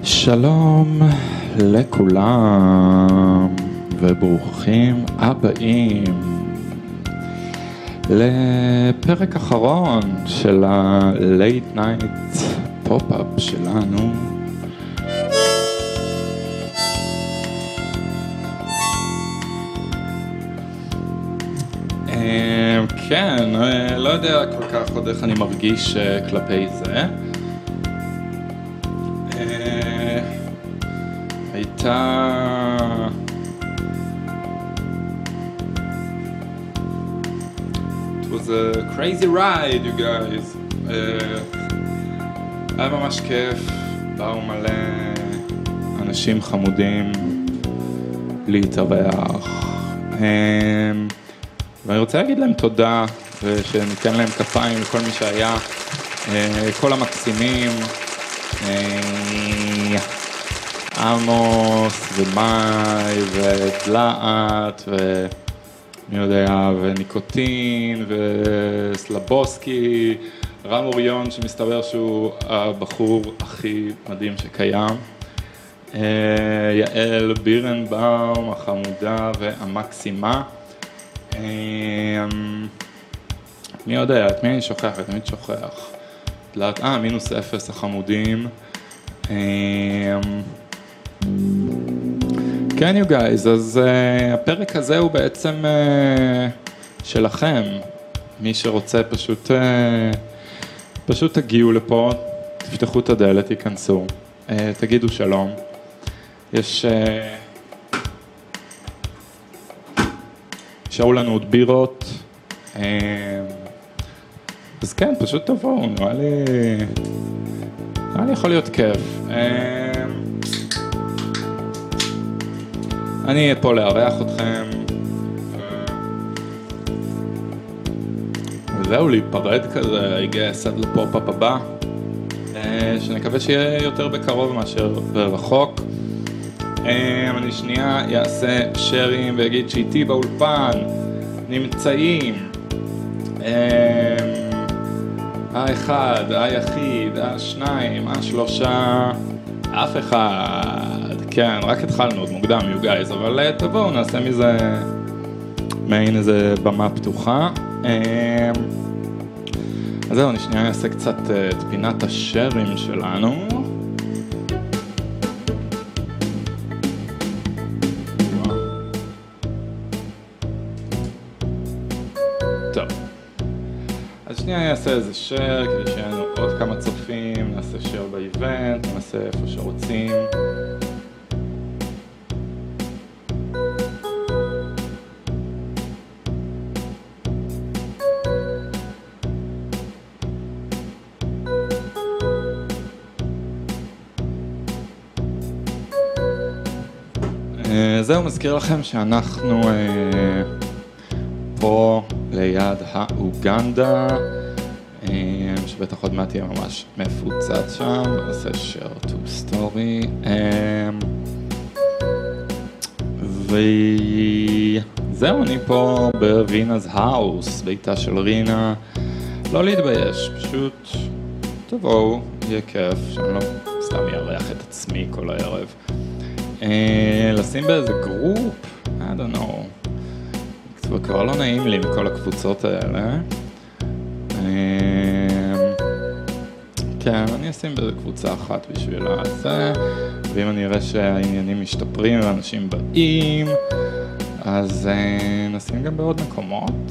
שלום לכולם וברוכים הבאים לפרק אחרון של ה-Late Night Pop-Up שלנו. כן, לא יודע כל כך עוד איך אני מרגיש כלפי זה. It was a crazy ride, you guys. היה ממש כיף, באו מלא אנשים חמודים להתארח. ואני רוצה להגיד להם תודה, ושניתן להם כפיים לכל מי שהיה, כל המקסימים, עמוס ומאי ודלעת ומי יודע, וניקוטין וסלבוסקי, רם אוריון שמסתבר שהוא הבחור הכי מדהים שקיים, יעל בירנבאום החמודה והמקסימה, מי יודע, את מי אני שוכח? את מי אני שוכח? דלעת, מינוס אפס החמודים. כן, you guys, אז הפרק הזה הוא בעצם שלכם. מי שרוצה פשוט תגיעו לפה, תפתחו את הדלת, תיכנסו, תגידו שלום. שאו לנו עוד בירות, אז כן, פשוט תבואו, נראה לי יכול להיות כיף. אני אהיה פה לארח אתכם, וזהו, להיפרד כזה, I guess, עד לפופ-אפ הבא, שנקווה שיהיה יותר בקרוב מאשר ברחוק. אני שנייה אעשה שרים ואגיד שאיתי באולפן נמצאים האחד, היחיד, השניים, השלושה, אף אחד. כן, רק התחלנו עוד מוקדם, you guys, אבל תבואו, נעשה מזה מעין איזה במה פתוחה. אז זהו, אני שנייה אעשה קצת את פינת השרים שלנו. טוב. אז שנייה אעשה איזה שר, כדי שיהיה לנו עוד כמה צופים, נעשה שר באיבנט, נעשה איפה שרוצים. זהו, מזכיר לכם שאנחנו פה ליד האוגנדה, שבטח עוד מעט תהיה ממש מפוצץ שם, נעשה share to story, וזהו, אני פה בווינא's האוס, ביתה של רינה. לא להתבייש, פשוט תבואו, יהיה כיף, שאני לא סתם יארח את עצמי כל הערב. לשים באיזה גרופ, I don't know, זה כבר לא נעים לי עם כל הקבוצות האלה. כן, אני אשים באיזה קבוצה אחת בשביל זה, ואם אני אראה שהעניינים משתפרים ואנשים באים, אז נשים גם בעוד מקומות.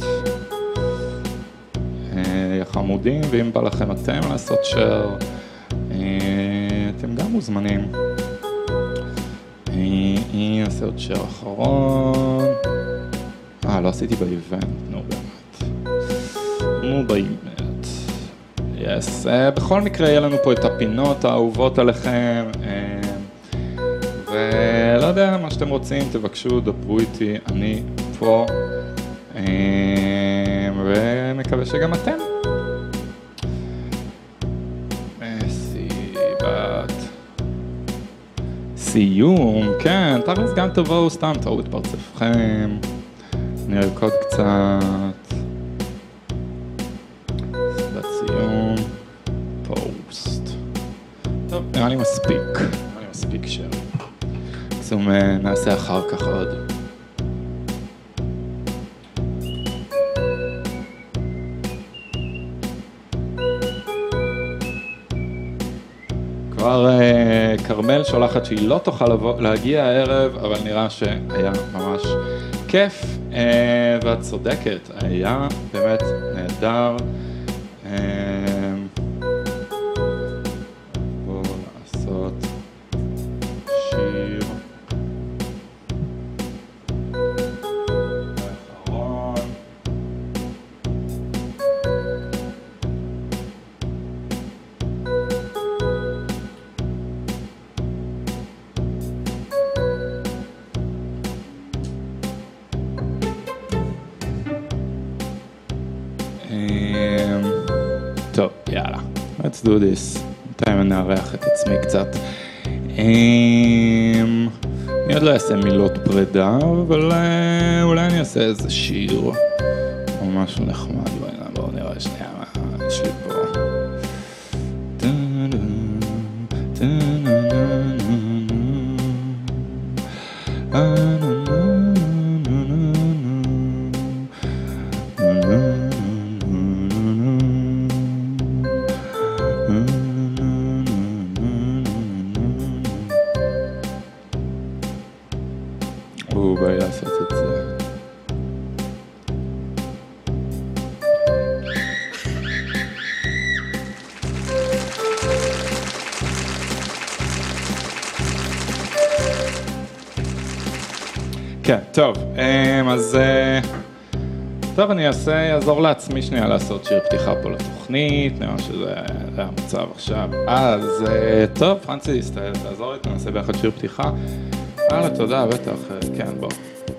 חמודים, ואם בא לכם אתם לעשות שייר, אתם גם מוזמנים. נעשה עוד שיר אחרון. לא עשיתי באיבנט, נו באמת. יס, בכל מקרה יהיה לנו פה את הפינות האהובות עליכם, ולא יודע, מה שאתם רוצים, תבקשו, דברו איתי, אני פה, ומקווה שגם אתם. סיום, כן, תכלס גם תבואו, סתם תראו את פרצפכם, נרקוד קצת, בסיום, פוסט. טוב, נראה לי מספיק. מספיק שם. מקסימום נעשה אחר כך עוד. כבר קרמל שולחת שהיא לא תוכל להגיע הערב, אבל נראה שהיה ממש כיף, ואת צודקת, היה באמת נהדר. בואו לעשות שיר אחרון. טוב, יאללה, let's do this. בינתיים אני אארח את עצמי קצת. אני עוד לא אעשה מילות פרידה, אבל אולי אני אעשה איזה שיר או משהו נחמד. בואו נראה שנייה מה יש לי פה. בואי לעשות את זה. כן, טוב, אז טוב, אני אעזור לעצמי שנייה לעשות שיר פתיחה פה לתוכנית, נראה שזה המצב עכשיו. אז טוב, פרנסיס, תעזור לי, נעשה ביחד שיר פתיחה. תודה, בטח, כן, בוא.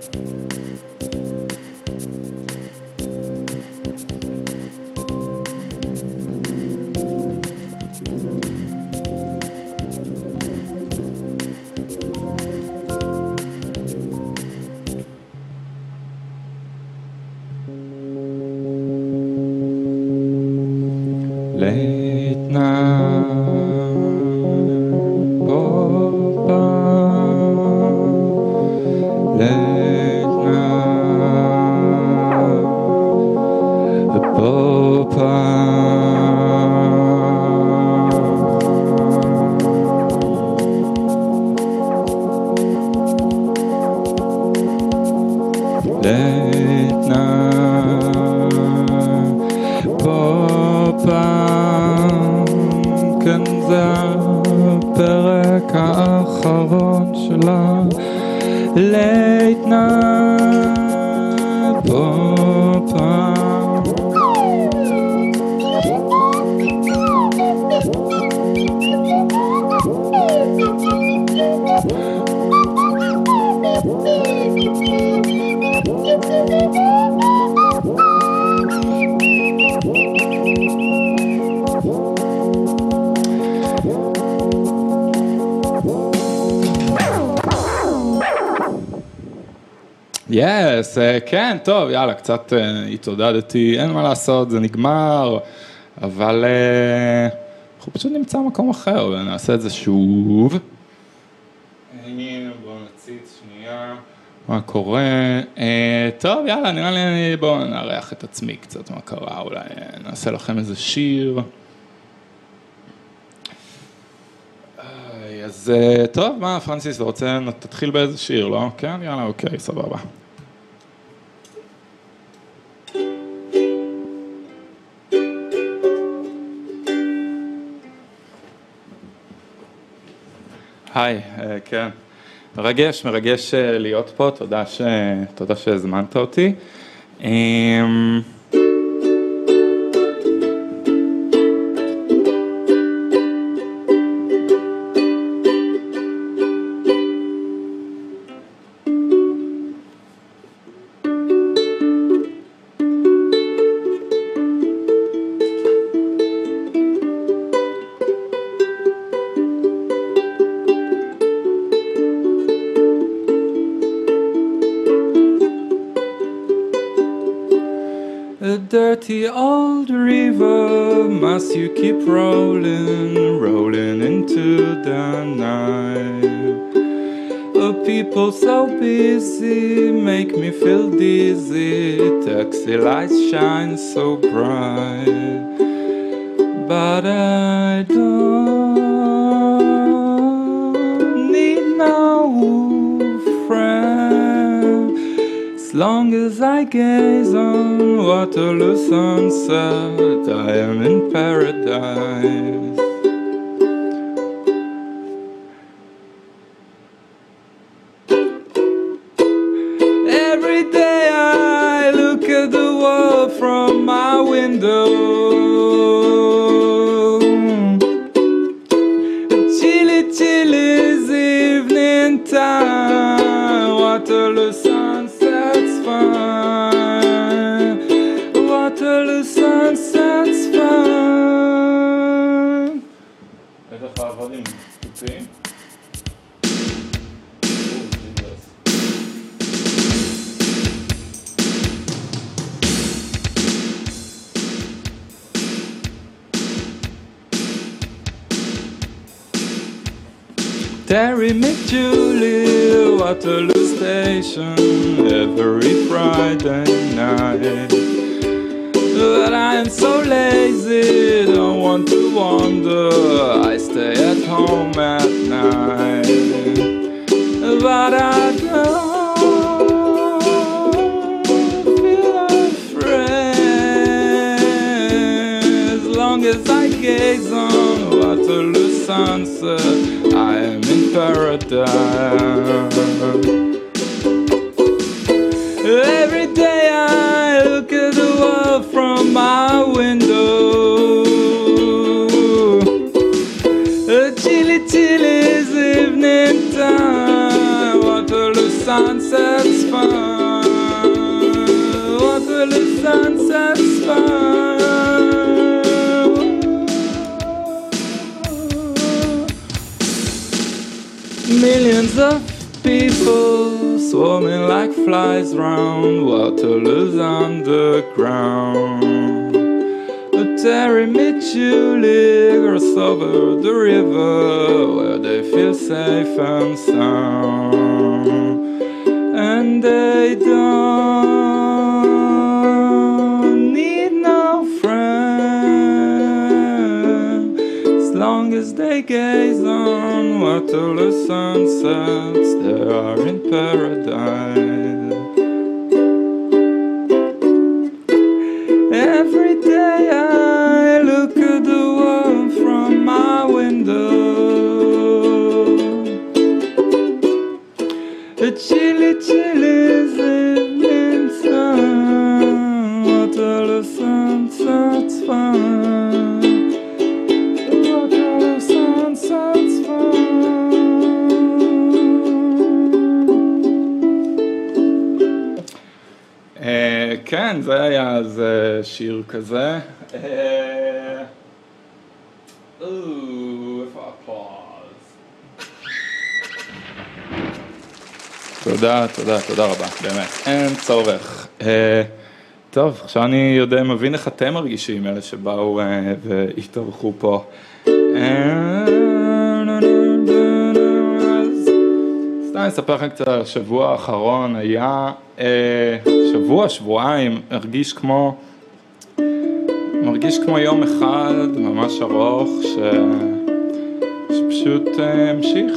Late כן זה הפרק האחרון שלה Late night פופה יס, כן, טוב, יאללה, קצת התעודדתי, אין מה לעשות, זה נגמר, אבל אנחנו פשוט נמצא מקום אחר ונעשה את זה שוב. בואו נציץ שנייה מה קורה. טוב, יאללה, נראה לי, בואו נארח את עצמי קצת מה קרה, אולי נעשה לכם איזה שיר. אז טוב, מה, פרנסיס, אתה רוצה, תתחיל באיזה שיר, לא? כן, יאללה, אוקיי, סבבה. היי, כן. מרגש להיות פה, תודה שהזמנת אותי. dirty old river, must you keep rolling, rolling into the night? The people so busy make me feel dizzy, taxi lights shine so bright, but I don't need no friend, as long as I gaze on Waterloo sunset, I am in paradise. Every day I look at the world from my window, chilly's evening time, Waterloo sunset's fine, Waterloo sunset's fine. איזה חברים, תופים? Terry McJulie, Waterloo Station, every Friday night. But I am so lazy, don't want to wander, I stay at home at night. But I don't feel afraid, as long as I gaze on Waterloo sunset, I am in paradise. Every day I look at the world from my window, chilly's evening time, Waterloo sunset's fine, Waterloo sunset's fine. Millions of people swarming like flies round Waterloo's underground. But Terry McJulie cross over the river where they feel safe and sound, and they don't need no friend, as long as they gaze on Waterloo sunsets, they are in paradise. Every day I look at the world from my window, a chilly's evening sun, Waterloo sunset's fine, Waterloo sunset's fine. כן, זה היה אז שיר כזה. איפה הפוז? תודה רבה, באמת, אין צורך. טוב, עכשיו אני מבין איך אתם מרגישים, אלה שבאו והתארחו פה. סתם אספר לכם קצת, השבוע האחרון היה שבועיים, מרגיש כמו יום אחד ממש ארוך שפשוט המשיך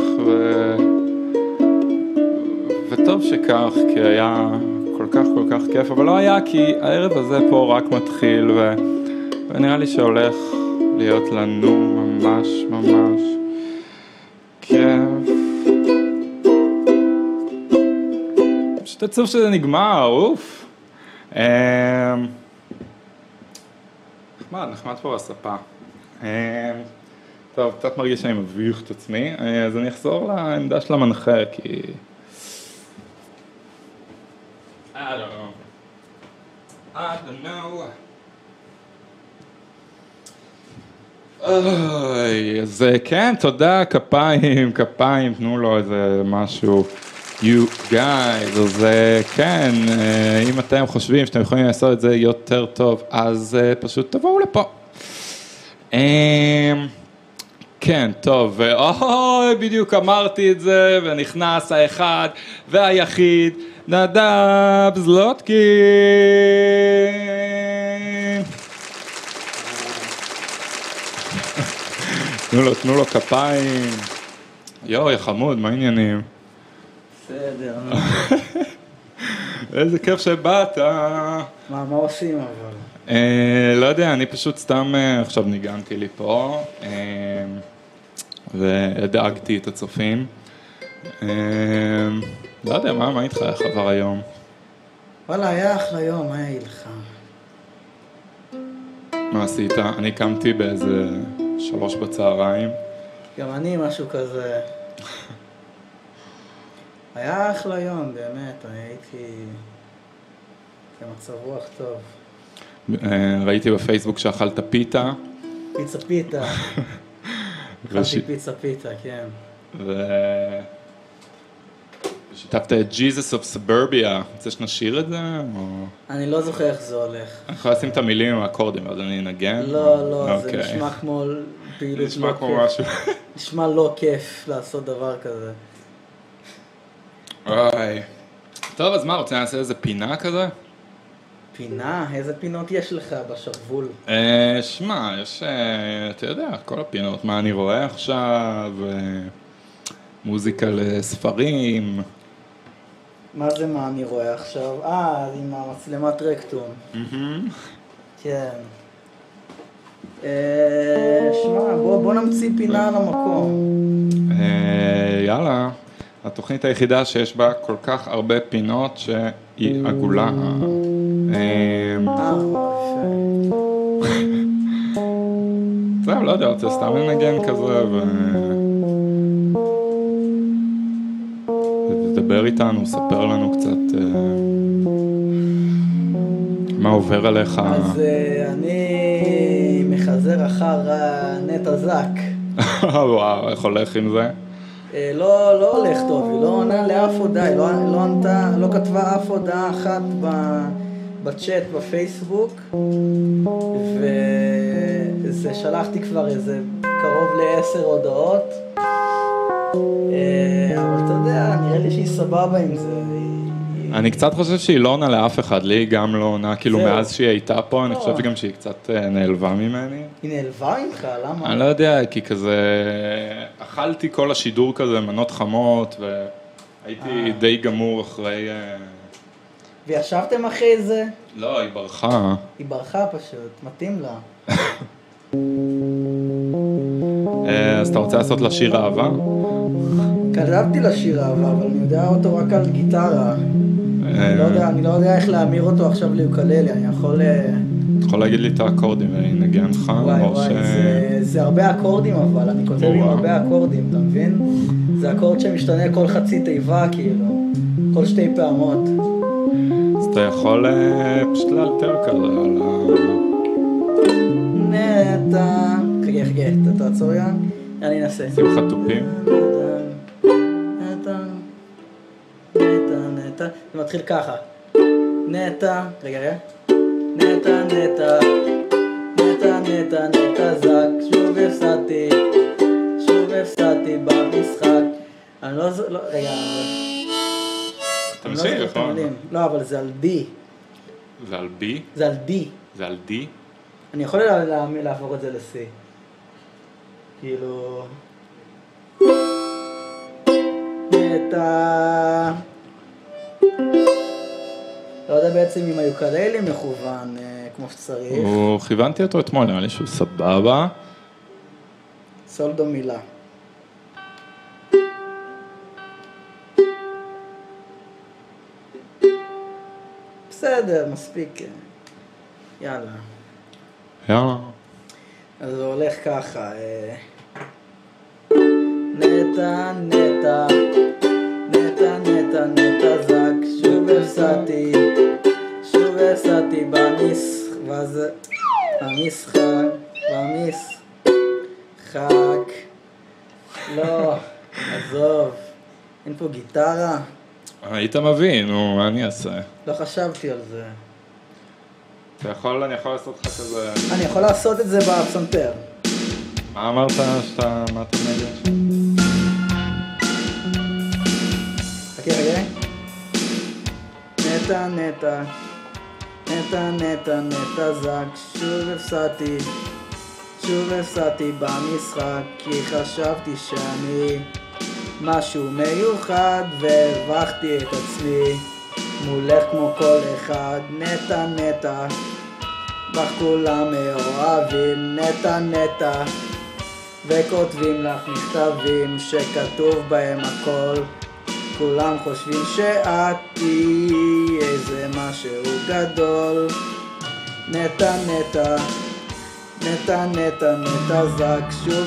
וטוב שכך, כי היה כל כך כיף, אבל לא היה, כי הערב הזה פה רק מתחיל ונראה לי שהולך להיות לנו ממש כיף. פשוט עצוב שזה נגמר, אוף. נחמד פה בספה. טוב, קצת מרגיש שאני מביך את עצמי, אז אני אחזור לעמדה של המנחה, כי... I don't know. אז כן, תודה, כפיים, תנו לו איזה משהו. You guys, אז כן, אם אתם חושבים שאתם יכולים לעשות את זה יותר טוב, אז פשוט תבואו לפה. כן, טוב, בדיוק אמרתי את זה, ונכנס האחד והיחיד, נדב זלוטקין. תנו לו כפיים. יואו, יא חמוד, מה העניינים? בסדר. איזה כיף שבאת. מה עושים אבל? לא יודע, אני פשוט סתם עכשיו ניגנתי לי פה, והדאגתי את הצופים. לא יודע, מה איתך, איך עבר היום? וואלה, היה אחלה יום, מה היה לך? מה עשית? אני קמתי באיזה 3 בצהריים. גם אני משהו כזה. היה אחלה יום, באמת, אני הייתי במצב רוח טוב. ראיתי בפייסבוק שאכלת פיתה. פיצה. אכלתי פיצה, כן. ושיתפת את Jesus of Suburbia. רוצה שנשאיר את זה? אני לא זוכר איך זה הולך. אני יכול לשים את המילים עם האקורדים, אז אני אנגן? לא, זה נשמע כמו פעילות נשמע כמו משהו. נשמע לא כיף לעשות דבר כזה. אוי. טוב, אז מה, רוצה לעשות איזה פינה כזה? פינה? איזה פינות יש לך בשרוול? שמע, יש, אתה יודע, כל הפינות, מה אני רואה עכשיו, מוזיקה לספרים. מה זה מה אני רואה עכשיו? עם המצלמת רקטום. כן. שמע, בוא נמציא פינה על המקום. יאללה. התוכנית היחידה שיש בה כל כך הרבה פינות שהיא עגולה. זהו, לא יודע, רוצה סתם לנגן כזה ותדבר איתנו, ספר לנו קצת מה עובר עליך. אז אני מחזר אחר נטע זק. וואו, איך הולך עם זה? לא הולך טוב, היא לא עונה לאף הודעה, היא לא ענתה, לא כתבה אף הודעה אחת בצ'אט בפייסבוק, וזה שלחתי כבר איזה קרוב ל10 הודעות, אבל אתה יודע, נראה לי שהיא סבבה עם זה. אני קצת חושב שהיא לא עונה לאף אחד, לי גם לא עונה, כאילו מאז שהיא הייתה פה, אני חושב גם שהיא קצת נעלבה ממני. היא נעלבה ממך? למה? אני לא יודע, כי כזה, אכלתי כל השידור כזה, מנות חמות, והייתי די גמור אחרי... וישבתם אחרי זה? לא, היא ברחה. היא ברחה פשוט, מתאים לה. אז אתה רוצה לעשות לה שיר אהבה? כתבתי לה שיר אהבה, אבל אני יודע אותו רק על גיטרה. אני לא יודע איך להמיר אותו עכשיו ליוקללי, אני יכול... אתה יכול להגיד לי את האקורדים, אני נגן לך? וואי, זה הרבה אקורדים אבל, אני כותב עם הרבה אקורדים, אתה מבין? זה אקורד שמשתנה כל חצי תיבה, כאילו, כל 2 פעמות. אז אתה יכול פשוט לאלתר כזה על ה... נטע... חכה, אתה תעצור יא? אני אנסה. שים לך תופים. נטע, זה מתחיל ככה. נטע, רגע. נטע זק, שוב הפסדתי במשחק. אני לא, רגע. תמשיך, נכון? לא, אבל זה על די. זה על בי? זה על די. זה על די? אני יכול להפוך את זה ל-C. כאילו... נטע... לא יודע בעצם אם היוקללי מכוון כמו שצריך. כיוונתי אותו אתמול, נראה לי שהוא סבבה. סול דו מילה. בסדר, מספיק. יאללה. אז זה הולך ככה. נטע זק, שוב הפסדתי במשחק. לא, עזוב. אין פה גיטרה. היית מבין, נו, מה אני אעשה? לא חשבתי על זה. אני יכול לעשות לך כזה... אני יכול לעשות את זה בפסנתר. מה אמרת מה אתה נגד? חכה, נטע, נטע, נטע, נטע, נטע זק, שוב הפסדתי במשחק, כי חשבתי שאני משהו מיוחד, והרווחתי את עצמי מולך כמו כל אחד. נטע, נטע, בך כולם מאוהבים, נטע, נטע, וכותבים לך מכתבים שכתוב בהם הכל. כולם חושבים שאת תהיי איזה משהו גדול. נטע, נטע, נטע, נטע, נטע זק,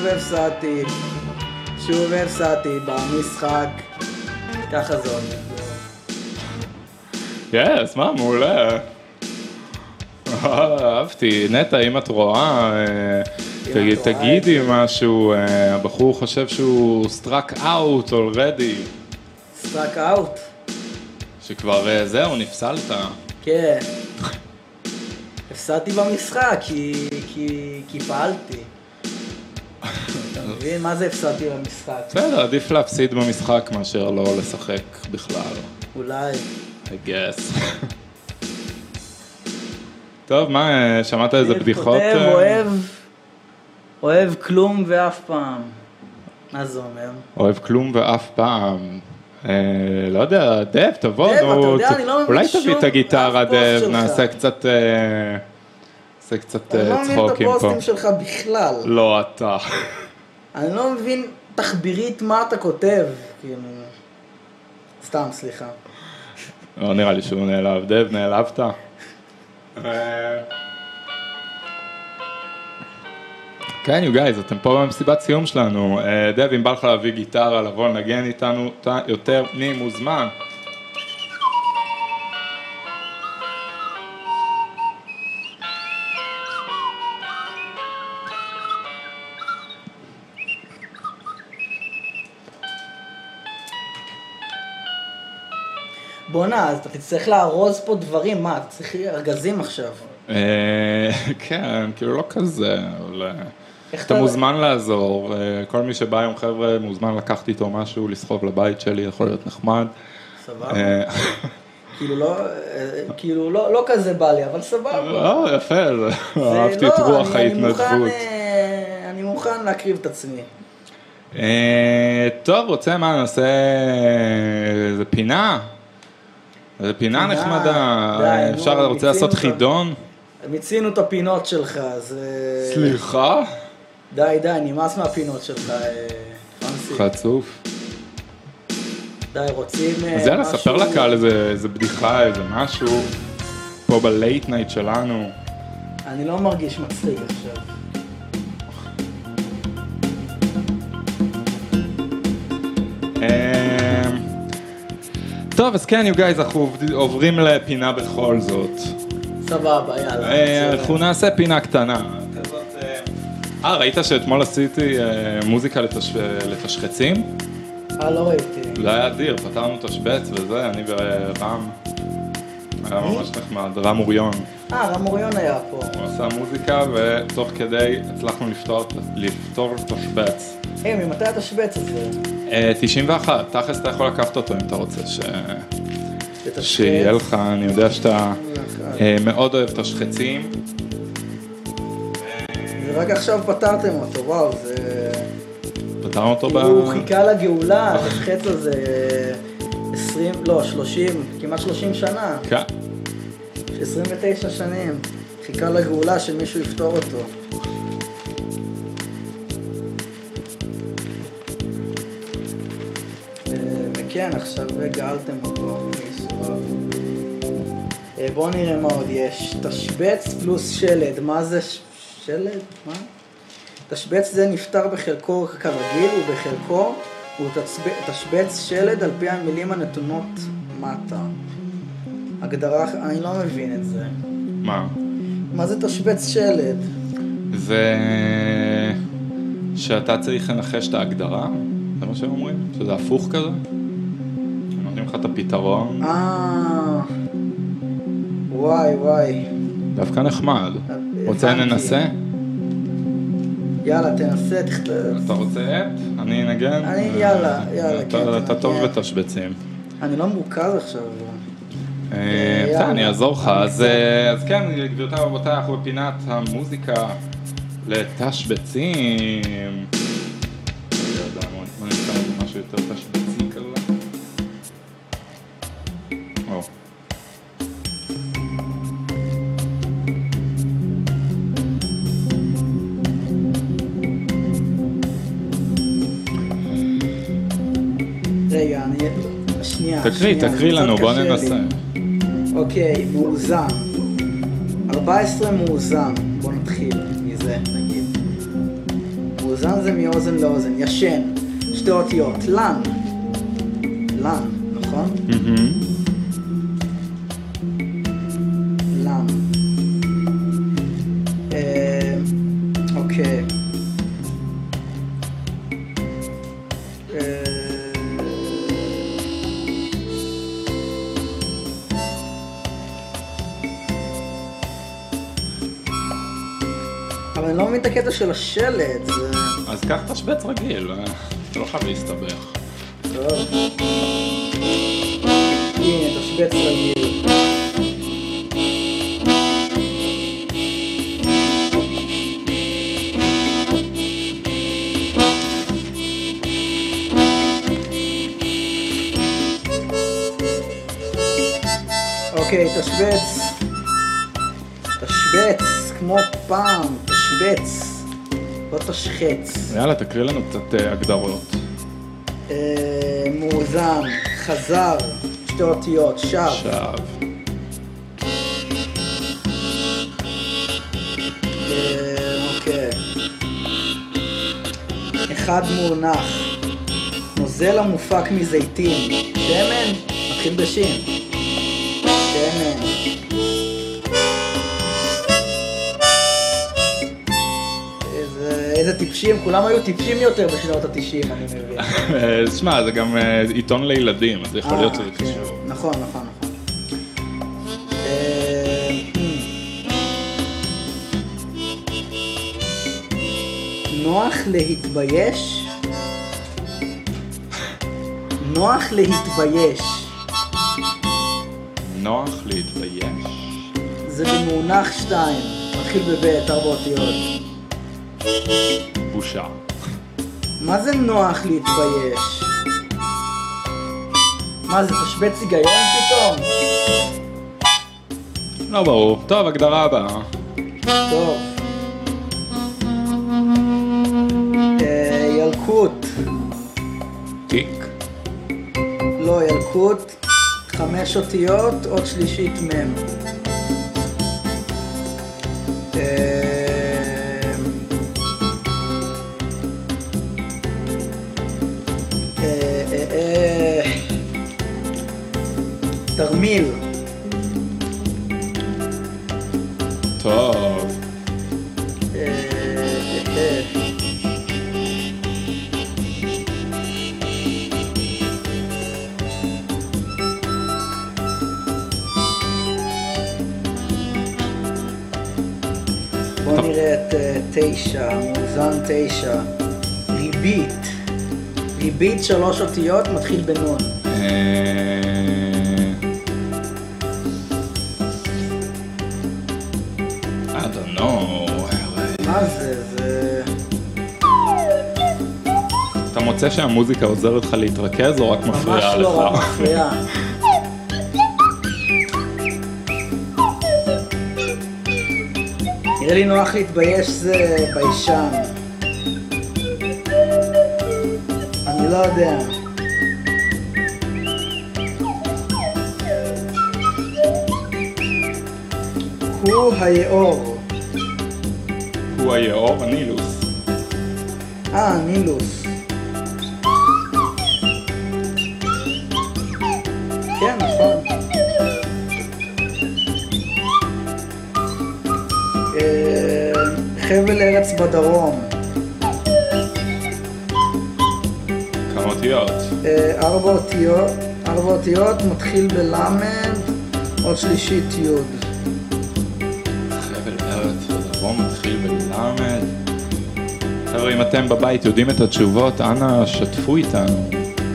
שוב הפסדתי במשחק. ככה זאת. יס, מה, מעולה. אהבתי. נטע, אם את רואה, תגידי משהו, הבחור חושב שהוא struck out already. struck out? שכבר זהו, נפסלת. כן. הפסדתי במשחק, כי פעלתי. אתה מבין? מה זה הפסדתי במשחק? בסדר, עדיף להפסיד במשחק מאשר לא לשחק בכלל. אולי. I guess. טוב, מה, שמעת איזה בדיחות? כותב, אוהב כלום ואף פעם. מה זה אומר? אוהב כלום ואף פעם. לא יודע, דב, תבוא, דב, אתה יודע, אני לא מבין אולי שום תביא את הגיטרה, דב, שלך. נעשה קצת צחוקים פה. אני לא מבין את הפוסטים שלך בכלל. לא, אתה. אני לא מבין תחבירית מה אתה כותב. כאילו... סתם, סליחה. לא נראה לי שהוא נעלב. דב, נעלבת? כן, you guys, אתם פה במסיבת סיום שלנו. דב, אם בא לך להביא גיטרה, לבוא לנגן איתנו יותר מוזמן. בונה, אז אתה תצטרך לארוז פה דברים, מה, אתה צריך ארגזים עכשיו. כן, כאילו לא כזה, אבל אתה מוזמן לעזור, כל מי שבא היום חבר'ה מוזמן לקחת איתו משהו, לסחוב לבית שלי, יכול להיות נחמד. סבבה. כאילו לא כזה בא לי, אבל סבבה. לא, יפה, אהבתי את רוח ההתנדבות. אני מוכן להקריב את עצמי. טוב, רוצה מה, נעשה איזה פינה? איזה פינה נחמדה, אפשר, רוצה לעשות חידון? מיצינו את הפינות שלך, אז... סליחה? די, נמאס מהפינות שלך, פנסי. חצוף. די, רוצים משהו... אז יאללה, ספר לקהל איזה בדיחה, איזה משהו, פה בלייט נייט שלנו. אני לא מרגיש מצחיק עכשיו. טוב, אז כן, you guys, אנחנו עוברים לפינה בכל זאת. סבבה, יאללה. אנחנו נעשה פינה קטנה. ראית שאתמול עשיתי מוזיקה לתשחצים? לא ראיתי. זה היה אדיר, פתרנו תשבץ וזה, אני ורם. היה ממש נחמד, רם אוריון. רם אוריון היה פה. הוא עשה מוזיקה ותוך כדי הצלחנו לפתור תשבץ. ממתי התשבץ הזה? 91, תכלס אתה יכול לקחת אותו אם אתה רוצה שיהיה לך, אני יודע שאתה מאוד אוהב תשחצים. ורק עכשיו פתרתם אותו, וואו, זה... פתרנו אותו הוא חיכה לגאולה, התשחץ הזה 30, כמעט 30 שנה. כן. 29 שנים, חיכה לגאולה שמישהו יפתור אותו. וכן, עכשיו גאלתם אותו. בואו נראה מה עוד יש. תשבץ פלוס שלד. מה זה שלד? מה? תשבץ זה נפטר בחלקו כרגיל ובחלקו הוא תשבץ שלד על פי המילים הנתונות מטה. הגדרה, אני לא מבין את זה. מה? מה זה תשבץ שלד? זה שאתה צריך לנחש את ההגדרה, זה מה שהם אומרים? שזה הפוך כזה? נותנים לך לך את הפתרון. וואי. דווקא נחמד. רוצה ננסה? יאללה, תנסה, תכתב. אתה רוצה את? אני אנגן? יאללה, כן. אתה טוב בתשבצים. אני לא מורכז עכשיו. בסדר, אני אעזור לך. אז כן, גבירותיי ורבותיי, אנחנו בפינת המוזיקה לתשבצים. בוא נמצא משהו יותר תשבצי כזה. רגע, שנייה. תקריא לנו, בוא ננסה. אוקיי, מאוזן. 14 מאוזן. בוא נתחיל מזה, נגיד. מאוזן זה מאוזן לאוזן. ישן. שתי אותיות. לן, נכון? לן. אוקיי. אבל אני לא מבין את הקטע של השלט, זה... אז קח תשבץ רגיל, אתה לא חייב להסתבך. טוב. הנה, תשבץ רגיל. אוקיי, תשבץ. כמו פעם, תשבץ, לא תשחץ. יאללה, תקריא לנו קצת הגדרות. מאוזן, חזר, שתי אותיות, שב. אוקיי. אחד מונח, נוזל המופק מזיתים. שמן, מתחיל בשין. שמן. איזה טיפשים, כולם היו טיפשים יותר בשנות ה-90, אני מבין. תשמע, זה גם עיתון לילדים, אז יכול להיות שזה קשור. נכון. נוח להתבייש? נוח להתבייש. נוח להתבייש. זה במונח 2, מתחיל בבית, 4 אותיות. בושה. מה זה נוח להתבייש? מה זה, תשבץ היגיון פתאום? לא ברור. טוב, הגדרה הבאה. טוב. ילקוט. תיק. לא, ילקוט. 5 אותיות, עוד שלישית מם. תרמיל. טוב. בוא נראה את 9, מאוזן 9. ריבית. ריבית 3 אותיות, מתחיל בנון. מה זה? אתה מוצא שהמוזיקה עוזרת לך להתרכז או רק מפריעה לך? ממש לא, רק מפריעה. נראה לי נוח להתבייש זה ביישן. אני לא יודע. הוא היאור. הוא היאור, נילוס. נילוס. כן, נכון. חבל ארץ בדרום. כמה אותיות? 4 אותיות. 4 אותיות, מתחיל בלמד, עוד שלישית יוד. חבל ארץ, הדבר מתחיל בלמד. חבר'ה, אם אתם בבית יודעים את התשובות, אנא שתפו איתנו.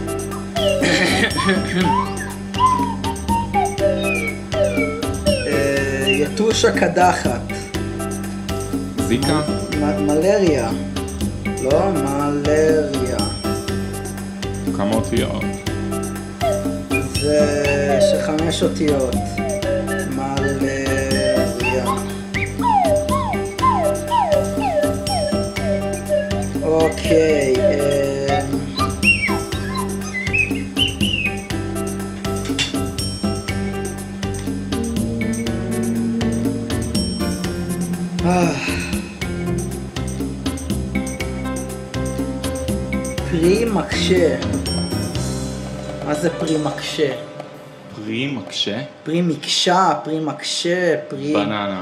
יתושה קדחת. זיקה? מלריה. לא, מלריה. כמה אותיות? זה 5 אותיות. מלריה. אוקיי. פרי מקשה. מה זה פרי מקשה? פרי מקשה? פרי מקשה, פרי מקשה, פרי... בננה.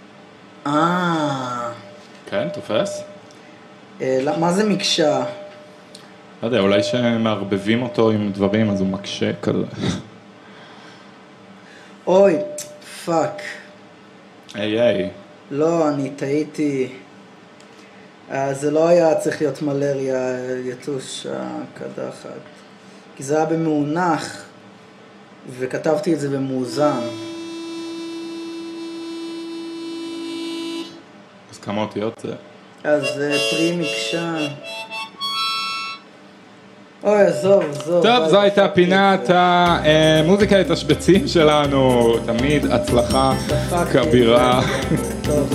כן, תופס? מה זה מקשה? לא יודע, אולי שמערבבים אותו עם דברים, אז הוא מקשה כזה. אוי, פאק. היי. לא, אני טעיתי. זה לא היה צריך להיות מלריה, יתוש קדחת. כי זה היה במאונח, וכתבתי את זה במאוזן. אז כמה אותיות זה? אז פרי מקשה. אוי, עזוב. טוב, זו הייתה פינת המוזיקה התשבצים שלנו. תמיד הצלחה כבירה. טוב.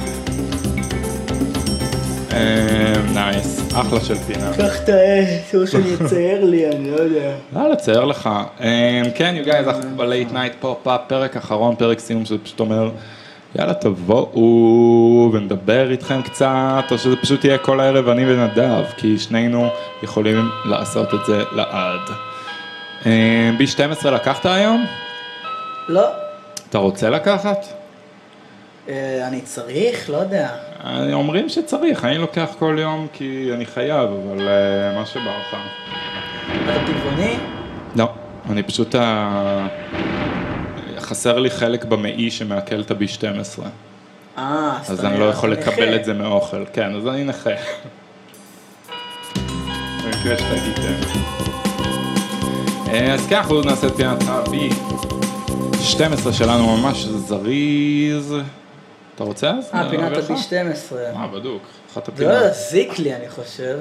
נייס, אחלה של פינה. קח את העט, או שאני אצייר לי, אני לא יודע. לצייר לך. כן, you guys, אנחנו ב-Late Night Pop-Up, פרק אחרון, פרק סיום, שזה פשוט אומר, יאללה, תבואו ונדבר איתכם קצת, או שזה פשוט יהיה כל הערב אני ונדב, כי שנינו יכולים לעשות את זה לעד. B12 לקחת היום? לא. אתה רוצה לקחת? אני צריך? לא יודע. אומרים שצריך, אני לוקח כל יום כי אני חייב, אבל מה שבא לך. אתה טבעוני? לא, אני פשוט חסר לי חלק במעי שמעכל את ה-B12. אז אני לא יכול לקבל את זה מאוכל. כן, אז אני נכה. במקרה שתגיתם. אז כן, אנחנו נעשה את פינת ה-B12 שלנו ממש זריז. אתה רוצה אז? פינת ה-B12. בדוק. זה לא יזיק לי, אני חושב.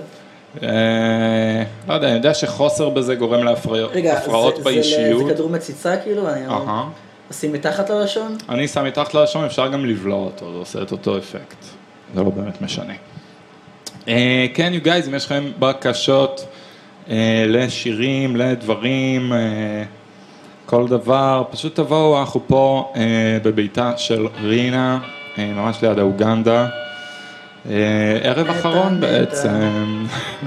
לא יודע, אני יודע שחוסר בזה גורם להפרעות באישיות. זה כדור מציצה כאילו? עושים מתחת ללשון? אני שם מתחת ללשון, אפשר גם לבלוע אותו, זה עושה את אותו אפקט. זה לא באמת משנה. כן, you guys, אם יש לכם בקשות לשירים, לדברים, כל דבר, פשוט תבואו, אנחנו פה בביתה של רינה, ממש ליד האוגנדה. ערב אחרון בעצם.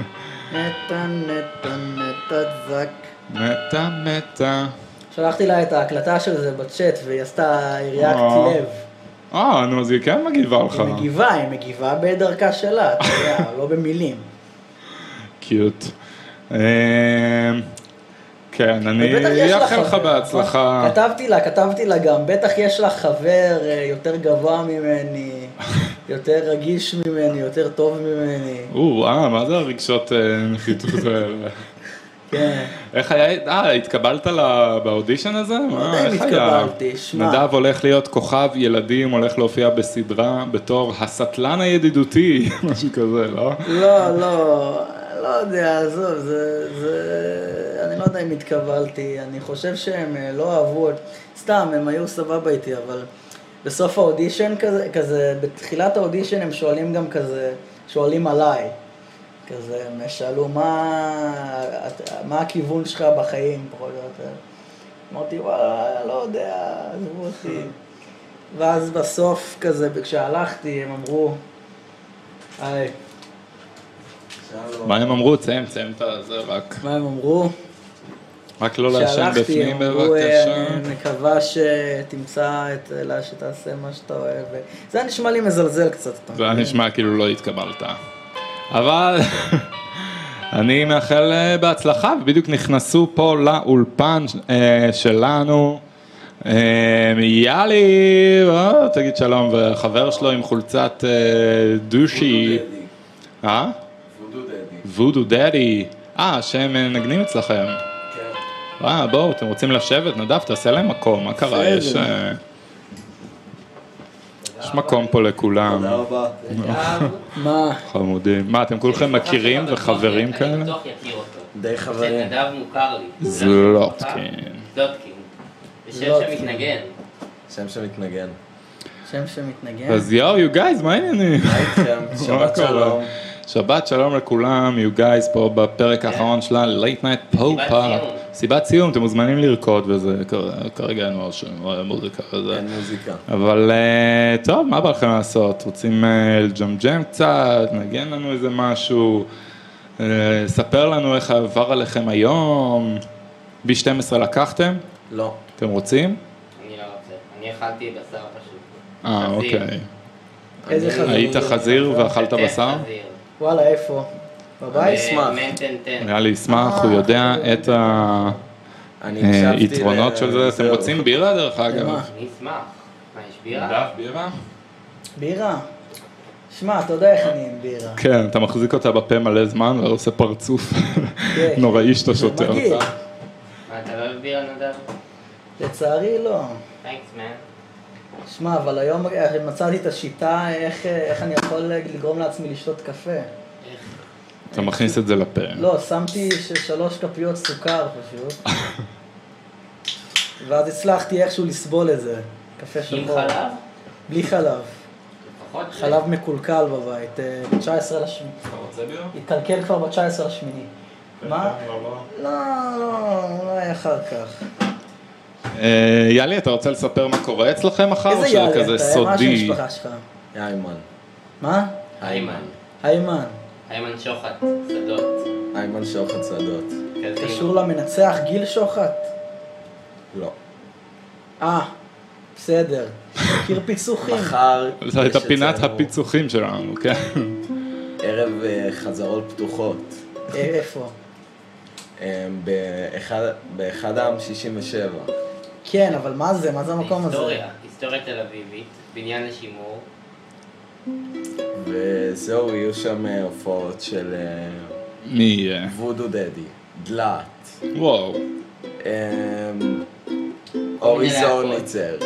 נטה. שלחתי לה את ההקלטה של זה בצ'אט והיא עשתה ריאקט לב. נו, אז היא כן מגיבה לך. היא מגיבה בדרכה שלה, אתה יודע, לא במילים. קיוט. כן, אני אאחל לך בהצלחה. כתבתי לה גם, בטח יש לך חבר יותר גבוה ממני, יותר רגיש ממני, יותר טוב ממני. מה זה הרגשות נחיתות האלה? כן. איך היה, התקבלת באודישן הזה? לא יודע אם התקבלתי, שמע. נדב הולך להיות כוכב ילדים, הולך להופיע בסדרה בתור הסטלן הידידותי, משהו כזה, לא? לא יודע, עזוב, אני לא יודע אם התקבלתי, אני חושב שהם לא אהבו, סתם, הם היו סבבה איתי, אבל בסוף האודישן כזה, בתחילת האודישן הם שואלים גם כזה, שואלים עליי, כזה, הם שאלו מה הכיוון שלך בחיים, פחות או יותר. אמרתי, וואלה, לא יודע, עזבו אותי. ואז בסוף כזה, כשהלכתי, הם אמרו, היי. מה הם אמרו? ציים את זה רק. מה הם אמרו? רק לא לעשן בפנים בבקשה. אני מקווה שתמצא את אלה שתעשה מה שאתה אוהב. זה נשמע לי מזלזל קצת. זה נשמע כאילו לא התקבלת. אבל אני מאחל בהצלחה, ובדיוק נכנסו פה לאולפן שלנו. יאלי, תגיד שלום, וחבר שלו עם חולצת דושי. וודו דדי. שהם נגנים אצלכם. כן. בואו, אתם רוצים לשבת? נדב, תעשה להם מקום, מה קרה? יש מקום פה לכולם. תודה רבה. מה? חמודים. מה, אתם כולכם מכירים וחברים כאלה? אני בטוח יכיר אותו. די חברים. נדב מוכר לי. זלוטקין. זלוטקין. זה שם שמתנגן. שם שמתנגן. שם שמתנגן. אז יו גייז, מה העניינים? מה איתכם? שבת שלום. שבת שלום לכולם, you guys, פה בפרק האחרון שלה, late night pop-up. סיבת סיום, אתם מוזמנים לרקוד וזה, כרגע אין מוזיקה וזה. אין מוזיקה. אבל טוב, מה בא לכם לעשות? רוצים לג'ם קצת, נגן לנו איזה משהו, ספר לנו איך עבר עליכם היום. B12 לקחתם? לא. אתם רוצים? אני לא רוצה, אני אכלתי בשר פשוט. אוקיי. איזה חזיר? היית חזיר ואכלת בשר? וואלה, איפה? בבית? אשמח. נראה לי ישמח, הוא יודע את היתרונות של זה. אתם רוצים בירה דרך אגב? מה? אני אשמח. מה, יש בירה? נדב, בירה? בירה? שמע, אתה יודע איך אני עם בירה. כן, אתה מחזיק אותה בפה מלא זמן ועושה פרצוף נוראי שאתה שותה מגעיל. אותה. מה, אתה לא אוהב בירה, נדב? לצערי לא. תנקס, מן. שמע, אבל היום מצאתי את השיטה איך אני יכול לגרום לעצמי לשתות קפה. אתה מכניס את זה לפה. לא, שמתי 3 כפיות סוכר פשוט. ואז הצלחתי איכשהו לסבול את זה. קפה שחור. עם חלב? בלי חלב. לפחות חלב מקולקל בבית. ב-19 לשמיני. אתה רוצה בירה? התקלקל כבר ב-19 לשמיני. מה? לא, לא היה אחר כך. יאלי, אתה רוצה לספר מה קורה אצלכם מחר? איזה או יאלי שכזה אתה? סודי? מה השם המשפחה שלך? איימן. מה? איימן. איימן. איימן שוחט, שדות. איימן שוחט שדות. קשור למנצח גיל שוחט? לא. בסדר. מכיר פיצוחים? מחר זו הייתה יש פינת אצלנו הפיצוחים שלנו, כן? ערב חזרות פתוחות. איפה? באחד העם 67. כן, אבל מה זה? מה זה המקום הזה? היסטוריה תל אביבית, בניין לשימור. וזהו, יהיו שם הופעות של מי יהיה? וודו דדי, דלת, וואו. אורי זורניצר.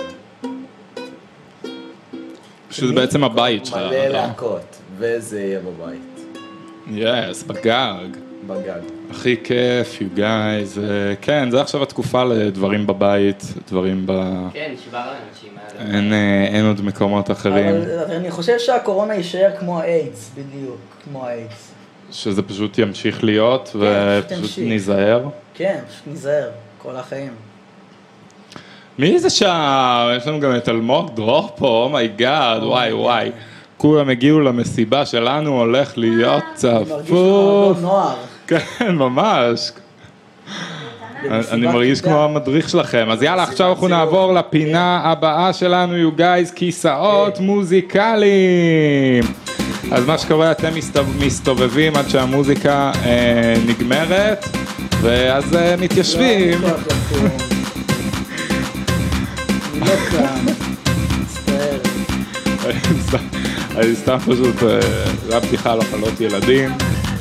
שזה בעצם הבית שלך. מלא להקות, וזה יהיה בבית. יס, בגג. בגג. הכי כיף, you guys. כן, זה עכשיו התקופה לדברים בבית, דברים ב... כן, נשבר לאנשים. אין עוד מקומות אחרים. אבל אני חושב שהקורונה יישאר כמו האיידס, בדיוק, כמו האיידס. שזה פשוט ימשיך להיות, פשוט ופשוט ימשיך. ניזהר. כן, פשוט ניזהר, כל החיים. מי זה שם? יש לנו גם את אלמוג דרור פה, אומייגאד, וואי. כולם הגיעו למסיבה שלנו, הולך להיות אני מרגיש צפוף. כמו נוער. כן, ממש. אני מרגיש כמו המדריך שלכם. אז יאללה, עכשיו אנחנו נעבור לפינה הבאה שלנו, you guys, כיסאות מוזיקליים. אז מה שקורה, אתם מסתובבים עד שהמוזיקה נגמרת, ואז מתיישבים. לא, אני לא כאן, מצטער. אני סתם פשוט, זה הבדיחה על הפעלות ילדים.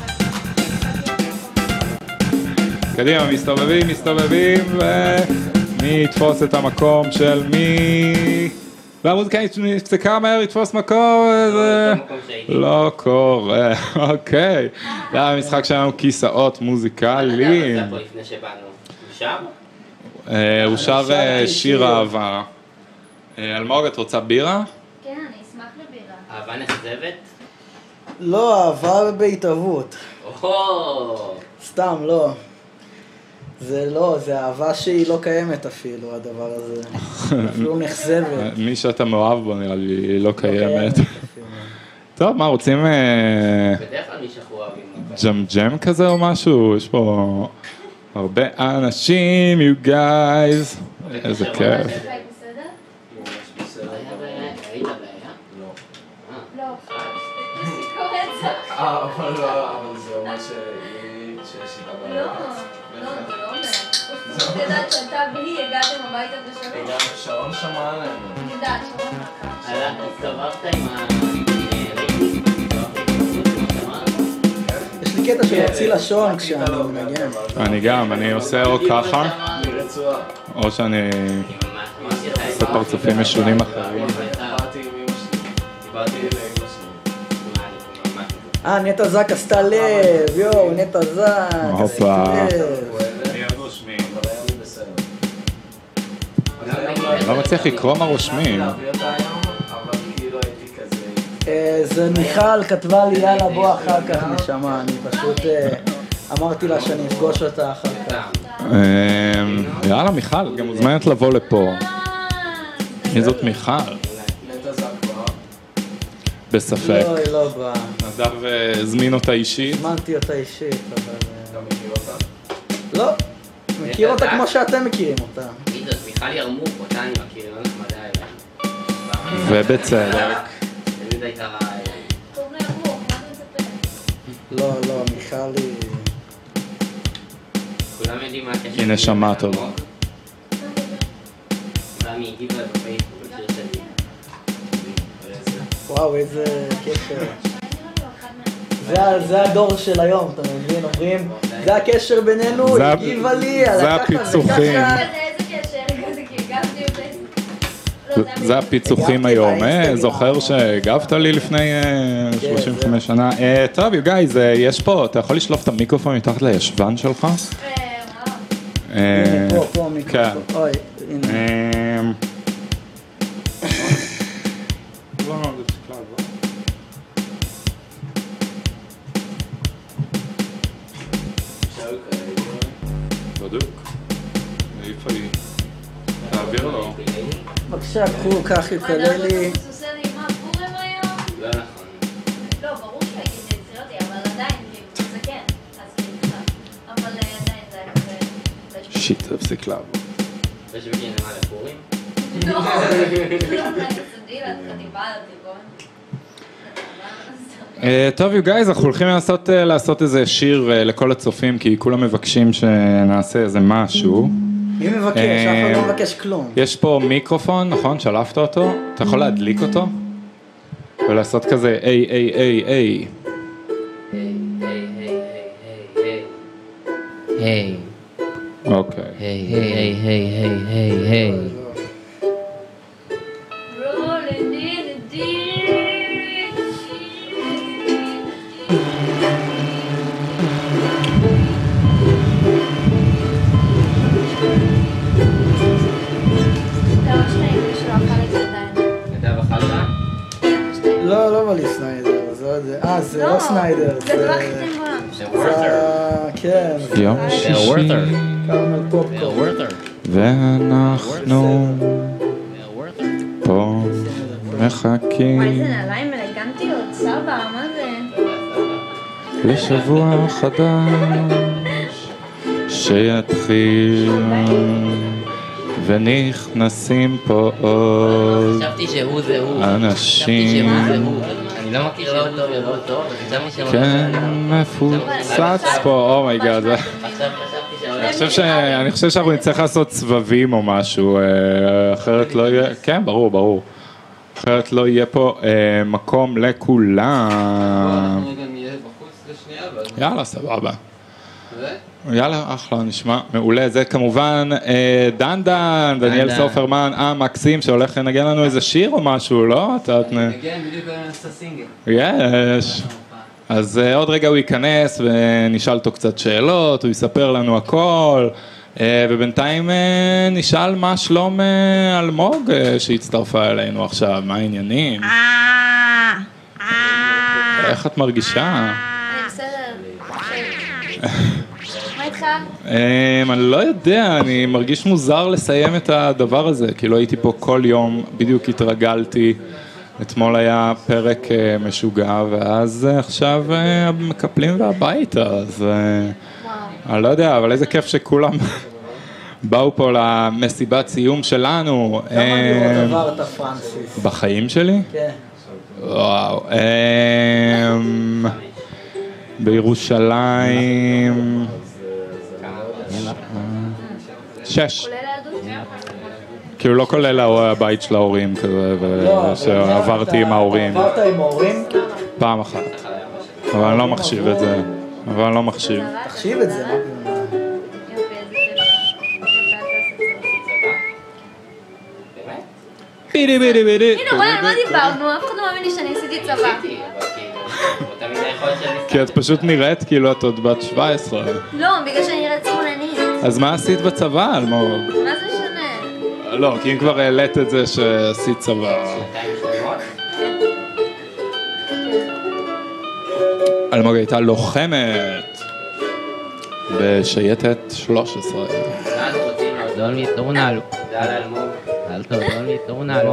קדימה, מסתובבים, ומי יתפוס את המקום של מי... והמוזיקה נפסקה מהר, יתפוס מקום, לא קורה, אוקיי. זה המשחק שלנו, כיסאות מוזיקליים. מה אתה פה לפני שבאנו? הוא שר שיר אהבה. אלמוג, את רוצה בירה? כן, אני אשמח לבירה. אהבה נחזבת? לא, אהבה בהתהוות. סתם, לא. זה לא, זה אהבה שהיא לא קיימת אפילו, הדבר הזה. אפילו נחזבת. מי שאתה מאוהב בו נראה לי, היא לא קיימת. טוב, מה, רוצים בדרך כלל מי שאנחנו אוהבים. ג'ם כזה או משהו? יש פה הרבה אנשים, you guys. איזה כיף. היית בסדר? היית בעיה? לא. לא. קורצה. אבל זה ממש שיש איתה לא, בעיה. לא, זה לא אומר. פשוט יודעת שאתה והיא הגעתם הביתה בשלום. וגם שרון שמעה עלינו. אני יודעת, שרון אמרה. הסתובבת עם יש לי קטע של להוציא לשון כשאני מנגן. אני גם, אני עושה או ככה, ברצועה. או שאני עושה פרצופים משונים אחרים. דיברתי עם אמא שלי. דיברתי עם אמא שלי. נטע זק עשתה לב, יואו, נטע זק. הופה. לא מצליח לקרוא מה רושמים. זה מיכל כתבה לי יאללה בוא אחר כך נשמה, אני פשוט אמרתי לה שאני אפגוש אותה אחר כך. יאללה מיכל, גם מוזמנת לבוא לפה. מי זאת מיכל? נטע זק בא. בספק. לא, היא לא באה. נדב הזמין אותה אישית. הזמנתי אותה אישית, אבל... אתה מכיר אותה? לא, מכיר אותה כמו שאתם מכירים אותה. מידות, מיכל ירמוק, אותה אני מכיר, לא נחמדה אליה. ובצדק. תמיד הייתה רעה אליה. טוב נעבור, מה אתה מצפה? לא, לא, מיכל היא... כולם יודעים מה הקשר. הנה, שמעת אותו. גם היא הגיבה בפייסבוק, בשיר שלי. וואו, איזה קשר. זה הדור של היום, אתה מבין? אומרים, זה הקשר בינינו, זה הגיבה לי, על זה הככה הפיצוחים. וככה. איזה קשר, כזה כי הגבתי אותה. זה הפיצוחים היום, זוכר שהגבת לי לפני 35 שנה. טוב, you guys, יש פה, אתה יכול לשלוף את המיקרופון מתחת לישבן שלך? הנה, פה מיקרופון. אוי, הנה. בדוק. איפה היא? תעביר לו. בבקשה, קחו, קח יוקללי. עושה לי מה, פורים היום? לא נכון. לא, ברור שהייתי יצירתי, אבל עדיין, כאילו, זה כן. אז כאילו, אבל עדיין זה היה כזה... שיט, תפסיק לעבוד. יש בגין למה לפורים? לא, לא, תצדי לה, חטיבה לתיכון. טוב, you guys, אנחנו הולכים לעשות איזה שיר לכל הצופים, כי כולם מבקשים שנעשה איזה משהו. מי מבקש? אף אחד לא מבקש כלום. יש פה מיקרופון, נכון? שלפת אותו? אתה יכול להדליק אותו? ולעשות כזה איי, איי, איי, איי. היי. אוקיי. היי, היי, היי, היי, היי. Rolling in the deep. אתה בחלת? לא, לא בא לי סניידר. זה לא סניידר. זה לא הכי טבע. זה... כן. יום שישי, קרמל פופקורן. ואנחנו פה מחכים וואי, איזה נעליים אלגנטיות, סבא, מה זה? לשבוע חדש שיתחיל ונכנסים פה עוד חשבתי שהוא זה הוא. אנשים. אני לא מכיר לא טוב ולא טוב, וחשבתי שהוא... כן, מפוצץ פה, אומייגאד. אני חושב שאנחנו נצטרך לעשות סבבים או משהו, אחרת לא יהיה, כן, ברור, ברור. אחרת לא יהיה פה מקום לכולם. אנחנו רגע נהיה בחוץ לשנייה, יאללה, סבבה. יאללה, אחלה, נשמע מעולה. זה כמובן דן, דניאל סופרמן, המקסים, שהולך לנגן לנו איזה שיר או משהו, לא? נגן בדיוק נעשה סינגל. יש. אז עוד רגע הוא ייכנס ונשאל אותו קצת שאלות, הוא יספר לנו הכל, ובינתיים נשאל מה שלום אלמוג שהצטרפה אלינו עכשיו, מה העניינים? איך את מרגישה? בסדר. מה איתך? אני לא יודע, אני מרגיש מוזר לסיים את הדבר הזה, כי לא הייתי פה כל יום, בדיוק התרגלתי, אתמול היה פרק משוגע, ואז עכשיו מקפלים והביתה, אז אני לא יודע, אבל איזה כיף שכולם באו פה למסיבת סיום שלנו. כמה לראות עברת פרנסיס? בחיים שלי? כן. וואו. בירושלים 6. כולל הילדות? כאילו לא כולל הבית של ההורים כזה, ושעברתי עם ההורים עברת עם ההורים? פעם אחת. אבל אני לא מחשיב את זה. אבל אני לא מחשיב. תחשיב את זה, מה? יופי, איזה כיף. בידי בידי בידי. הנה, וואי, על מה דיברנו? אף אחד לא מאמין לי שאני עשיתי צבא. כי את פשוט נראית כאילו את עוד בת 17. לא, בגלל שאני נראית שמאלנית. אז מה עשית בצבא, אלמוג? מה זה משנה? לא, כי אם כבר העלית את זה שעשית צבא. אלמוג הייתה לוחמת בשייטת 13. Dormi tornalo. Dale al mob. Alto, dormi tornalo.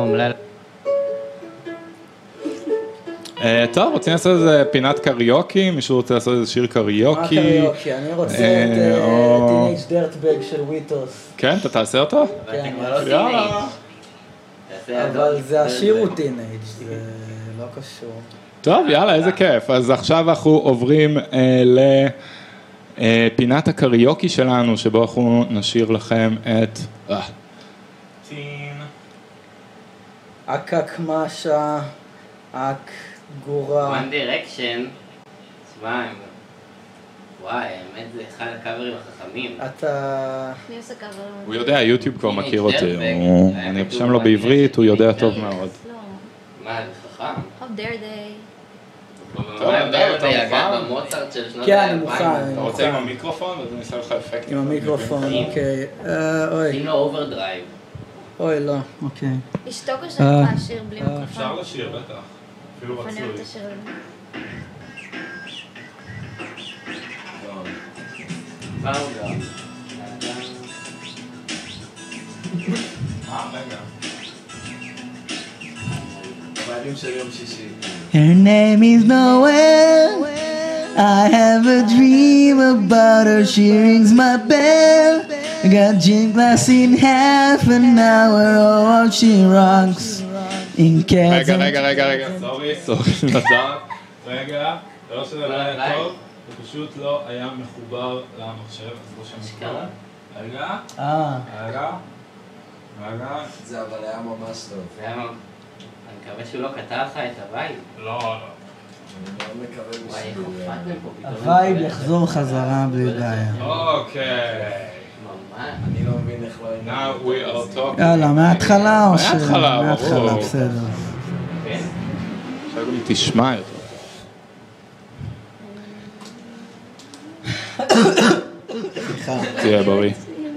טוב, רוצים לעשות איזה פינת קריוקי? מישהו רוצה לעשות איזה שיר קריוקי? מה קריוקי? אני רוצה את Teenage Dirtbag של וויטוס. כן, אתה תעשה אותו? כן, יאללה. אבל זה השיר הוא Teenage, זה לא קשור. טוב, יאללה, איזה כיף. אז עכשיו אנחנו עוברים לפינת הקריוקי שלנו, שבו אנחנו נשאיר לכם את... אקק משה, אק גורה. One Direction. תשמע, וואי, האמת זה אחד הקאברים החכמים. אתה... מי עושה קאבר? הוא יודע, יוטיוב כבר מכיר אותי. אני ארשם לו בעברית, הוא יודע טוב מאוד. לא. מה, זה חכם? How dare they? טוב, אתה מוכן? במוצרט של שנות כן, אני מוכן. אתה רוצה עם המיקרופון? אז אני אעשה לך אפקט. עם המיקרופון, אוקיי. אוי, שים לו אוברדרייב. אוי, לא, אוקיי. אשתוק או שאני יכולה לשיר בלי מיקרופון? אפשר לשיר, בטח. אפילו אני רצוי. אוהבת לשיר הזה. רגע. הבעלים של יום שישי. Her name is Noel. I have a dream about her. She rings my bell. I got gin glass in half an hour. Oh, how she rocks. In cats. רגע. סורי, לדעת. רגע, זה לא שזה לא היה טוב, זה פשוט לא היה מחובר למחשב, אז לא שמעתי טוב. רגע. זה אבל היה ממש טוב. אני מקווה שהוא לא קטע לך את הווייב. לא. אני מאוד מקווה וואי, איך הופעתם פה פתאום. הווייב יחזור חזרה בלי בעיה. אוקיי. ממש. אני לא מבין איך לא היינו. Now we are talking. יאללה, מההתחלה או ש... מההתחלה, ברור. בסדר. כן? עכשיו גם תשמע יותר. סליחה. תהיה בריא.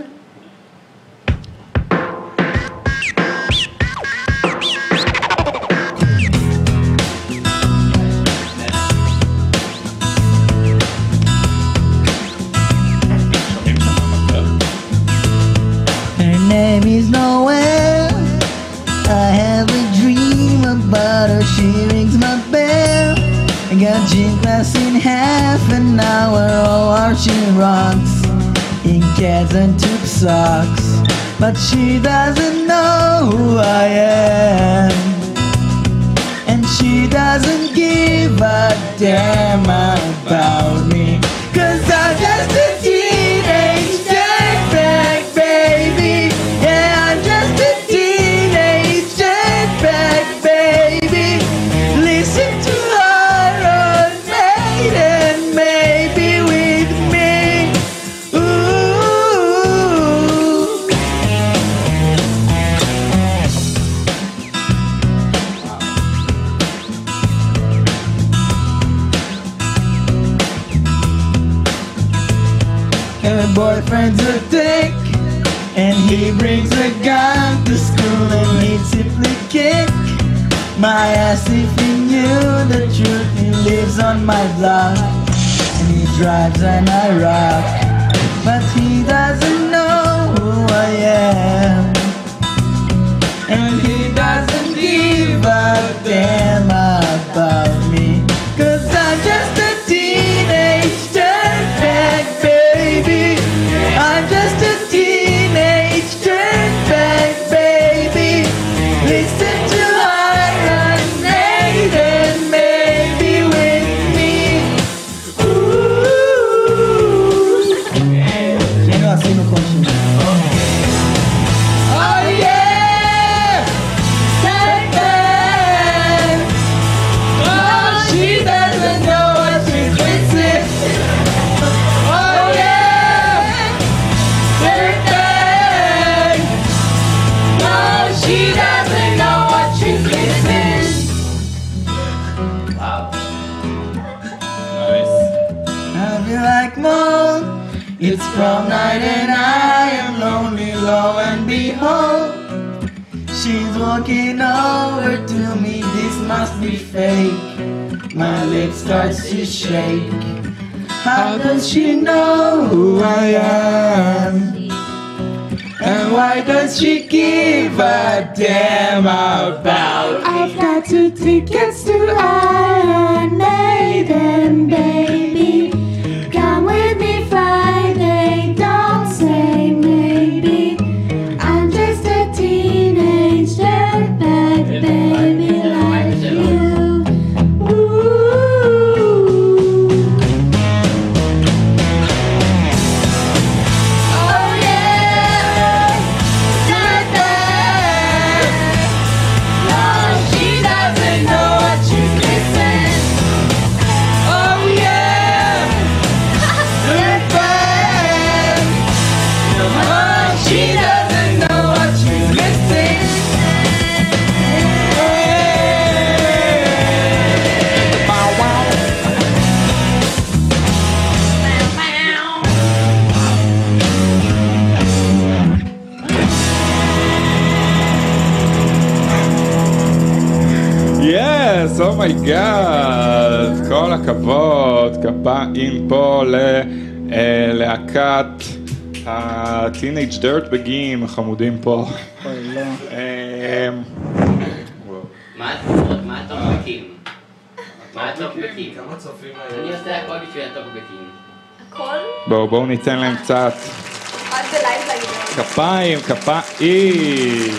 Her name is Noel. I have a dream about her. She rings my bell. I got gin glass in half an hour. Oh, how she rocks in cats and tube socks. But she doesn't know who I am, and she doesn't give a damn about me. 'Cause I'm just a teenage dirtbag baby. Yeah, I'm just a teenage dirtbag baby. Listen to Iron Maiden, maybe with me. Ooh. Her boyfriend's a dick, and he brings a gun to school, and he'd simply kick my ass if he knew the truth. He lives on my block, and he drives and I rock, but he doesn't know who I am, and he doesn't give a damn about me. 'Cause I'm just a teenage dirtbag baby. I'm just a teenage dirtbag baby. Listen to Iron Maiden, maybe with me. Ooh. behold, it's prom night and I am lonely, lo and behold, she's walking over to me, this must be fake. My lips start to shake. How does she know who I am? And why does she give a damn about? I've got 2 tickets to Iron Maiden, baby. Come with me Friday, don't say maybe. I'm just a teenage dirtbag baby like you. Ooh. Oh yeah, dirtbag. No, she doesn't know what she's missing. Oh yeah, dirtbag. No, she doesn't know what she's missing. יס, אומייגאד, כל הכבוד, כפיים פה ללהקת הטינג' דרטבגים החמודים פה. אוי לא. מה הטוקבקים? מה הטוקבקים? כמה צופים אני היום? עושה הכל בשביל הטוקבקים. הכל? בואו ניתן להם קצת עד בלייב להגיד. כפיים, כפיים.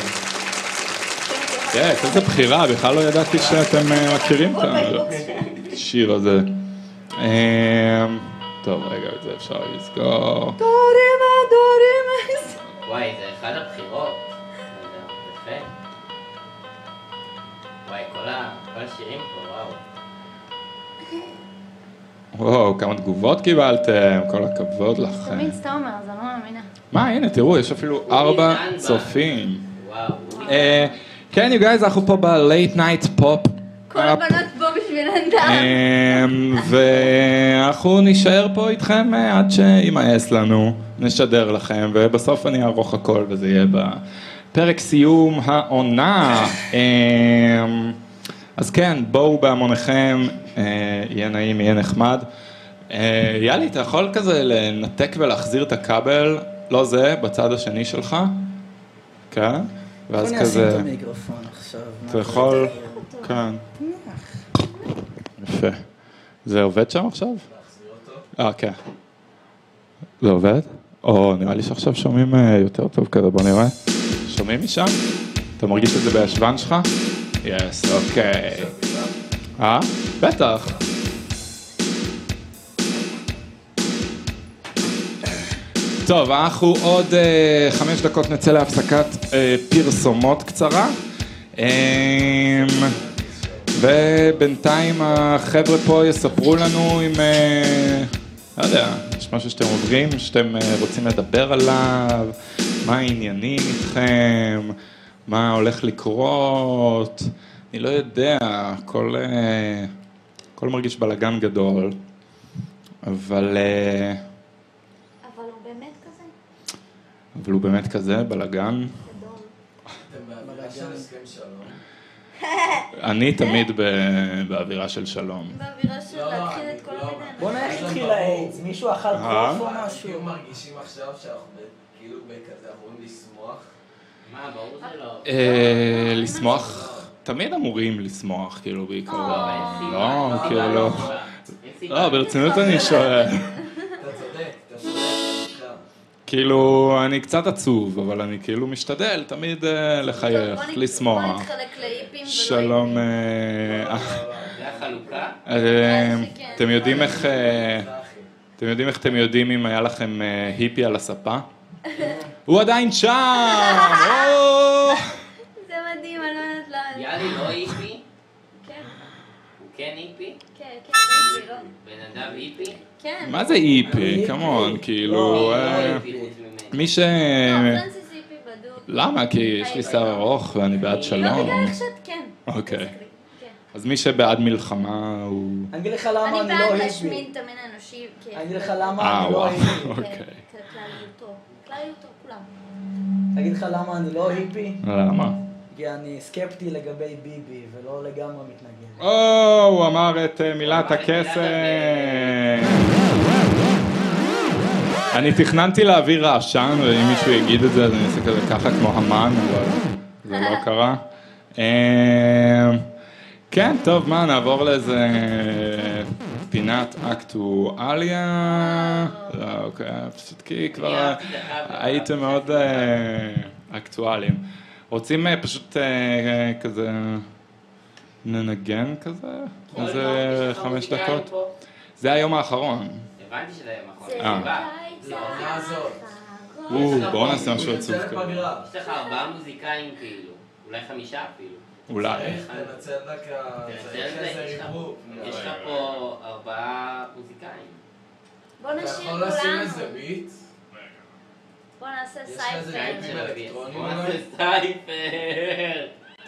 יס, איזה בחירה, בכלל לא ידעתי שאתם מכירים את השיר הזה. טוב, רגע, את זה אפשר לסגור. וואי, זה אחד הבחירות. יפה. וואי, כל השירים פה, וואו. וואו, כמה תגובות קיבלתם, כל הכבוד לכם. תמיד סתם אומר, אז אני לא מאמינה. מה, הנה, תראו, יש אפילו 4 צופים. וואו. כן, you guys, אנחנו פה ב-Late Night Pop. כל הבנות פה בשבילן. ואנחנו נשאר פה איתכם עד שימאס לנו, נשדר לכם, ובסוף אני אערוך הכל וזה יהיה בפרק סיום העונה. אז כן, בואו בהמוניכם, יהיה נעים, יהיה נחמד. יאללה, אתה יכול כזה לנתק ולהחזיר את הכבל, לא זה, בצד השני שלך, כן? ואז אני כזה... אשים את המיקרופון עכשיו. אתה יכול... כן. יפה. זה עובד שם עכשיו? כן. זה עובד? או, נראה לי שעכשיו שומעים יותר טוב כזה, בוא נראה. שומעים משם? אתה מרגיש את זה בישבן שלך? יס, אוקיי. בטח. טוב, אנחנו עוד 5 דקות נצא להפסקת פרסומות קצרה. ובינתיים החבר'ה פה יספרו לנו אם, לא יודע, יש משהו שאתם עוברים, שאתם רוצים לדבר עליו, מה העניינים איתכם, מה הולך לקרות, אני לא יודע, הכל מרגיש בלגן גדול, אבל הוא באמת כזה, בלגן. אתם באווירה של הסכם שלום. אני תמיד באווירה של שלום. באווירה של להתחיל את כל המידע. בוא נראה איך התחיל האיידס, מישהו אכל קוף או משהו? כאילו מרגישים עכשיו שאנחנו כאילו בכזה אמורים לשמוח. מה, ברור זה לא. לשמוח, תמיד אמורים לשמוח, כאילו בעיקרון. לא, לא, כאילו לא. לא, ברצינות אני שואל. אתה צודק, אתה צודק. כאילו, אני קצת עצוב, אבל אני כאילו משתדל תמיד לחייך, לשמוח. בוא נתחלק לאיפים ולא שלום. זה החלוקה? אתם יודעים איך אתם יודעים אם היה לכם היפי על הספה? הוא עדיין שם! זה מדהים, אני לא יודעת לא... יאלי לא איפי? כן, הוא כן איפי? כן, איפי, לא. בן אדם איפי? כן. מה זה איפי? כמון, כאילו... מי ש... פרנסיס איפי בדוק. למה? כי יש לי שיער ארוך ואני בעד שלום. לא, בגלל איך שאת כן. אוקיי. אז מי שבעד מלחמה הוא... אני אגיד לך למה אני אני לא בעד היפי. להשמין את המין האנושי. אני אגיד לך למה אני לא וואו, היפי. אוקיי. ככלליותו. כלליותו, כולם. אני אגיד לך למה אני לא היפי. למה? כי אני סקפטי לגבי ביבי ולא לגמרי מתנגד. הוא אמר את מילת הקסם. אני תכננתי להעביר רעשן, ואם מישהו יגיד את זה, אז אני אעשה כזה ככה כמו המן, אבל זה לא קרה. כן, טוב, מה, נעבור לאיזה פינת אקטואליה. אוקיי, פשוט כי כבר הייתם מאוד אקטואליים. רוצים פשוט כזה ננגן כזה? איזה 5 דקות? זה היום האחרון. הבנתי שזה היום האחרון. זה לעונה הזאת. בואו נעשה משהו עצוב נצא כזה. לפגרה. יש לך 4 מוזיקאים כאילו, אולי 5 אפילו. אולי. צריך לנצל יש לך פה 4 מוזיקאים. בוא אתה נשאיר יכול לשים כולנו. איזה ביט? בוא נעשה יש לך איזה סייפר. ביטים אלקטרונים בוא אולי? נעשה סייפר.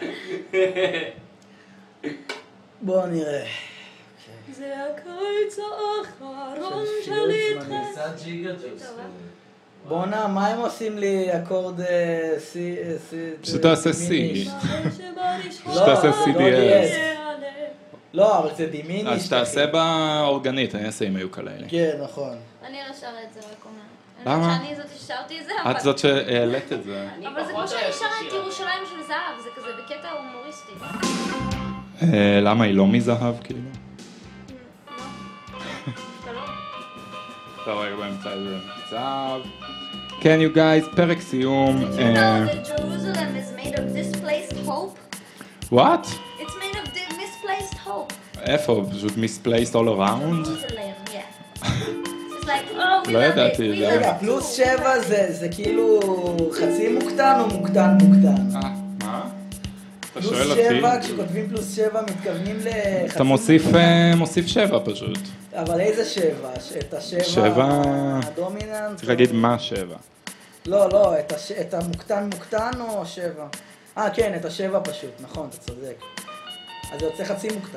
בוא נראה. זה הקיץ האחרון של שלי שילוב איתך. קצת ג'יגה ג'וס. בואנה, מה הם עושים לי אקורד סי... פשוט תעשה C. לא, תעשה לא CDS. DS. לא, אבל זה דימיניש. אז תעשה באורגנית, אני אעשה עם היוקללי. כן, נכון. אני לא שרה את זה, רק אומרת. למה? שאני זאת ששרתי את זה, את אבל... זאת שהעלית את זה. אבל זה כמו שאני שרה את ירושלים של זהב, זה כזה בקטע הומוריסטי. למה היא לא מזהב כאילו? לא. אתה לא? טוב, רגע באמצע איזה מצב. כן, you guys, פרק סיום. You know that Jerusalem is made of displaced hope? What? It's made of misplaced hope. איפה? פשוט misplaced all around? Jerusalem, yeah. It's like, oh, we לא love it, ידעתי we את זה. love רגע, it. פלוס 7 זה כאילו חצי מוקטן או מוקטן מוקטן? מה? אתה פלוס שואל 7, אותי? כשכותבים פלוס 7 מתכוונים לחצי אתה מוסיף 7 פשוט. אבל איזה 7? את ה-7 שבע- הדומיננט? צריך להגיד מה 7. לא, את המוקטן מוקטן או 7? כן, את ה-7 פשוט, נכון, אתה צודק. אז זה יוצא חצי מוקטן.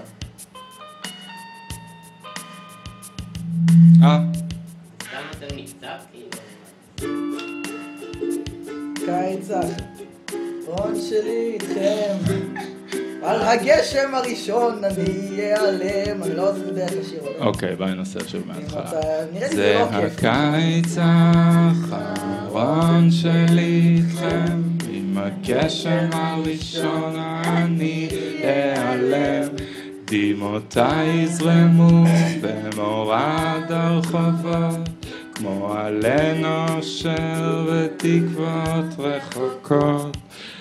סתם נותן מקצת כאילו. קיץ האחרון שלי איתכם, על הגשם הראשון אני אעלם. אני לא רוצה בדרך לשיר אותו. אוקיי, בואי ננסה שוב מההתחלה. נראה לי זה זה לא כיף. הקיץ האחרון שלי איתכם, עם הגשם הראשון אני אעלם, דמעותיי יזרמו במורד הרחובות, כמו עלה נושר ותקוות רחוקות.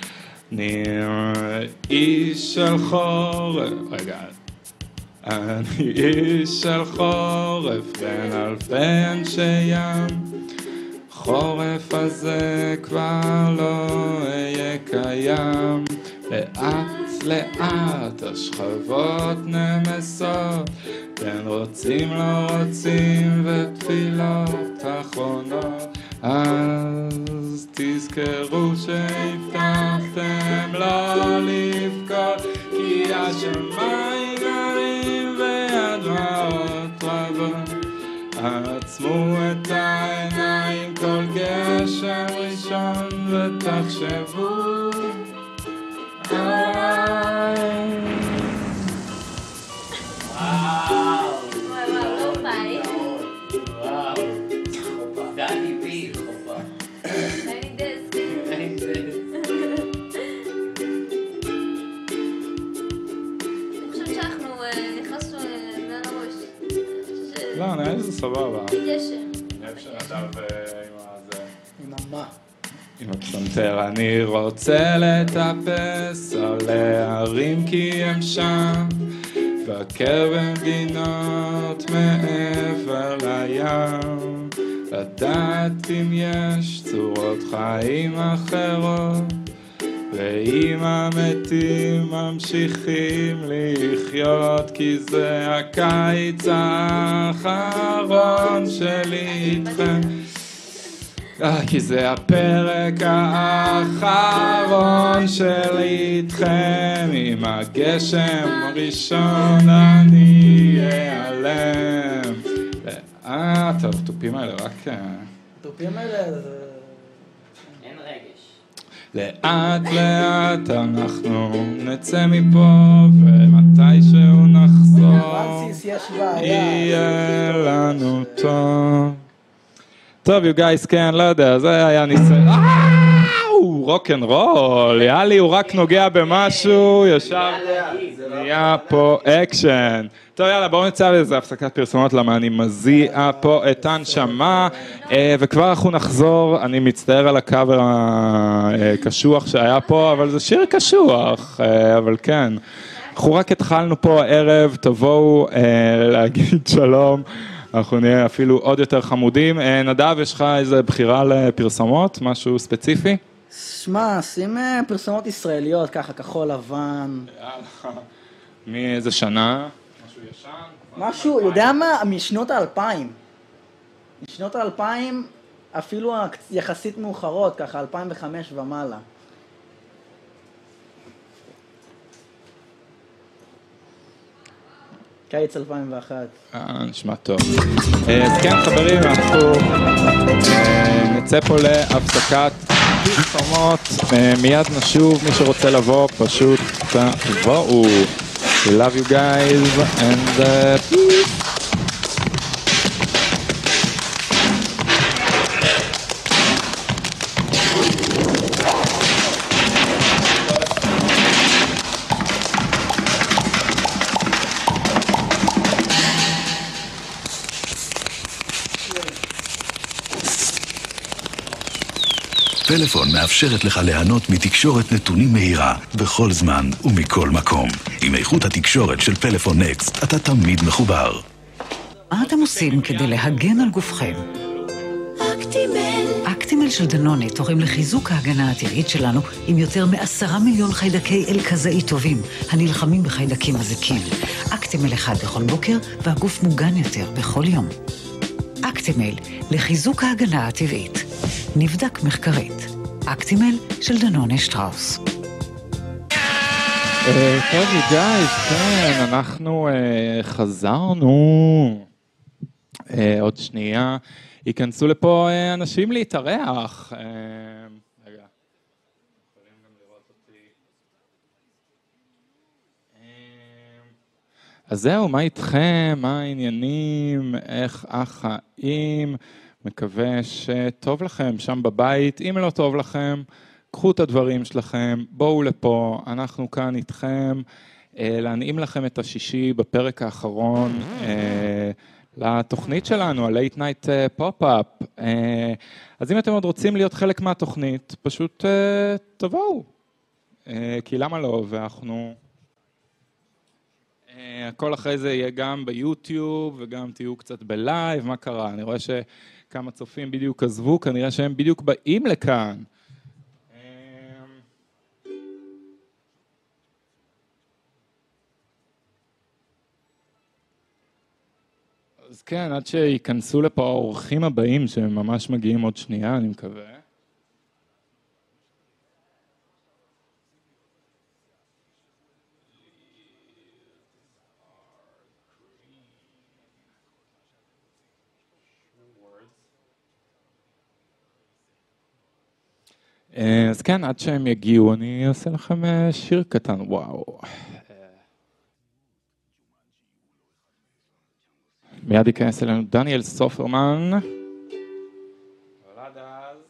אני איש של חורף, רגע, אני איש של חורף בין אלפי אנשי ים, חורף הזה כבר לא יהיה קיים, לאט לאט השכבות נמסות, כן רוצים לא רוצים ותפילות אחרונות, אז תזכרו שהבטחתם לא לבכות, כי השמיים גרים והדמעות רבות, עצמו את העיניים כל גשם ראשון ותחשבו עליי. וואו. וואי, לא ביי. וואו. דני פיל. אני דס. אני חושבת שאנחנו נכנסנו מעל הראש. לא, נראה לי זה סבבה. גשם. אני אוהב שנדב עם הזה. עם המה. עם הפסנתר. אני רוצה לטפס על הערים כי הם שם, לבקר במדינות מעבר לים, לדעת אם יש צורות חיים אחרות, ואם המתים ממשיכים לחיות, כי זה הקיץ האחרון שלי איתכם. כי זה הפרק האחרון שלי איתכם, עם הגשם הראשון אני אעלם. טוב, תופים האלה רק... תופים האלה זה... אין רגש. לאט לאט אנחנו נצא מפה, ומתישהו נחזור, פרנסיס, יש בעיה. יהיה לנו טוב. טוב, you guys, כן, לא יודע, זה היה ניסיון. רוק'נ'רול, יאללה, הוא רק נוגע במשהו, ישר נהיה פה אקשן. טוב, יאללה, בואו נצא לאיזה הפסקת פרסומות, למה אני מזיע פה את הנשמה, וכבר אנחנו נחזור. אני מצטער על הקאבר הקשוח שהיה פה, אבל זה שיר קשוח, אבל כן. אנחנו רק התחלנו פה הערב, תבואו להגיד שלום. אנחנו נהיה אפילו עוד יותר חמודים. נדב, יש לך איזה בחירה לפרסומות, משהו ספציפי? שמע, שים פרסומות ישראליות, ככה, כחול לבן. יאללה. מאיזה שנה? משהו ישן? משהו, יודע מה? משנות ה-2000. משנות ה-2000, אפילו יחסית מאוחרות, ככה, 2005 ומעלה. קיץ 2001. נשמע טוב. אז כן, חברים, אנחנו נצא פה להפסקת פרסומות. מיד נשוב, מי שרוצה לבוא, פשוט תבואו. We love you guys and peace. פלאפון מאפשרת לך ליהנות מתקשורת נתונים מהירה, בכל זמן ומכל מקום. עם איכות התקשורת של פלאפון נקסט, אתה תמיד מחובר. מה אתם עושים כדי להגן על גופכם? אקטימל של דנונה תורם לחיזוק ההגנה הטבעית שלנו עם יותר מ10 מיליון חיידקי אלקזאי טובים, הנלחמים בחיידקים מזיקים. אקטימל אחד בכל בוקר והגוף מוגן יותר בכל יום. אקטימל לחיזוק ההגנה הטבעית. נבדק מחקרית. אקטימל של דנונה שטראוס. טוב, גייז, כן, אנחנו חזרנו. עוד שנייה. ייכנסו לפה אנשים להתארח. רגע. יכולים גם לראות אותי. אז זהו, מה איתכם? מה העניינים? איך החיים? מקווה שטוב לכם שם בבית. אם לא טוב לכם, קחו את הדברים שלכם, בואו לפה, אנחנו כאן איתכם, להנעים לכם את השישי בפרק האחרון לתוכנית שלנו, ה-Late Night Pop-Up. אז אם אתם עוד רוצים להיות חלק מהתוכנית, פשוט תבואו, כי למה לא, ואנחנו... הכל אחרי זה יהיה גם ביוטיוב, וגם תהיו קצת בלייב, מה קרה? אני רואה שכמה צופים בדיוק עזבו, כנראה שהם בדיוק באים לכאן. אז כן, עד שיכנסו לפה האורחים הבאים, שהם ממש מגיעים עוד שנייה, אני מקווה. אז כן, עד שהם יגיעו, אני אעשה לכם שיר קטן, וואו. מיד ייכנס אלינו דניאל סופרמן. אבל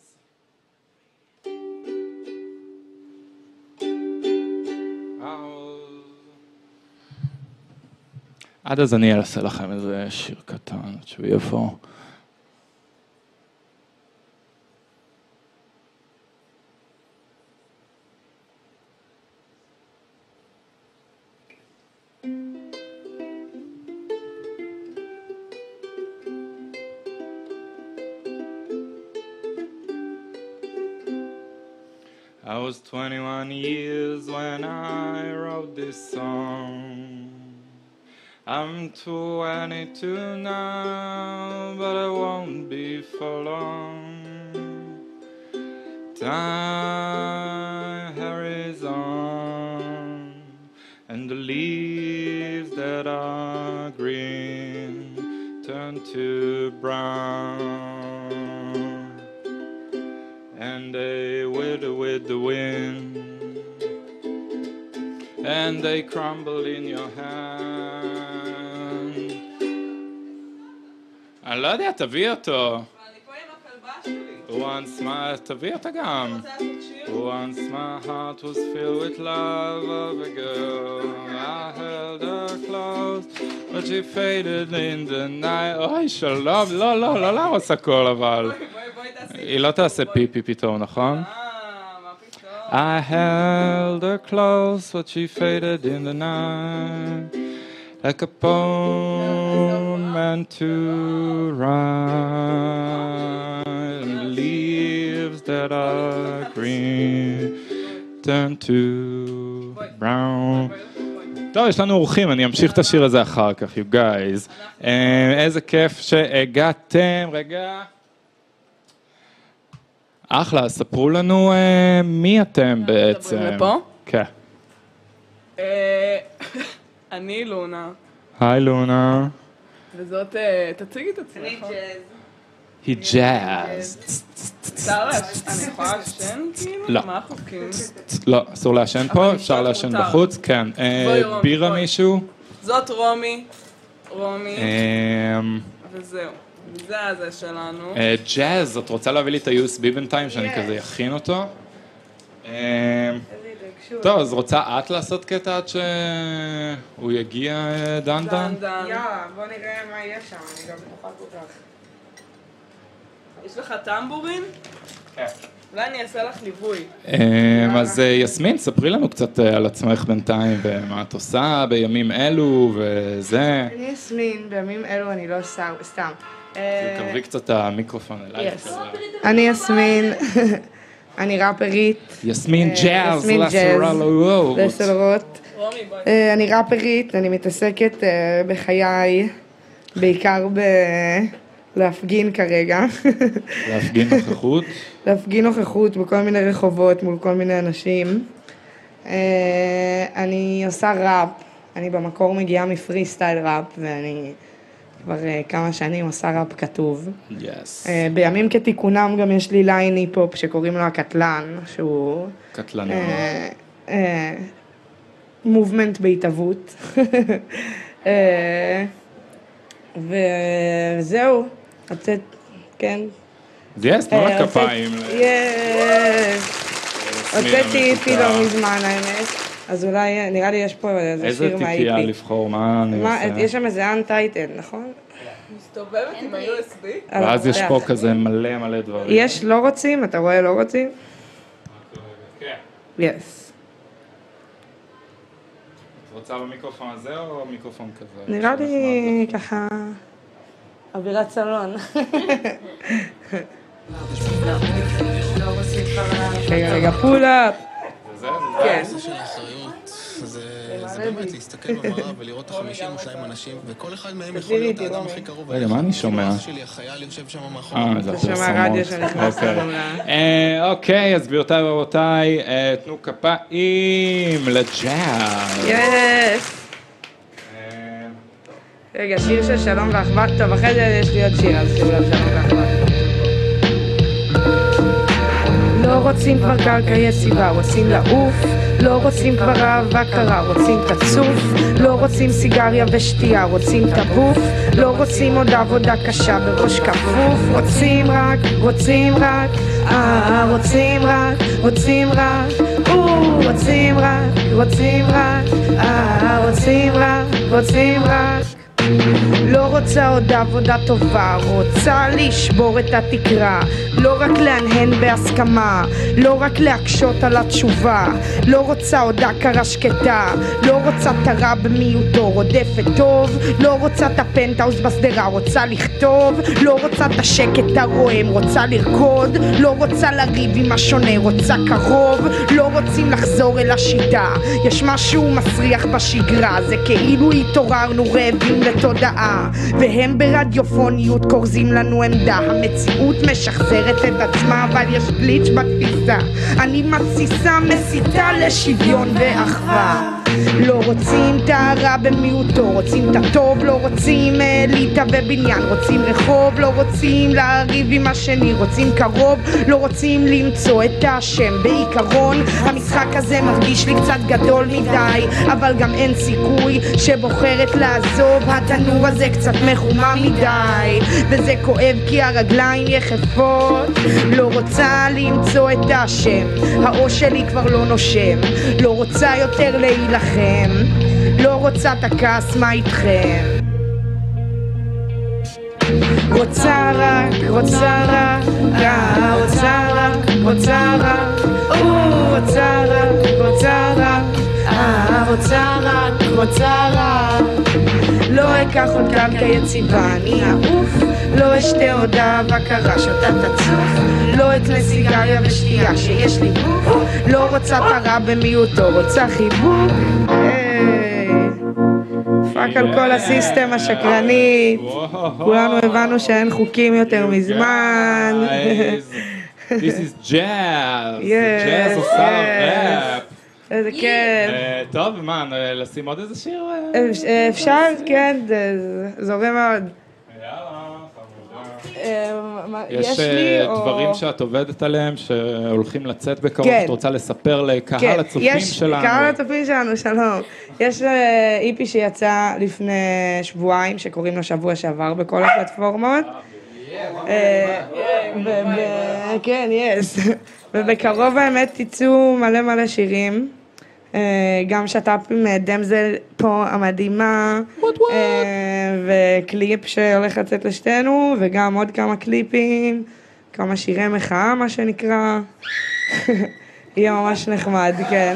עד אז אני אעשה לכם איזה שיר קטן, עד שהוא יהיה פה. I was 21 years when I wrote this song. I'm 22 now, but I won't be for long. Time hurries on, and the leaves that are green turn to brown, and they wither with the wind, and they crumble in your hand. אני לא יודע, תביא אותו. אני פה עם הכלבה שלי. Once my, תביא אותה גם. Once my heart was filled with love of a girl, I held her close, but she faded in the night. אוי, שלום, לא להרוס הכל אבל. היא לא תעשה פיפי פתאום, נכון? מה פתאום? I held her close, but she faded in the night, like a poem meant to write, and the leaves that are green turn to brown. טוב, יש לנו אורחים, אני אמשיך את השיר הזה אחר כך, you guys. איזה כיף שהגעתם, רגע. אחלה, ספרו לנו מי אתם בעצם. מדברים לפה? כן. אני לונה. היי לונה. וזאת, תציגי את עצמך. אני ג'אז. היא ג'אז. אני יכולה לעשן כאילו? לא. מה החוקים? לא, אסור לעשן פה, אפשר לעשן בחוץ, כן. בירה מישהו? זאת רומי. וזהו. זה הזה שלנו. ג'אז, את רוצה להביא לי את ה-USB בינתיים, שאני כזה יכין אותו? טוב, אז רוצה את לעשות קטע עד שהוא יגיע דן? יאללה, בוא נראה מה יש שם, אני גם בטוחה כל כך. יש לך טמבורין? כן. אולי אני אעשה לך ליווי. אז יסמין, ספרי לנו קצת על עצמך בינתיים, ומה את עושה בימים אלו וזה. אני יסמין, בימים אלו אני לא עושה, סתם. תקרבי קצת את המיקרופון אליי. אני יסמין, אני ראפרית. יסמין ג'אז, לסלרות. אני ראפרית, אני מתעסקת בחיי, בעיקר להפגין כרגע. להפגין נוכחות? להפגין נוכחות בכל מיני רחובות מול כל מיני אנשים. אני עושה ראפ, אני במקור מגיעה מפרי סטייל ראפ, ואני כבר כמה שנים עושה ראפ כתוב. Yes. בימים כתיקונם גם יש לי ליין היפ-הופ שקוראים לו הקטלן, שהוא... קטלן. מובמנט בהתאבות. וזהו, לתת, כן. יס, תנו לה כפיים. הוצאתי פי לא מזמן האמת, אז אולי, נראה לי יש פה איזה שיר מהאיפי. איזה טיפייה לבחור, מה אני עושה? יש שם איזה אנטייטל, נכון? מסתובבת עם ה-USB? ואז יש פה כזה מלא דברים. יש לא רוצים, אתה רואה לא רוצים? כן. יס. את רוצה במיקרופון הזה או מיקרופון כזה? נראה לי ככה אווירת סלון. רגע, פול-אפ. זה? כן. זה של האחריות, זה באמת להסתכל במראה ולראות את 52 אנשים, וכל אחד מהם יכול להיות האדם הכי קרוב. רגע, מה אני שומע? שלי, החייל יושב שם מאחור. זה אתה שומע רדיו שנכנס למולה. אוקיי, אז גבירותיי ורבותיי, תנו כפיים לג'אז. יס. רגע, שיר של שלום ואחווה. טוב, אחרי זה יש לי עוד שיר, אז שיר של שלום ואחווה. לא רוצים כבר קרקע יציבה, רוצים לעוף. לא רוצים כבר אהבה קרה, רוצים קצוף. לא רוצים סיגריה ושתייה, רוצים טבוף. לא רוצים עוד עבודה קשה בראש כפוף. רוצים רק, רוצים רק, רוצים רק, רוצים רק, רוצים רק, רוצים רק, רוצים רק, רוצים רק. לא רוצה עוד עבודה טובה, רוצה לשבור את התקרה, לא רק להנהן בהסכמה, לא רק להקשות על התשובה, לא רוצה עוד הכרה שקטה, לא רוצה את הרע במיעוטו, רודפת טוב, לא רוצה את הפנטהאוס בסדרה, רוצה לכתוב, לא רוצה את השקט הרועם, רוצה לרקוד, לא רוצה לריב עם השונה, רוצה קרוב, לא רוצים לחזור אל השיטה, יש משהו מסריח בשגרה, זה כאילו התעוררנו רעבים לתודעה, והם ברדיופוניות קורזים לנו עמדה, המציאות משחזרת בוחרת את עצמה, אבל יש גליץ' בתפיסה. אני מתסיסה, מסיתה לשוויון ואחווה. לא רוצים את הרע במיעוטו, רוצים את הטוב, לא רוצים אליטה ובניין, רוצים רחוב, לא רוצים להריב עם השני, רוצים קרוב, לא רוצים למצוא את השם. בעיקרון המשחק הזה מרגיש לי קצת גדול מדי, אבל גם אין סיכוי שבוחרת לעזוב. התנור הזה קצת מחומה מדי, וזה כואב כי הרגליים יחפות. לא רוצה למצוא את השם, האוש שלי כבר לא נושם, לא רוצה יותר להילחם, לא רוצה את הכעס, מה איתכם? רוצה רק, רוצה רק, רוצה רק, רוצה רק, רוצה רק, רוצה רק, רוצה רק, רוצה רק. לא אקח עוד קרקע יציבה, אני אעוף, לא אשתה עוד אהבה קרה שאתה תצוף, לא אקנה סיגריה ושתייה שיש לי גוף, לא רוצה פרה במיעוטו, רוצה חיבוק. פאק על כל הסיסטם השקרנית, כולנו הבנו שאין חוקים יותר מזמן. This is jazz, jazz עושה ראפ. איזה כיף. טוב, מה, לשים עוד איזה שיר? אפשר, כן, זורם מאוד. יש דברים שאת עובדת עליהם שהולכים לצאת בקרוב, את רוצה לספר לקהל הצופים שלנו? קהל הצופים שלנו, שלום. יש איפי שיצא לפני שבועיים שקוראים לו שבוע שעבר בכל הפלטפורמות. כן, יש. ובקרוב האמת תצאו מלא מלא שירים. גם שת"פ עם דמזל פה המדהימה, וקליפ שהולך לצאת לשתינו, וגם עוד כמה קליפים, כמה שירי מחאה מה שנקרא. יהיה ממש נחמד, כן.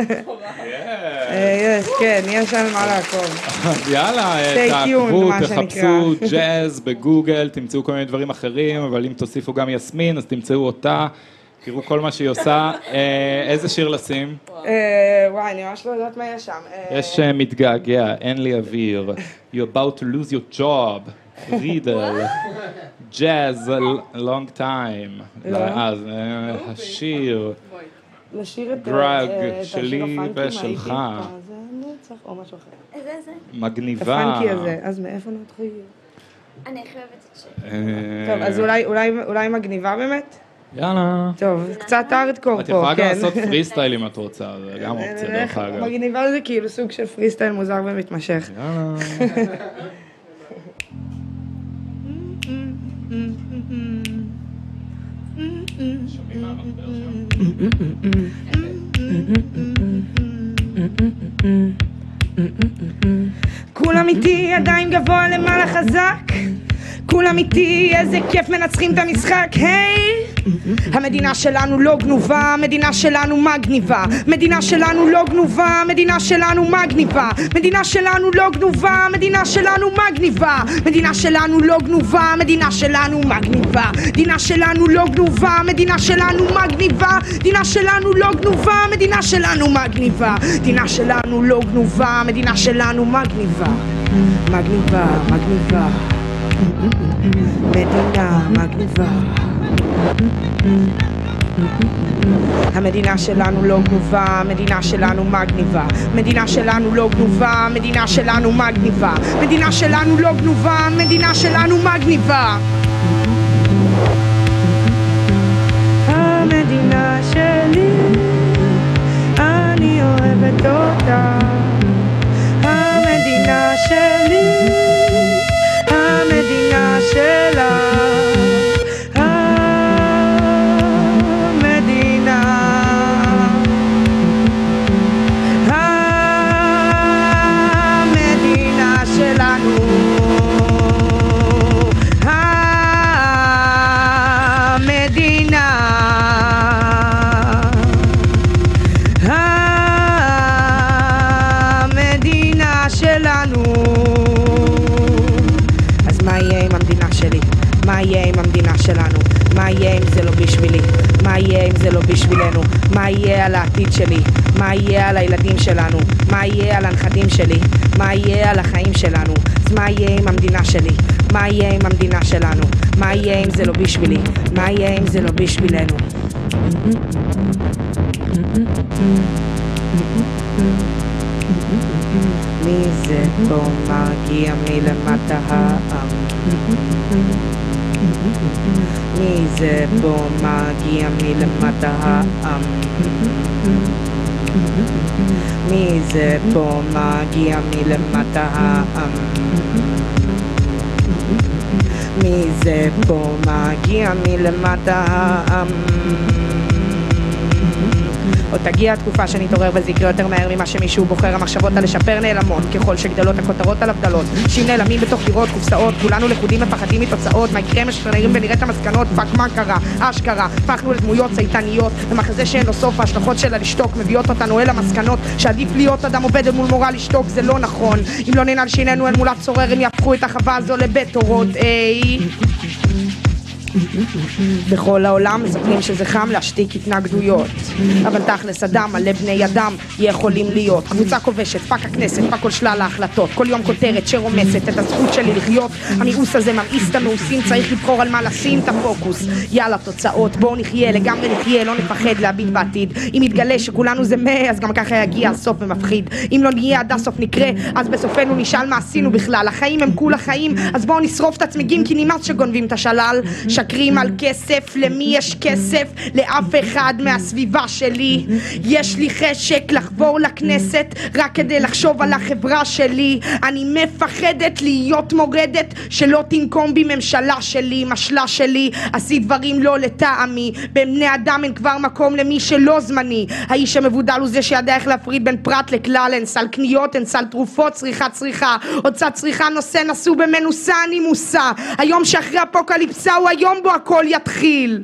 כן, יש על מה לעקוב. יאללה, תעקבו, תחפשו ג'אז בגוגל, תמצאו כל מיני דברים אחרים, אבל אם תוסיפו גם יסמין, אז תמצאו אותה. תראו כל מה שהיא עושה. איזה שיר לשים? וואי, אני ממש לא יודעת מה יש שם. יש מתגעגע, אין לי אוויר. You're about to lose your job. רידל. Jazz a long time. אז השיר. לשיר את דרג שלי ושלך. איזה? מגניבה. הפנקי הזה. אז מאיפה נתחיל? אני חייבת את שיר. טוב, אז אולי מגניבה באמת? יאללה. טוב, קצת ארדקור פה, כן. את יכולה גם לעשות פרי סטייל אם את רוצה, זה גם אופציה דרך אגב. מגניבה זה כאילו סוג של פרי סטייל מוזר ומתמשך. יאללה. כולם איתי ידיים גבוה למעלה חזק, כולם איתי איזה כיף מנצחים את המשחק, היי! המדינה שלנו לא גנובה, המדינה שלנו מגניבה, מדינה שלנו לא גנובה, המדינה שלנו מגניבה, מדינה שלנו לא גנובה, המדינה שלנו מגניבה, מדינה שלנו לא גנובה, המדינה שלנו מגניבה, מדינה שלנו לא גנובה, המדינה שלנו מגניבה, מדינה שלנו לא גנובה, המדינה שלנו מגניבה, מדינה שלנו לא גנובה, המדינה שלנו מגניבה, מגניבה, מגניבה, מדינה מגניבה. המדינה שלנו לא גנובה, המדינה שלנו מגניבה, מדינה שלנו לא גנובה, המדינה שלנו מגניבה, מדינה שלנו לא גנובה, המדינה שלנו מגניבה. המדינה שלי, אני אוהבת אותה. המדינה שלי, המדינה שלה. מה יהיה עם המדינה שלנו? מה יהיה אם זה לא בשבילי? מה יהיה אם זה לא בשבילנו? מה יהיה על העתיד שלי? מה יהיה על הילדים שלנו? מה יהיה על הנכדים שלי? מה יהיה על החיים שלנו? אז מה יהיה עם המדינה שלי? מה יהיה עם המדינה שלנו? מה יהיה אם זה לא בשבילי? מה יהיה אם זה לא בשבילנו? מי זה פה מגיע מלמטה העם? מי זה פה מגיע מלמטה העם? מי זה פה מגיע מלמטה העם? מי זה פה מגיע מלמטה העם? עוד תגיע התקופה שנתעורר וזה יקרה יותר מהר ממה שמישהו בוחר. המחשבות על לשפר נעלמות ככל שגדלות הכותרות על הבדלות. אנשים נעלמים בתוך דירות, קופסאות, כולנו לכודים מפחדים מתוצאות. מה יקרה משנרים ונראה את המסקנות? פאק מה קרה? אשכרה הפכנו לדמויות צייתניות ומחזה שאין לו סוף. ההשלכות שלה לשתוק מביאות אותנו אל המסקנות שעדיף להיות אדם עובד מול מורה לשתוק. זה לא נכון. אם לא ננעל שינינו אל מול הצורר הם יהפכו את החווה הזו לבית אורות. בכל העולם מספרים שזה חם להשתיק התנגדויות, אבל תכלס אדם מלא בני אדם יכולים להיות קבוצה כובשת, פאק הכנסת, פאק כל שלל ההחלטות, כל יום כותרת שרומסת את הזכות שלי לחיות. המיאוס הזה ממאיס את המאוסים, צריך לבחור על מה לשים את הפוקוס. יאללה תוצאות, בואו נחיה, לגמרי נחיה, לא נפחד להביט בעתיד. אם יתגלה שכולנו זה אז גם ככה יגיע הסוף ומפחיד. אם לא נהיה עד הסוף נקרה, אז בסופנו נשאל מה עשינו בכלל. החיים הם כולה חיים, אז בואו נשרוף את הצמיגים כי נמאס שגונבים את השלל. שקרים על כסף, למי יש כסף? לאף אחד מהסביבה שלי. יש לי חשק לחבור לכנסת רק כדי לחשוב על החברה שלי. אני מפחדת להיות מורדת שלא תנקום בי ממשלה שלי. משלה שלי, עשית דברים לא לטעמי. בבני אדם אין כבר מקום למי שלא זמני. האיש המבודל הוא זה שידע איך להפריד בין פרט לכלל. אין סל קניות, אין סל תרופות, צריכה עוד צד צריכה נושא נסו במנוסה אני מוסה. היום שאחרי אפוקליפסה הוא היום בו הכל יתחיל.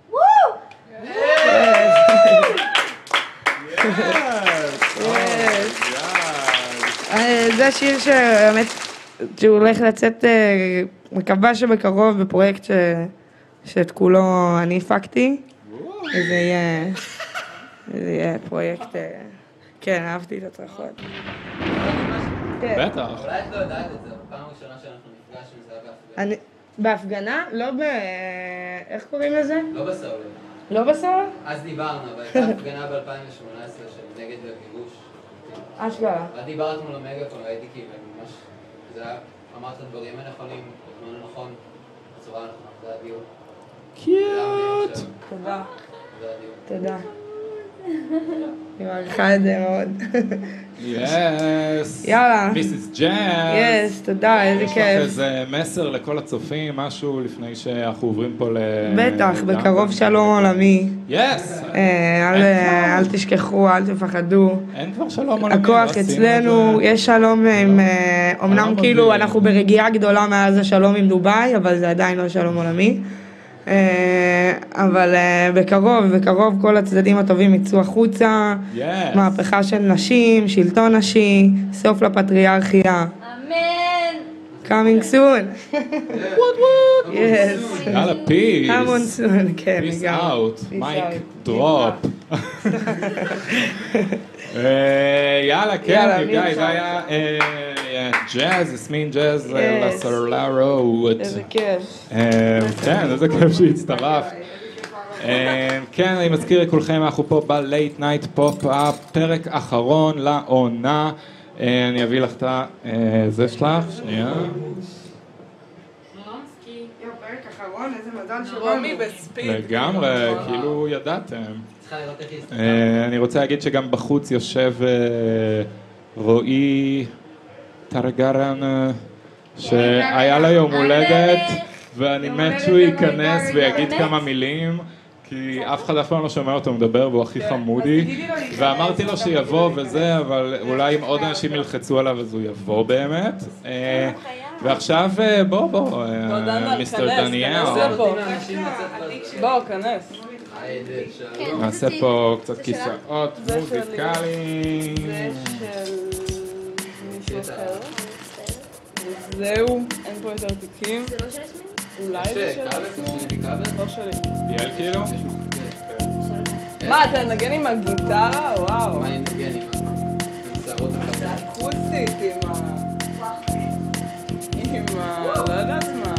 זה שיר שבאמת שהוא הולך לצאת, מקווה שבקרוב בפרויקט שאת כולו אני הפקתי. וזה יהיה פרויקט, כן, אהבתי את הצרחות. בטח. אולי את לא יודעת את זה, פעם ראשונה שאנחנו נפגשנו זה היה בהפגנה. בהפגנה? לא איך קוראים לזה? לא בסול. לא בסול? אז דיברנו, אבל הייתה הפגנה ב-2018 של נגד הגירוש. אשכרה. ואת דיברת מול המגפון, ראיתי כי ממש, זה היה, אמרת דברים הנכונים, בזמן הנכון, בצורה הנכונה, זה הדיון. קיוט. תודה. תודה. אני מעריכה את זה מאוד. יס. יאללה. This is jazz. יס, תודה, איזה כיף. יש לך איזה מסר לכל הצופים, משהו לפני שאנחנו עוברים פה בטח, בקרוב שלום עולמי. יס. אל תשכחו, אל תפחדו. אין כבר שלום עולמי. הכוח אצלנו, יש שלום עם, אמנם כאילו אנחנו ברגיעה גדולה מאז השלום עם דוביי, אבל זה עדיין לא שלום עולמי. אבל בקרוב כל הצדדים הטובים יצאו החוצה. מהפכה של נשים, שלטון נשי, סוף לפטריארכיה. אמן. coming soon. yes. יאללה, peace. come on soon. כן, peace out. mic drop. יאללה, כן, גיא, זה היה ג'אז, יסמין ג'אז לסולארות. איזה כיף. כן, איזה כיף שהצטרף. כן, אני מזכיר לכולכם, אנחנו פה ב-Late Night Pop, הפרק אחרון לעונה. אני אביא לך את זה שלך, שנייה. פרק אחרון, איזה מזל שלנו. רומי בספיד. לגמרי, כאילו ידעתם. אני רוצה להגיד שגם בחוץ יושב רועי טרגרן, שהיה לה יום הולדת, ואני מת שהוא ייכנס ויגיד כמה מילים, כי אף אחד אף פעם לא שומע אותו מדבר, והוא הכי חמודי, ואמרתי לו שיבוא וזה, אבל אולי אם עוד אנשים ילחצו עליו אז הוא יבוא באמת. ועכשיו בוא, מיסטר דניאל. בוא, כנס. נעשה פה קצת כיסאות מוזיקליים. זה של... זהו, אין פה יותר תיקים. זה לא של עצמי? אולי זה של עצמי? לא שלי. יאל כאילו? מה, אתה נגן עם הגיטרה? וואו. מה אני נגן עם השערות זה אקוסטית עם ה... לא יודעת מה.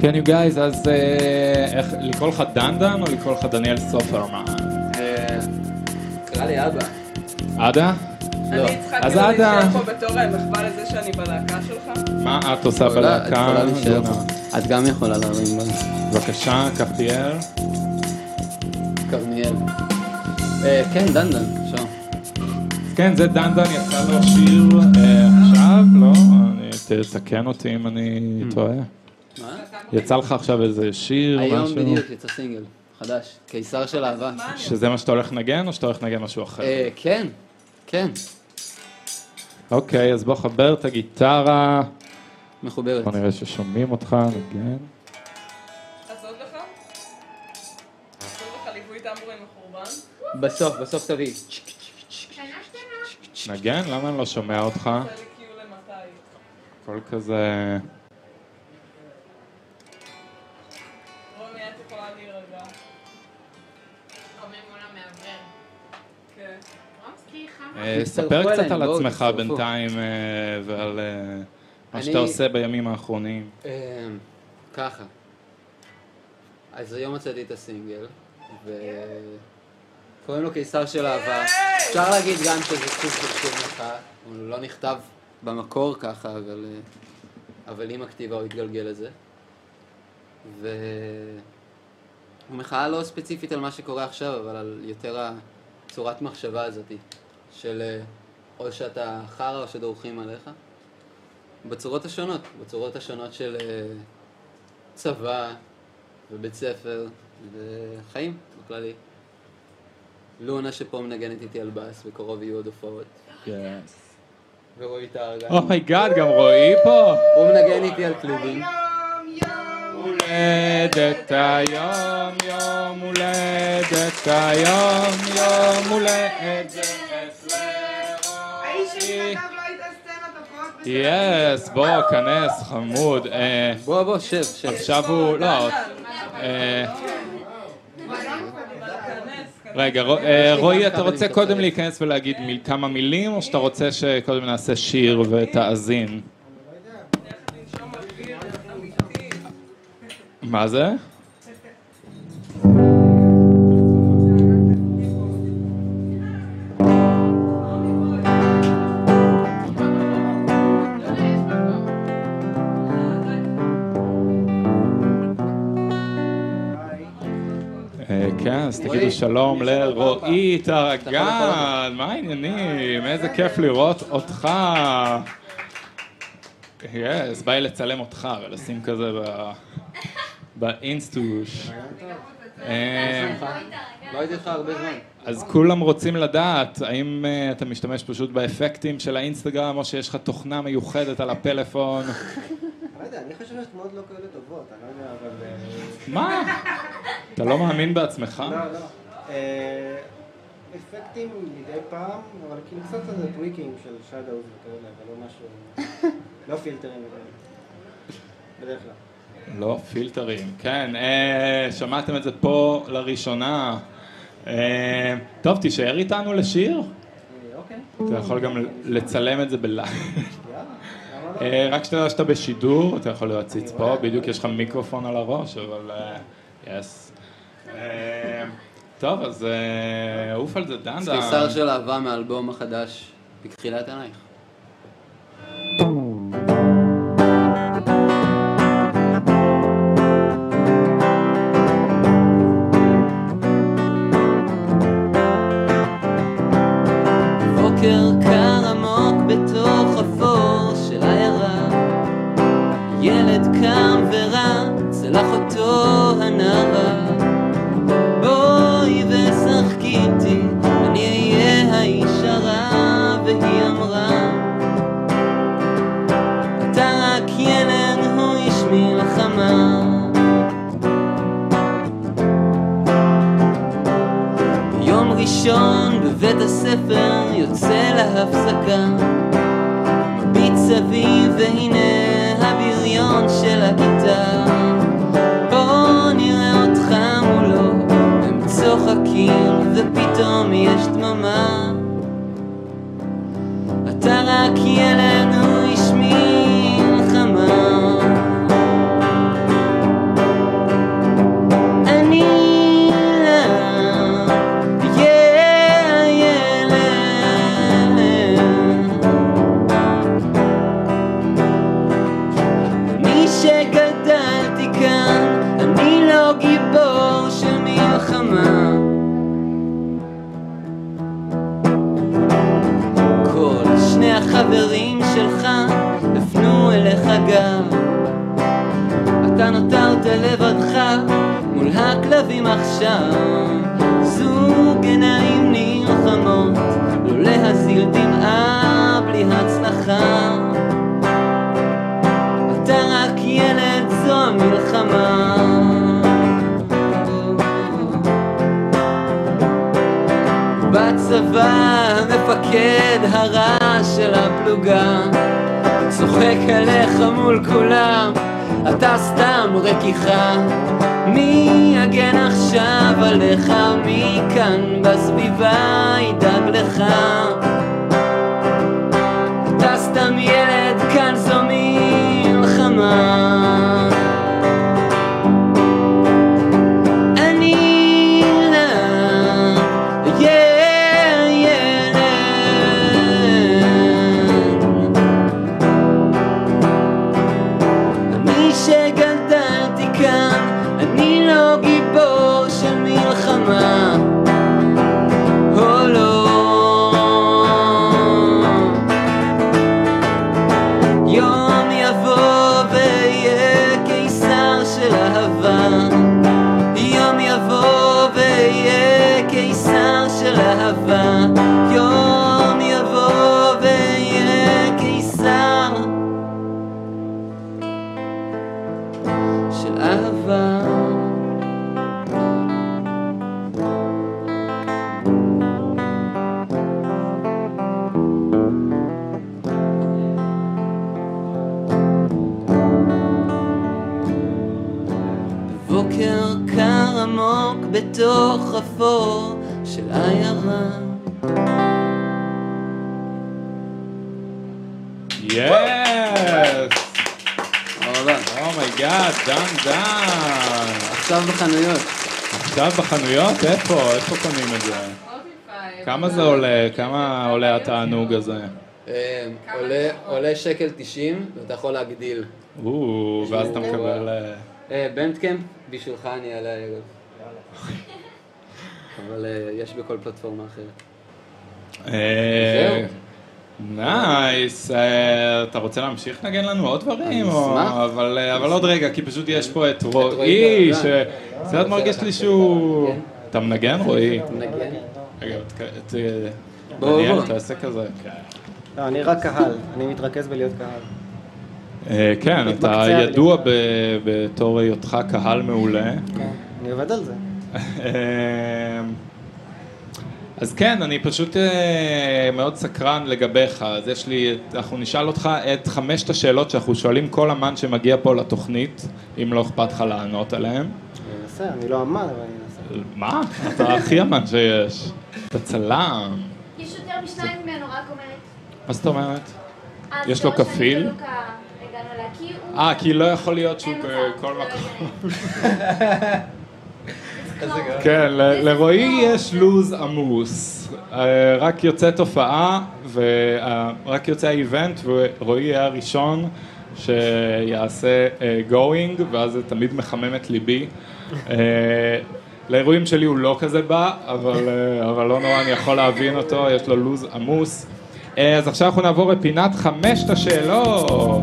כן, you guys, אז איך, לקרוא לך דנדן או לקרוא לך דניאל סופרמן? קרא לי אבא. עדה? אני צריכה אז כאילו עדה. להישאר פה בתור מחווה לזה שאני בלהקה שלך. מה את עושה בלהקה? את גם יכולה להרים בה. בבקשה, קפטיאל. קרניאל. כן, דנדן, שם. כן, זה דנדן, יצא לו שיר עכשיו, לא? תתקן אותי אם אני טועה. מה? יצא לך עכשיו איזה שיר, משהו? היום בדיוק יצא סינגל, חדש, קיסר של אהבה. שזה מה שאתה הולך לנגן, או שאתה הולך לנגן משהו אחר? כן, כן. אוקיי, אז בוא חבר את הגיטרה. מחוברת. בוא נראה ששומעים אותך, נגן. לעשות לך? לעשות לך ליווי טמבורין מחורבן? בסוף תביא. נגן? למה אני לא שומע אותך? הכל כזה... רומי, את יכולה להירגע. רומי מול המעבר. כן. רומסקי, חמה. ספר קצת על עצמך בינתיים ועל מה שאתה עושה בימים האחרונים. ככה. אז היום מצאתי את הסינגל, וקוראים לו קיסר של אהבה. אפשר להגיד גם שזה סוג של שיר מחאה, הוא לא נכתב במקור ככה, אבל עם הכתיבה הוא התגלגל לזה. והוא מחאה לא ספציפית על מה שקורה עכשיו, אבל על יותר הצורת מחשבה הזאת, של או שאתה חרא או שדורכים עליך. בצורות השונות של צבא ובית ספר וחיים בכללי. לונה שפה מנגנת איתי על בס, בקרוב יהיו עוד הופעות. ורואי את הארגן. אומייגאד, גם רואי פה? הוא מנגן איתי על קלובים. הולדת היום, יום הולדת היום, יום הולדת לרואי. יס, בוא, כנס, חמוד. בוא, שב. עכשיו הוא, לא. רגע, רועי, אתה רוצה קודם להיכנס ולהגיד כמה מילים, או שאתה רוצה שקודם נעשה שיר ותאזין? מה זה? כן, אז תגידו שלום לרועי תרגן, מה העניינים? איזה כיף לראות אותך. יס, בא לי לצלם אותך ולשים כזה באינסטוש. לא הייתי לך הרבה זמן. אז כולם רוצים לדעת, האם אתה משתמש פשוט באפקטים של האינסטגרם, או שיש לך תוכנה מיוחדת על הפלאפון? לא יודע, אני חושב שאת מאוד לא כאלה טובות, אני לא יודע, אבל... מה? אתה לא מאמין בעצמך? לא. אפקטים מדי פעם, אבל כאילו קצת כזה טוויקינג של שדאוז וכאלה, אבל לא משהו... לא פילטרים וכאלה. בדרך כלל. לא פילטרים, כן. שמעתם את זה פה לראשונה. טוב, תישאר איתנו לשיר. אוקיי. אתה יכול גם לצלם את זה בלייב. רק שתדע שאתה בשידור, אתה יכול להציץ פה, בדיוק יש לך מיקרופון על הראש, אבל יס. טוב, אז עוף על זה דנדה. קיסר של אהבה מהאלבום החדש, בכחילת עינייך. בוקר קר עמוק בתוך אפור של העיירה, ילד קם ורץ אל אחותו הנערה. בואי ושחקי איתי, אני אהיה האיש הרע. והיא אמרה, אתה רק ילד, הוא איש מלחמה. ביום ראשון בבית הספר יוצא להפסקה, מביט סביב והנה הבריון של הכיתה. בוא נראה אותך מולו, הם צוחקים ופתאום יש דממה. אתה רק ילד, הוא איש מלחמה. לא גיבור של מלחמה. כל שני החברים שלך הפנו אליך גב, אתה נותרת לבדך מול הכלבים עכשיו. זוג עיניים נלחמות, לא להזיל דמעה בלי הצלחה. אתה רק ילד, זו המלחמה. בצבא מפקד הרע של הפלוגה צוחק עליך מול כולם, אתה סתם רכיכה. מי יגן עכשיו עליך? מי כאן בסביבה ידאג לך? אתה סתם ילד, כאן זו מלחמה. יום יבוא ויהיה קיסר של אהבה. בבוקר קר עמוק בתוך אפור של עיירה. יס! אומייגאד, דן. עכשיו בחנויות. עכשיו בחנויות? איפה קונים את זה? כמה זה עולה? כמה עולה התענוג הזה? עולה $1.90 ואתה יכול להגדיל. ואז אתה מקבל... בנדקאמפ בשבילך אני אעלה הערב. אבל יש בכל פלטפורמה אחרת. זהו. נייס. אתה רוצה להמשיך לנגן לנו עוד דברים? אני אשמח. אבל עוד רגע, כי פשוט יש פה את רועי, שקצת מרגיש לי שהוא... אתה מנגן, רועי? מנגן. רגע, דניאל, תעשה כזה. לא, אני רק קהל, אני מתרכז בלהיות קהל. כן, אתה ידוע בתור היותך קהל מעולה. כן, אני עובד על זה. אז כן, אני פשוט מאוד סקרן לגביך, אז אנחנו נשאל אותך את 5 השאלות שאנחנו שואלים כל אמן שמגיע פה לתוכנית, אם לא אכפת לך לענות עליהן. אני אנסה, אני לא אמן, אבל אני אנסה. מה? אתה הכי אמן שיש. אתה צלם. יש יותר משניים ממנו, רק אומרת. מה זאת אומרת? יש לו כפיל? כי לא יכול להיות שהוא בכל מקום. כן, לרועי יש לוז עמוס, רק יוצא תופעה ורק יוצא האיבנט ורועי יהיה הראשון שיעשה going ואז זה תמיד מחמם את ליבי. לאירועים שלי הוא לא כזה בא, אבל לא נורא, אני יכול להבין אותו, יש לו לוז עמוס. אז עכשיו אנחנו נעבור לפינת 5 השאלות.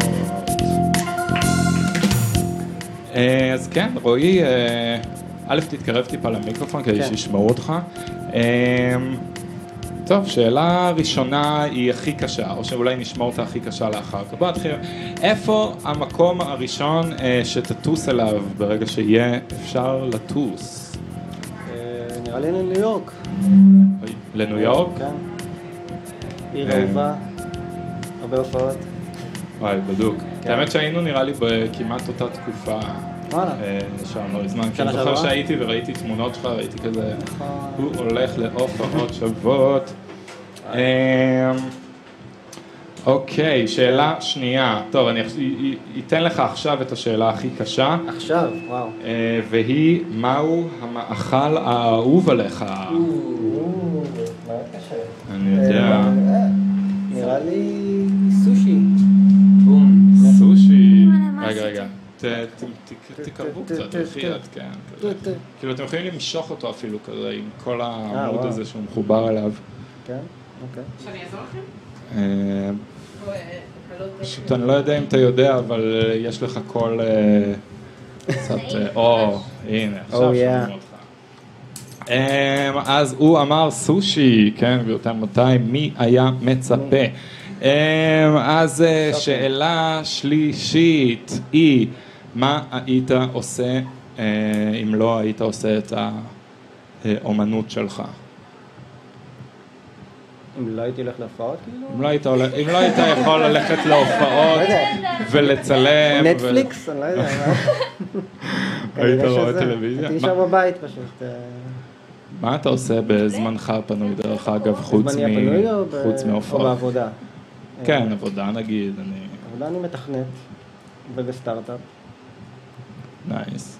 אז כן, רועי, א', תתקרב טיפה למיקרופון כדי שישמעו אותך. טוב, שאלה ראשונה היא הכי קשה, או שאולי נשמע אותה הכי קשה לאחר כך. בוא נתחיל. איפה המקום הראשון שתטוס אליו ברגע שיהיה אפשר לטוס? נראה לי לניו יורק. לניו יורק? כן. עיר אהובה, הרבה הופעות. וואי, בדוק. האמת שהיינו נראה לי בכמעט אותה תקופה. שם לא הזמן, כי אני זוכר שהייתי וראיתי תמונות שלך, ראיתי כזה, הוא הולך להופעות שוות. אוקיי, שאלה שנייה. טוב, אני אתן לך עכשיו את השאלה הכי קשה. עכשיו? וואו. והיא, מהו המאכל האהוב עליך? מאוד קשה. אני יודע. נראה לי סושי. סושי. רגע. תקרבו קצת, הכי יד, כן. כאילו, אתם יכולים למשוך אותו אפילו כזה, עם כל העמוד הזה שהוא מחובר אליו. כן, אוקיי. שאני אעזור לכם? פשוט אני לא יודע אם אתה יודע, אבל יש לך קול קצת, הנה, עכשיו שומעים אותך. אז הוא אמר סושי, כן, גבירותיי ורבותיי, מי היה מצפה? אז שאלה שלישית היא, מה היית עושה אם לא היית עושה את האומנות שלך? אם לא הייתי הולך להופעות, כאילו? אם לא היית יכול ללכת להופעות ולצלם. נטפליקס, אני לא יודע. היית רואה טלוויזיה? הייתי נשאר בבית פשוט. מה אתה עושה בזמנך הפנוי, דרך אגב, חוץ מהופעות? או בעבודה. כן, עבודה נגיד. עבודה אני מתכנת, ובסטארט-אפ. נייס.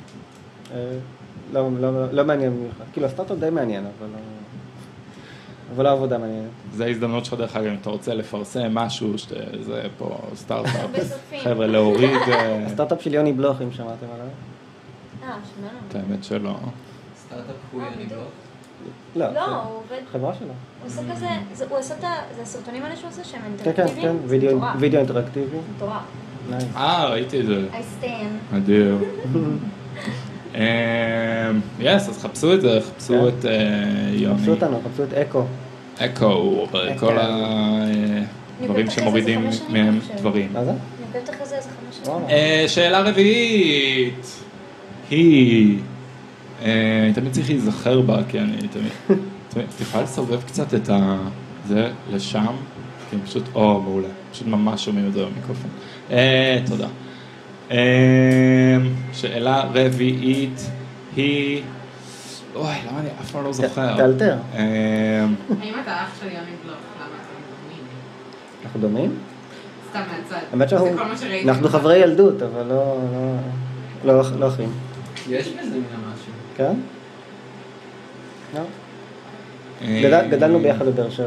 לא מעניין במיוחד. כאילו, הסטארט-אפ די מעניין, אבל לא עבודה מעניינת. זה ההזדמנות שלך דרך אגב, אם אתה רוצה לפרסם משהו, שזה פה סטארט-אפ, חבר'ה להוריד. הסטארט-אפ של יוני בלוך, אם שמעתם עליו. שמענו. האמת שלא. סטארט-אפ הוא יוני בלוך? לא, הוא עובד. חברה שלו. הוא עושה כזה, הוא עושה את הסרטונים האלה שהוא עושה שהם כן, אינטראקטיביים? כן, וידאו אינטראקטיבי. מטורף. ראיתי את זה. I stand. אדיר. אז חפשו את זה, חפשו את יוני. חפשו אותנו, חפשו את אקו. אקו, כל הדברים שמורידים מהם דברים. מה זה? אני עוקבת אחרי זה איזה 5 שנים. שאלה רביעית היא, תמיד צריך להיזכר בה, כי אני תמיד, תוכל לסובב קצת את זה לשם, כי פשוט, מעולה, פשוט ממש שומעים את זה במיקרופון. תודה. שאלה רביעית היא, למה אני אף פעם לא זוכר? תאלתר. האם אתה אח של יוני בלוך? למה אתם דומים? אנחנו דומים? סתם מהצד. האמת שאנחנו חברי ילדות, אבל לא אחים. יש בזה מן משהו. כן? גדלנו ביחד בבאר שבע.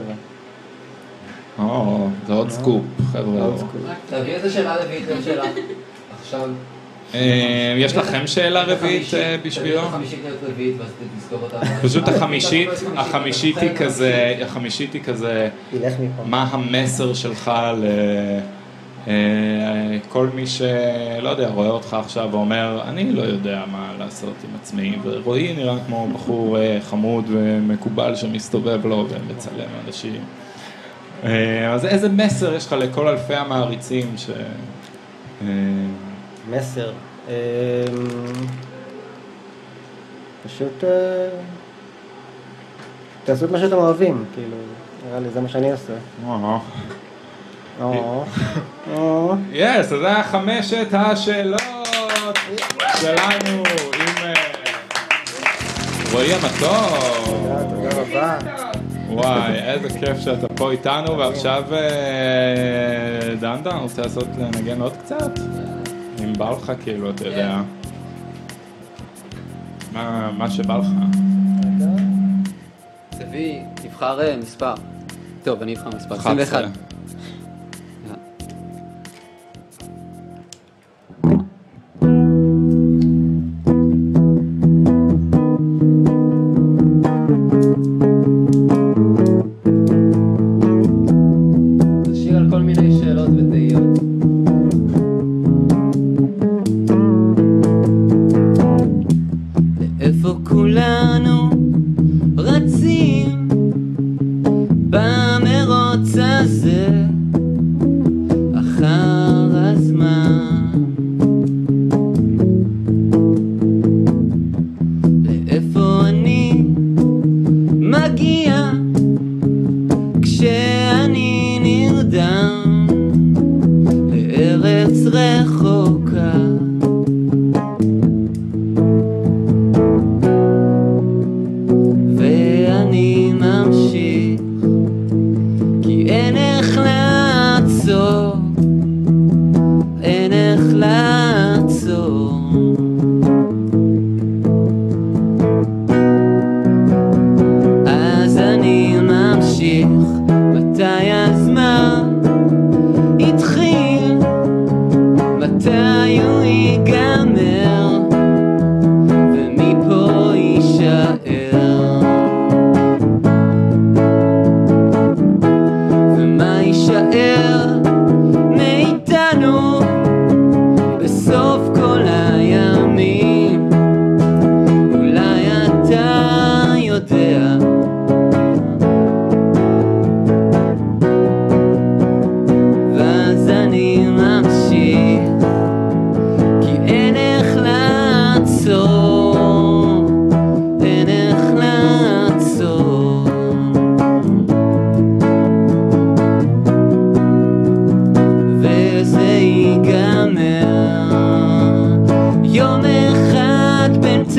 זה עוד סקופ, חבר'ה. תביא איזה שאלה רביעית לשאלה. עכשיו. יש לכם שאלה רביעית בשבילו? החמישית רביעית, ואז תזכור אותה. פשוט החמישית היא כזה, מה המסר שלך לכל מי שלא יודע, רואה אותך עכשיו ואומר, אני לא יודע מה לעשות עם עצמי, ורועי נראה כמו בחור חמוד ומקובל שמסתובב לו ומצלם אנשים. אז איזה מסר יש לך לכל אלפי המעריצים ש... מסר. פשוט תעשו את מה שאתם אוהבים, כאילו, נראה לי, זה מה שאני עושה. אז זה היה 5 השאלות שלנו עם רועי המתוק. תודה רבה. וואי, איזה כיף שאתה פה איתנו, ועכשיו דנדה, רוצה לנגן עוד קצת? אם בא לך, כאילו, אתה יודע. מה שבא לך. תבחר מספר. טוב, אני אבחר מספר. 21. תשאיר על כל מיני שאלות ותהיות. לאיפה כולנו רצים במרוץ הזה אחר הזמן? לאיפה אני מגיע כשאני נרדם לארץ רחוקה? ואני ממשיך כי אין איך לעצור, אין איך לעצור. אז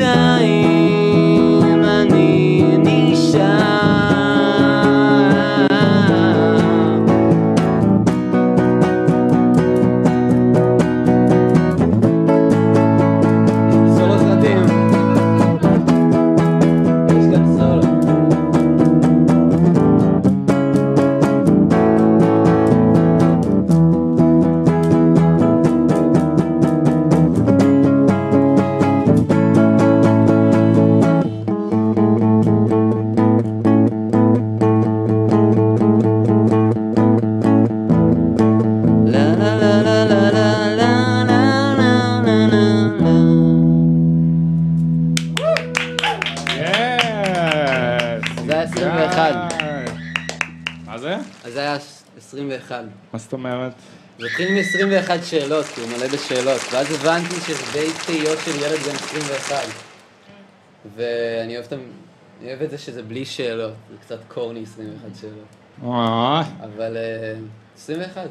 בינתיים אני נשאר. סולו סרטים. יש גם סולו. אז זה היה 21. מה זאת אומרת? זה התחיל מ-21 שאלות, כי הוא מלא בשאלות, ואז הבנתי שזה די תהיות של ילד בן 21. ואני אוהב את זה שזה בלי שאלות, זה קצת קורני 21 שאלות. אבל 21.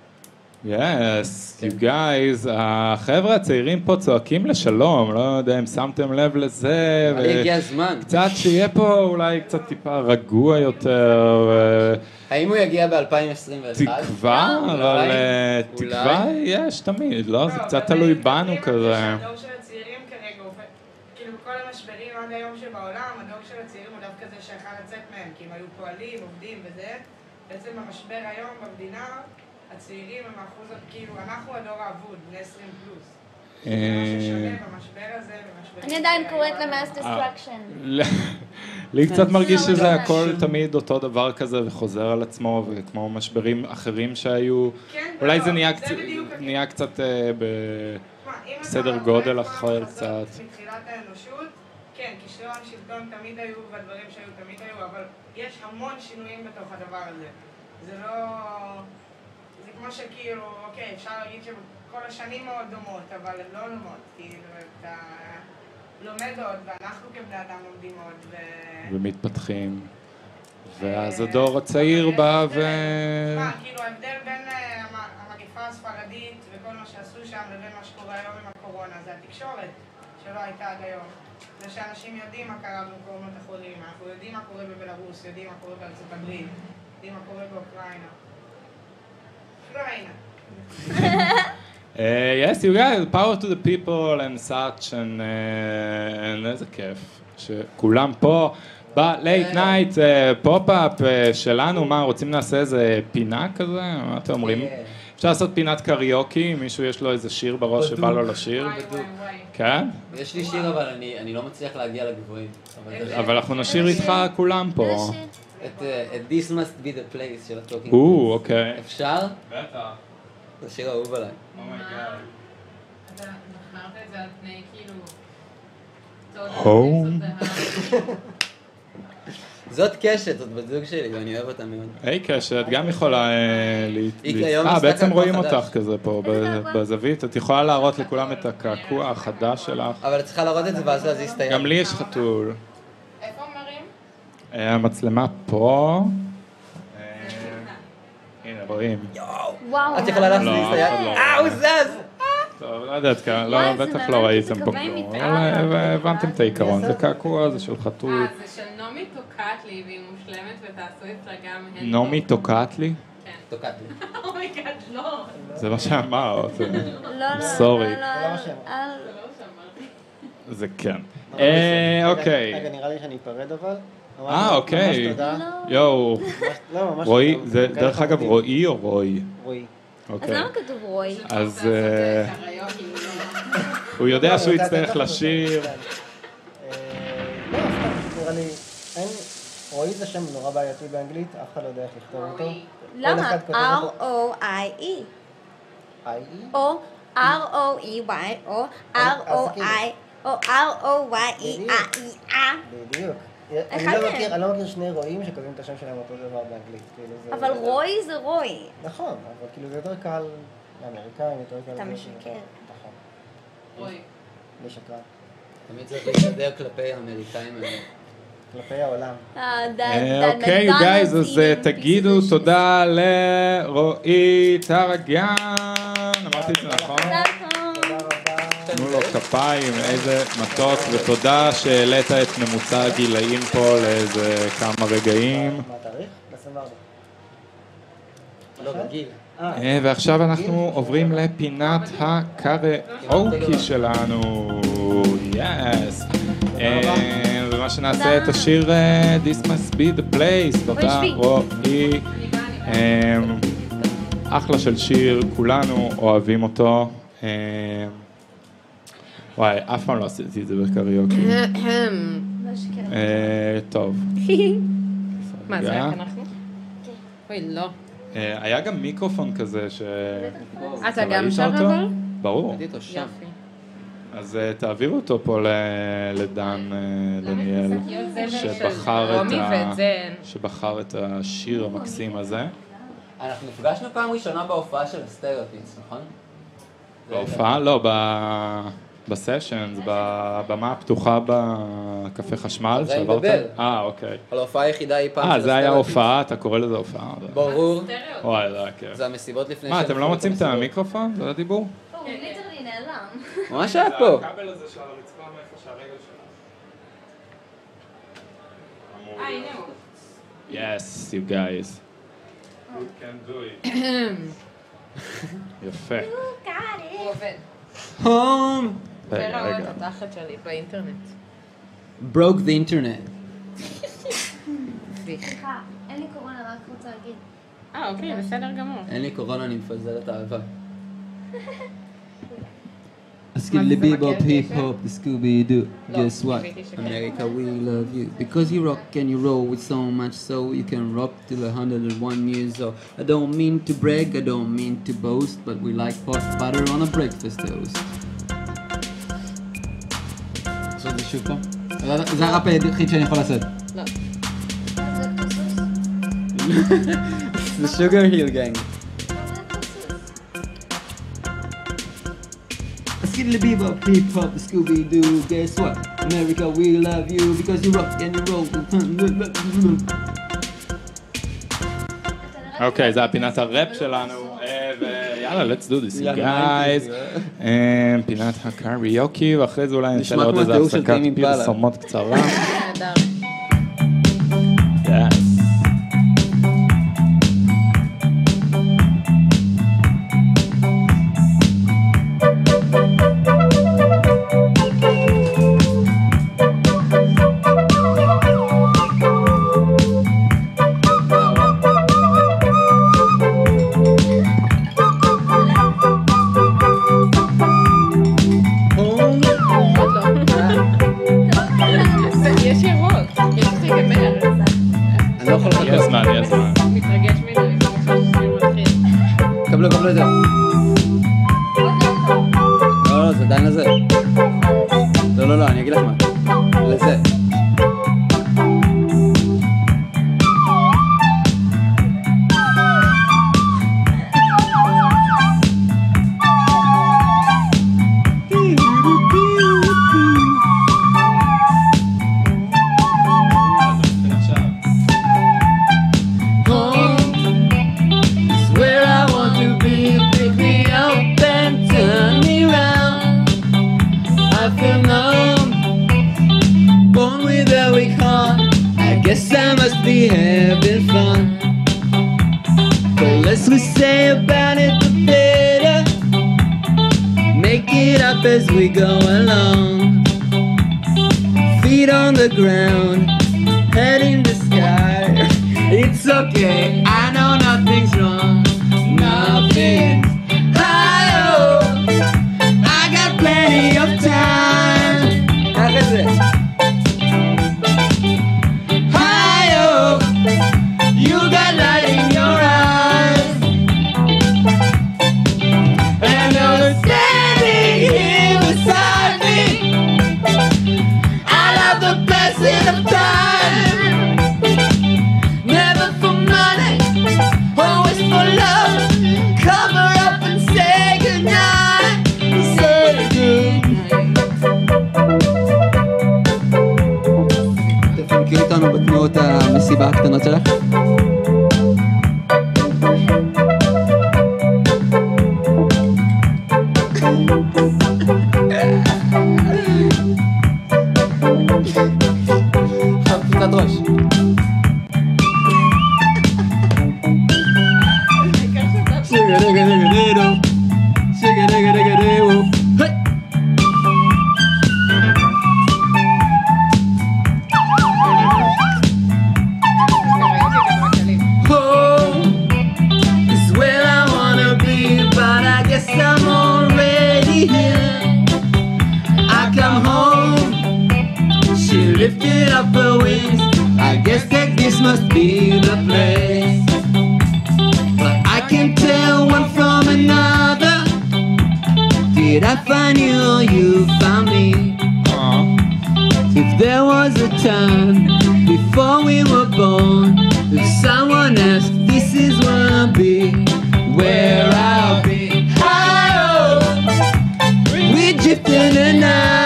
Yes, you guys, החבר'ה הצעירים פה צועקים לשלום, לא יודע אם שמתם לב לזה. הגיע הזמן. קצת שיהיה פה אולי קצת טיפה רגוע יותר. האם הוא יגיע ב-2021? תקווה, אבל תקווה יש תמיד, לא? זה קצת תלוי בנו כזה. הדור של הצעירים כרגע, כאילו בכל המשברים עד היום שבעולם, הדור של הצעירים הוא דווקא זה שיכל לצאת מהם, כי הם היו פועלים, עובדים וזה. בעצם המשבר היום במדינה, הצעירים הם האחוז, כאילו, אנחנו הדור האבוד, בני 20 פלוס. זה מה ששונה במשבר הזה, אני עדיין קוראת למאס דיסטרקשן. לי קצת מרגיש שזה הכל תמיד אותו דבר כזה וחוזר על עצמו, וכמו משברים אחרים שהיו, אולי זה נהיה קצת בסדר גודל אחר קצת. מתחילת האנושות, כן, כישלון, שלטון תמיד היו, והדברים שהיו תמיד היו, אבל יש המון שינויים בתוך הדבר הזה. זה לא... זה כמו שכאילו, אוקיי, אפשר להגיד שכל השנים מאוד דומות, אבל הן לא דומות, כאילו, אתה לומד עוד, ואנחנו כבני אדם לומדים עוד, ומתפתחים. ואז הדור הצעיר בא ו... מה, כאילו, ההבדל בין המגפה הספרדית וכל מה שעשו שם לבין מה שקורה היום עם הקורונה, זה התקשורת שלא הייתה עד היום. זה שאנשים יודעים מה קרה במקומות אחרים, אנחנו יודעים מה קורה בבלרוס, יודעים מה קורה בארצות הברית, יודעים מה קורה באוקראינה. Yes, you guys, power to the people and such, and איזה כיף שכולם פה ב-late night פופ-אפ שלנו. מה, רוצים נעשה איזה פינה כזה? מה אתם אומרים? אפשר לעשות פינת קריוקי, מישהו יש לו איזה שיר בראש שבא לו לשיר? כן? יש לי שיר אבל אני לא מצליח להגיע לגבוהים. אבל אנחנו נשיר איתך כולם פה. את This Must Be the Place של הטוקינג. אוקיי. אפשר? בטח. זה שיר אהוב עליי. אתה בחרת את זה על פני כאילו... זאת קשת, זאת בת זוג שלי, ואני אוהב אותה מאוד. היי קשת, גם יכולה בעצם רואים אותך כזה פה בזווית. את יכולה להראות לכולם את הקעקוע החדש שלך. אבל את צריכה להראות את זה ואז להזיז את היד. גם לי יש חתול. איפה מראים? המצלמה פה. הנה, רואים. וואו. את יכולה להזיז את היד? הוא זז! טוב, לא יודעת, בטח לא ראיתם פה כלום, אבל הבנתם את העיקרון, זה קעקוע, זה של חתול. זה של נעמי טוקטלי, והיא מושלמת, ותעשו אצלה גם הנדבוק. נעמי טוקטלי? כן. טוקטלי. אומייגאד, לא. זה מה שאמרת. לא, סורי. זה כן. אוקיי. רגע, נראה לי שאני אפרד אבל. אוקיי. ממש תודה. יואו. ממש רועי, זה דרך אגב רועי או רועי? רועי. אז למה כתוב רועי? אז הוא יודע שהוא יצטרך לשיר. לא, סתם, נראה לי, רועי זה שם נורא בעייתי באנגלית, אף אחד לא יודע איך לכתוב אותו. למה? R-O-I-E. I-E? או R-O-E-Y, או R-O-I, או R-O-Y-E-A-E-A. בדיוק. אני לא מכיר שני רואים שכותבים את השם שלהם אותו דבר באנגלית. אבל רועי זה רועי. נכון, אבל כאילו זה יותר קל לאמריקאים, יותר קל... אתה משקר. נכון. רועי. אני שקרן. תמיד צריך להסתדר כלפי האמריקאים האלה. כלפי העולם. אוקיי, גייז, אז תגידו תודה לרועי טרגן. אמרתי את זה נכון? תודה רבה. תנו לו כפיים, איזה מתוק, ותודה שהעלית את ממוצע הגילאים פה לאיזה כמה רגעים. מה התאריך? 24. לא, בגיל. ועכשיו אנחנו עוברים לפינת הקראוקי שלנו. יס. ומה שנעשה את השיר This Must Be The Place. תודה רועי. אחלה של שיר, כולנו אוהבים אותו. וואי, אף פעם לא עשיתי את זה בקריוקי. טוב. מה, זה רק אנחנו? אוי, לא. היה גם מיקרופון כזה ש... אתה גם שם אבל? ברור. יופי. אז תעבירו אותו פה לדן דניאל, שבחר את השיר המקסים הזה. אנחנו נפגשנו פעם ראשונה בהופעה של הסטריאוטיפס, נכון? בהופעה? לא, בסשנס, בבמה הפתוחה בקפה חשמל. זה אני מדבר. אוקיי. על ההופעה היחידה היא פעם של הסטריאוטיפס. זה היה הופעה, אתה קורא לזה הופעה. ברור. וואי, זה היה כיף. זה המסיבות לפני... מה, אתם לא מוצאים את המיקרופון? זה הדיבור? הוא ליטרלי נעלם. ממש היה פה. זה הכבל הזה של הרצפה מאיפה שהרגל שלה. הנה הוא. Yes, you guys. You can do it. יפה. הוא עובד. הום! זה ראו את התחת שלי באינטרנט. broke the internet. סליחה, אין לי קורונה, רק רוצה להגיד. אוקיי, בסדר גמור. אין לי קורונה, אני מפזרת אהבה. Skidly bebop, hip hop, the Scooby-Doo. Guess what? America, we love you. Because you rock and you roll with so much so you can rock till 101 years old. I don't mean to brag, I don't mean to boast, but we like pot butter on a breakfast toast. לעשות את זה שוב פעם? זה הראפ היחיד שאני יכול לעשות. לא. זה שוגר היל גנג. Skidly bebop, hip hop, the Scooby-Doo. Guess what? America, we love you because you rock and you roll. אוקיי, זה הפינת הראפ שלנו, ויאללה, let's do this, you guys. פינת הקריוקי, ואחרי זה אולי נשאר עוד איזה הפסקת פרסומות קצרה. Yes. חפצת ראש. Lifted up her wings, I guess that this must be the place. But I can't tell one from another. Did I find you or you found me? If there was a time before we were born, if someone asked, this is where I'll be, where I'll be. Oh, we're drifting and now.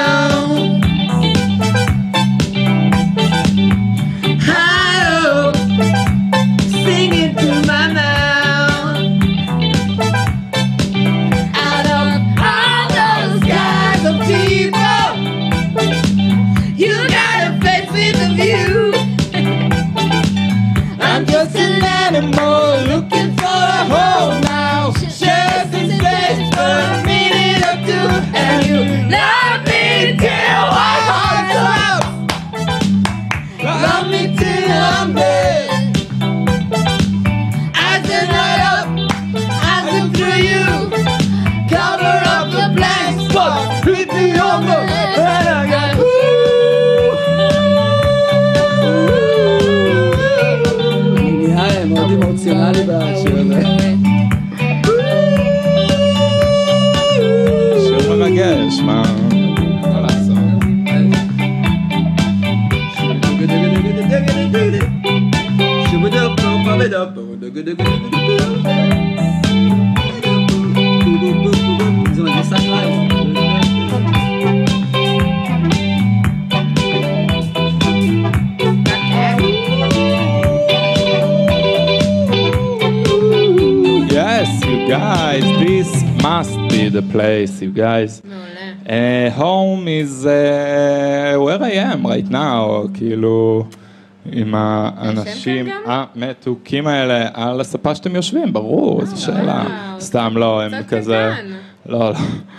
I'm just an animal looking for a home now. Share some space for a minute or two, and you love me till my heart's up. Love me till I'm dead. As I light up, as I'm through you, cover up the blank spot, flip me over, and I got מאוד אמוציונלי בשיר הזה. שיר מרגש, מה לעשות? זה מגניסת לייב. Guys, this must be the place, you guys. Home is where I am right now, כאילו, עם האנשים המתוקים האלה על הספה שאתם יושבים, ברור, זו שאלה. סתם לא, הם כזה... לא.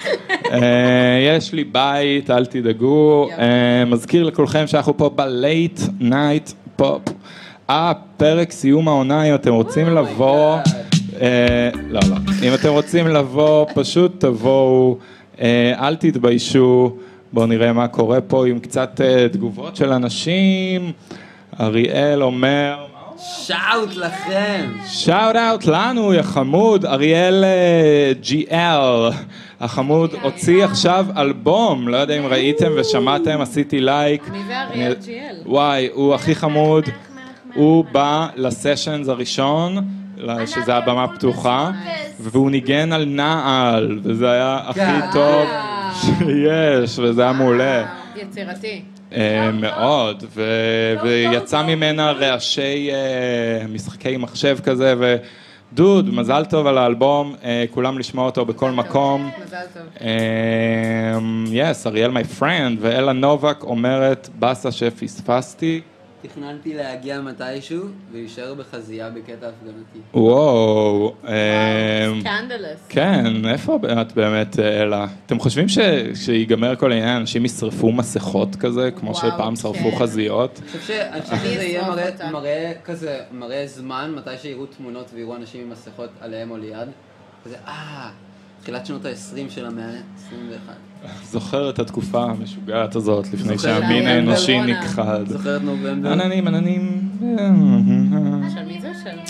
יש לי בית, אל תדאגו. מזכיר לכולכם שאנחנו פה ב-Late Night Pop. פרק סיום העונה, אם אתם רוצים לבוא... לא. אם אתם רוצים לבוא, פשוט תבואו, אל תתביישו. בואו נראה מה קורה פה עם קצת תגובות של אנשים. אריאל אומר... שאוט לכם. שאוט אאוט לנו, יא חמוד. אריאל GL. החמוד הוציא עכשיו אלבום. לא יודע אם ראיתם ושמעתם, עשיתי לייק. מי זה אריאל GL? וואי, הוא הכי חמוד. הוא בא לסשנס הראשון. שזה הבמה פתוחה, והוא ניגן על נעל, וזה היה הכי טוב שיש, וזה היה מעולה. יצירתי. מאוד, ויצא ממנה רעשי משחקי מחשב כזה, ודוד, מזל טוב על האלבום, כולם לשמוע אותו בכל מקום. מזל טוב. Yes, אריאל my friend, ואלה נובק אומרת, בסה שפספסתי. תכננתי להגיע מתישהו ולהישאר בחזייה בקטע הפגנתי. וואו. סקנדלס. כן, איפה את באמת, אלה? אתם חושבים שיגמר כל העניין, אנשים ישרפו מסכות כזה, כמו שפעם שרפו חזיות? אני חושב שזה יהיה מראה זמן, מתי שיראו תמונות ויראו אנשים עם מסכות עליהם או ליד. וזה, תחילת שנות ה-20 של המאה ה-21. זוכר את התקופה המשוגעת הזאת, לפני שהמין האנושי נכחד. זוכרת נובמבר? עננים. של מי זה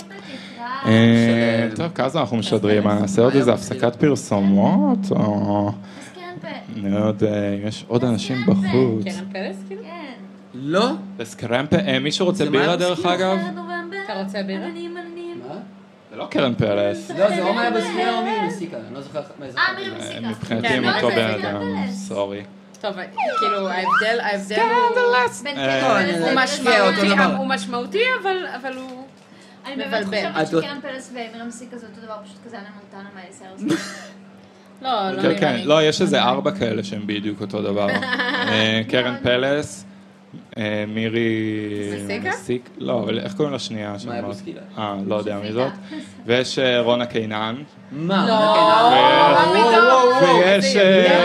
של? טוב, כזה אנחנו משדרים, נעשה עוד איזה הפסקת פרסומות, או... נראה עוד, יש עוד אנשים בחוץ. קרן פלס כאילו? לא. בסקרמפה, מישהו רוצה בירה דרך אגב? אתה רוצה בירה? מה? זה לא קרן פלס. לא, זה או מה בסקירה או מי מסיקה, אני לא זוכר מאיזה מסיקה. מבחינתי עם אותו בן אדם, סורי. טוב, כאילו ההבדל הוא משמעותי, אבל הוא אני באמת חושבת שקרן פלס ומירה מסיקה זה אותו דבר, פשוט כזה אנה מונטנה מהיסרס. לא נראה לי. לא, יש איזה 4 כאלה שהם בדיוק אותו דבר. קרן פלס, מירי... מסיקה? לא, אבל איך קוראים לה שנייה? מאיה בוסקילה. לא יודע מי זאת. ויש רונה קינן. מה? ויש...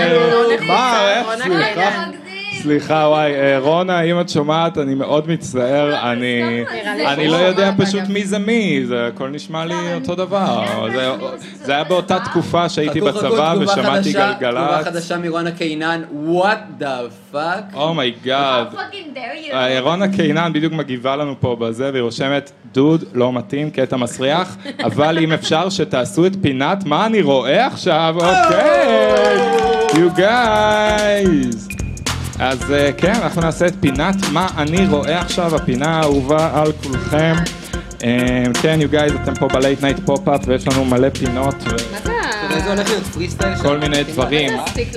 סליחה, וואי, רונה, אם את שומעת, אני מאוד מצטער, אני לא יודע פשוט מי זה מי, זה הכל נשמע לי אותו דבר. זה היה באותה תקופה שהייתי בצבא ושמעתי גלגלצ. תגובה חדשה מרונה קינן, what the fuck? אומייגאד. רונה קינן בדיוק מגיבה לנו פה בזה, והיא רושמת, דוד, לא מתאים, קטע מסריח, אבל אם אפשר שתעשו את פינת מה אני רואה עכשיו, אוקיי, you guys. אז כן, אנחנו נעשה את פינת מה אני רואה עכשיו, הפינה האהובה על כולכם. כן, you guys, אתם פה בלייט נייט פופ-אפ ויש לנו מלא פינות זה הולך להיות פריסטייל כל מיני דברים.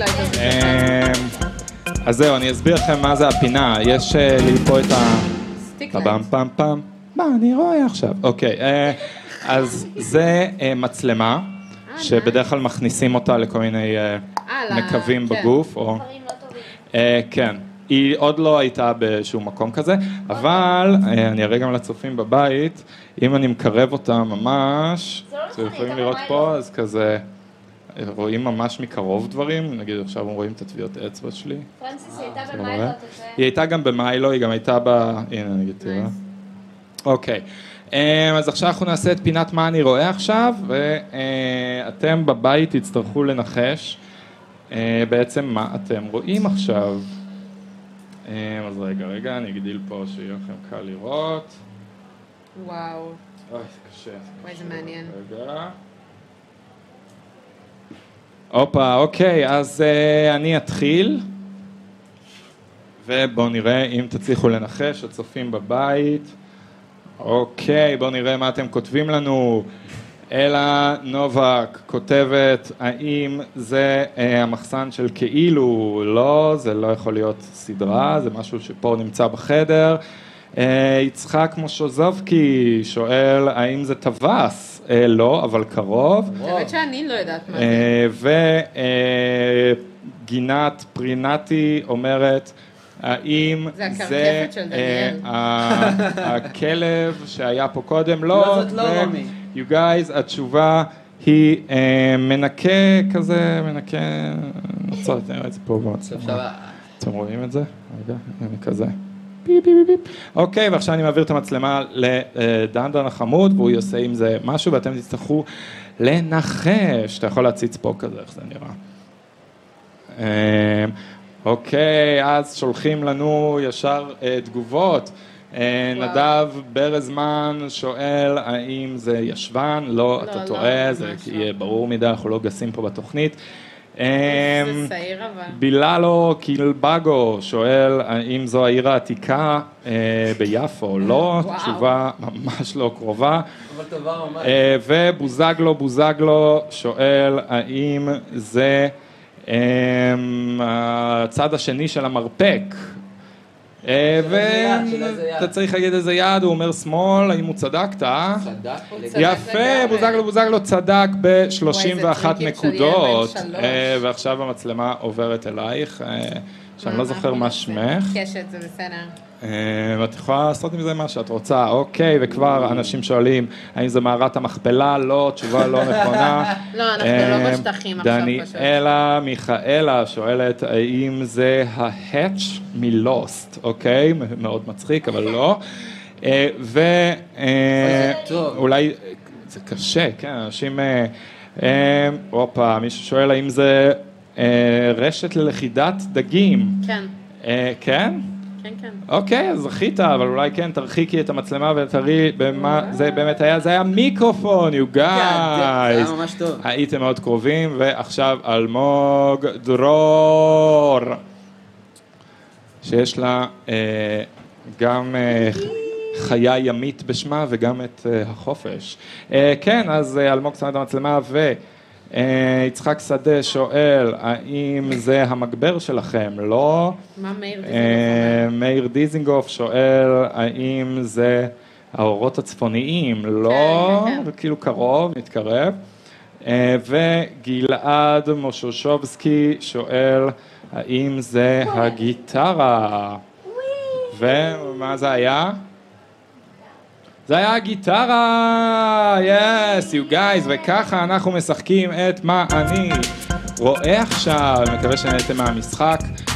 אז זהו, אני אסביר לכם מה זה הפינה. יש לי פה את ה... פם פם פם. מה אני רואה עכשיו? אוקיי, אז זה מצלמה שבדרך כלל מכניסים אותה לכל מיני מקווים בגוף או... כן, היא עוד לא הייתה באיזשהו מקום כזה, אבל אני אראה גם לצופים בבית, אם אני מקרב אותה ממש, אתם יכולים לראות פה, אז כזה, רואים ממש מקרוב דברים, נגיד עכשיו רואים את הטביעות אצבע שלי. פרנסיס, היא הייתה במיילו, היא הייתה גם במיילו, היא גם הייתה ב... הנה, נגיד, תראה. אוקיי, אז עכשיו אנחנו נעשה את פינת מה אני רואה עכשיו, ואתם בבית תצטרכו לנחש. בעצם מה אתם רואים עכשיו. אז רגע, אני אגדיל פה שיהיה לכם קל לראות. וואו. אוי, זה קשה. וואי, זה מעניין. רגע. הופה, אוקיי, אז אני אתחיל. ובואו נראה אם תצליחו לנחש, הצופים בבית. אוקיי, בואו נראה מה אתם כותבים לנו. אלה נובק כותבת, האם זה המחסן של כאילו? לא, זה לא יכול להיות סדרה, זה משהו שפה נמצא בחדר. יצחק מושוזובקי שואל, האם זה טווס? לא, אבל קרוב. באמת שאני לא יודעת מה זה. וגינת פרינתי אומרת, האם זה הכלב שהיה פה קודם? לא, זאת לא רומי. You guys, התשובה היא מנקה כזה, מנקה, נוצר, אתם רואים את זה פה במצלמה. אתם רואים את זה? רגע, הנה כזה. פיפ פיפ פיפ. אוקיי, ועכשיו אני מעביר את המצלמה לדנדן החמוד, והוא יעשה עם זה משהו, ואתם תצטרכו לנחש. אתה יכול להציץ פה כזה, איך זה נראה. אוקיי, אז שולחים לנו ישר תגובות. נדב ברזמן שואל האם זה ישבן, לא, אתה טועה, זה יהיה ברור מדי, אנחנו לא גסים פה בתוכנית. זה שעיר אבל. ביללו קילבגו שואל האם זו העיר העתיקה ביפו, לא, תשובה ממש לא קרובה. אבל טובה ממש. ובוזגלו שואל האם זה הצד השני של המרפק. ואתה צריך להגיד איזה יד, הוא אומר שמאל, האם הוא צדקת? יפה, בוזגלו צדק ב-31 נקודות, ועכשיו המצלמה עוברת אלייך, שאני לא זוכר מה שמך. קשת, זה בסדר. ואת יכולה לעשות עם זה מה שאת רוצה, אוקיי, וכבר אנשים שואלים, האם זה מערת המכפלה? לא, תשובה לא נכונה. לא, אנחנו לא בשטחים עכשיו פשוט. דניאלה מיכאלה שואלת, האם זה ההאץ' מלוסט, אוקיי? מאוד מצחיק, אבל לא. ואולי, זה קשה, כן, אנשים, מישהו שואל, האם זה רשת ללכידת דגים? כן. כן? כן, כן. אוקיי, אז זכית, אבל אולי כן, תרחיקי את המצלמה ותראי במה זה באמת היה, זה היה מיקרופון, you guys. זה היה ממש טוב. הייתם מאוד קרובים, ועכשיו אלמוג דרור, שיש לה גם חיה ימית בשמה וגם את החופש. כן, אז אלמוג שם את המצלמה יצחק שדה שואל, האם זה המגבר שלכם? לא. מה מאיר דיזינגוף? מאיר דיזינגוף שואל, האם זה האורות הצפוניים? לא, כאילו קרוב, מתקרב. וגלעד מושושובסקי שואל, האם זה הגיטרה? ומה זה היה? זה היה הגיטרה! Yes, you guys, וככה אנחנו משחקים את מה אני רואה עכשיו. מקווה שנהנתם מהמשחק.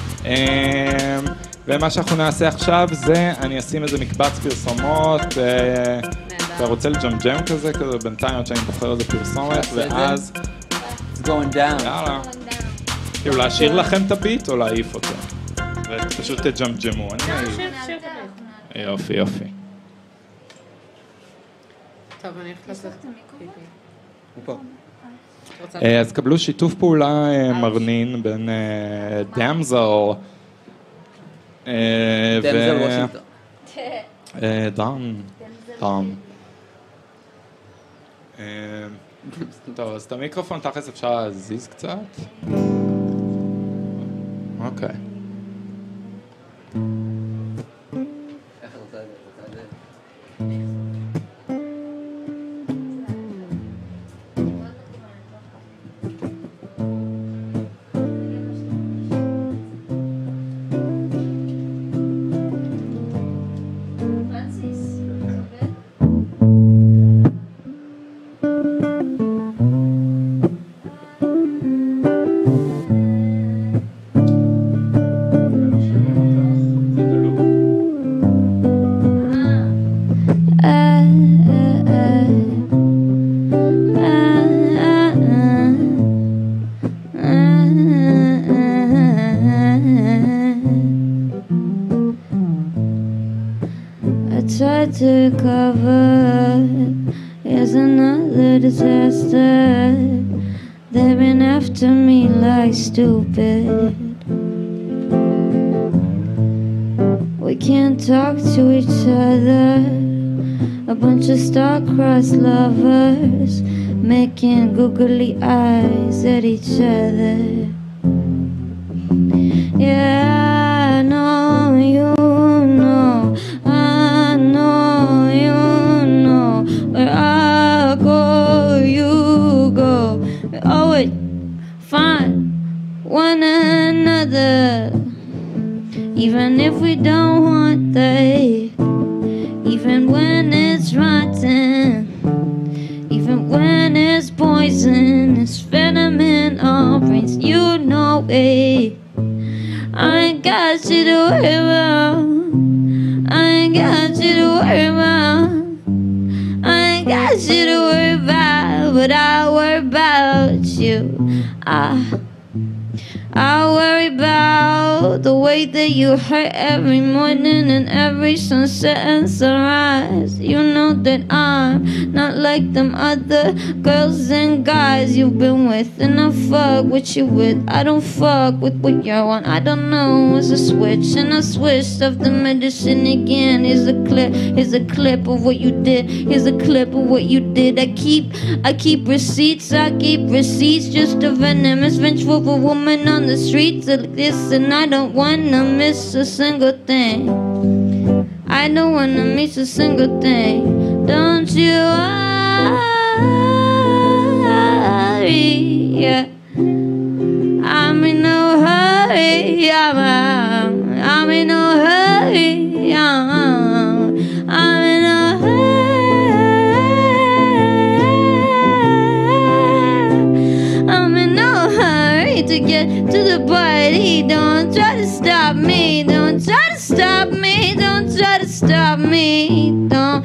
ומה שאנחנו נעשה עכשיו זה, אני אשים איזה מקבץ פרסומות. אתה רוצה לג'מג'ם כזה בינתיים עד שאני בוחר איזה פרסומת, ואז... It's going down. יאללה. כאילו להשאיר לכם את הביט או להעיף אותו? ופשוט תג'מג'מו. יופי, יופי. טוב, אני הולכת לעשות... הוא פה. אז קבלו שיתוף פעולה מרנין בין דאמזל דאמזל וושינגטון. דאם. טוב, אז את המיקרופון תכף אפשר להזיז קצת. אוקיי. איך אתה רוצה את זה? To cover is another disaster. They've been after me like stupid. We can't talk to each other. A bunch of star-crossed lovers making googly eyes at each other. Yeah, I know you know. I know you know. Where I go, you go. We always find one another, even if we don't want that. Even when it's rotten, even when it's poison, it's venom in our brains. You know it. I ain't got you to worry about. I ain't got you to worry about. I ain't got you to worry about, but I worry about you. I worry about the way that you hurt every morning and every sunset and sunrise. You know that I'm not like them other girls and guys you've been with, and I fuck what you with. I don't fuck with what you want. I don't know, it's a switch, and I switched off the medicine again. Here's a clip of what you did. Here's a clip of what you did. I keep receipts. I keep receipts. Just a venomous, vengeful woman on the streets like this, and I don't wanna miss a single thing. I don't wanna miss a single thing. Don't you worry, yeah. I'm in no hurry, yeah. I'm in no hurry, yeah. I'm in no hurry. I'm in no hurry to get to the party. Don't try to stop me. Don't try to stop me. Don't try to stop me. Don't.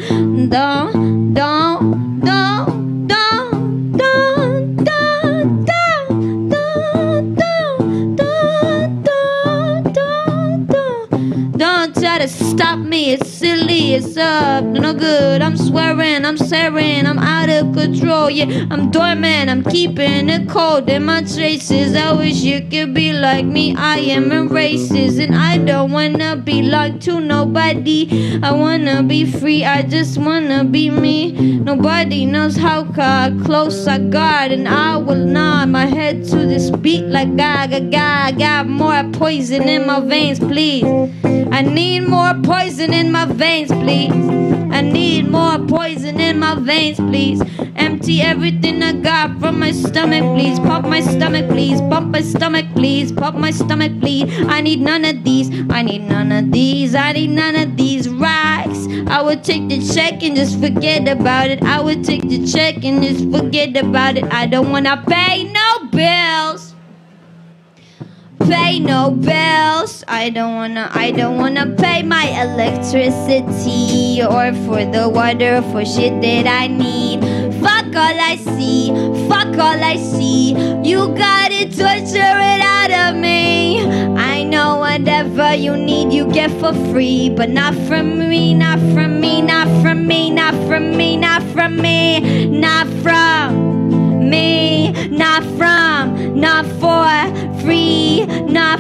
Don't try to stop me, it's silly, it's up, no good. I'm swearing, I'm staring, I'm out of control. Yeah, I'm dormant, I'm keeping it cold in my traces. I wish you could be like me, I am in races, and I don't wanna belong to nobody. I wanna be free, I just wanna be me. Nobody knows how close I got, and I will nod my head to this beat like I got more poison in my veins, please. I need more poison in my veins, please. I need more poison in my veins, please. Empty everything I got from my stomach, please. Pop my stomach, please. Pump my stomach, please. Pop my stomach, please. I need none of these. I need none of these. I need none of these rocks. I would take the check and just forget about it. I would take the check and just forget about it. I don't wanna pay no bills. Pay no bills. I don't wanna pay my electricity or for the water for shit that I need. Fuck all I see, fuck all I see. You gotta torture it out of me. I know whatever you need you get for free, but not from me, not from me, not from me, not from me, not from me, not from me, not from, not for free, not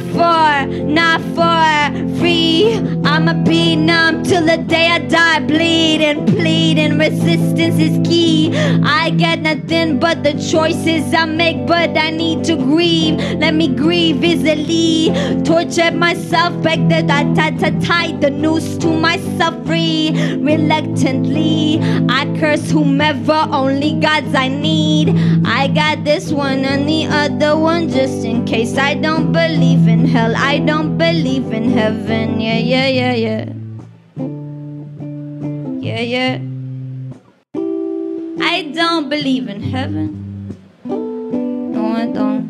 for free. I'ma be numb till the day I die, bleeding, pleading. Resistance is key. I get nothing but the choices I make, but I need to grieve. Let me grieve easily. Tortured myself, beg that I tie the noose to myself free. Reluctantly, I curse whomever, only gods I need. I got this one and the other one just in case. I don't believe in hell, I don't believe in heaven. Yeah, yeah, yeah, yeah. Yeah, yeah. I don't believe in heaven. No, I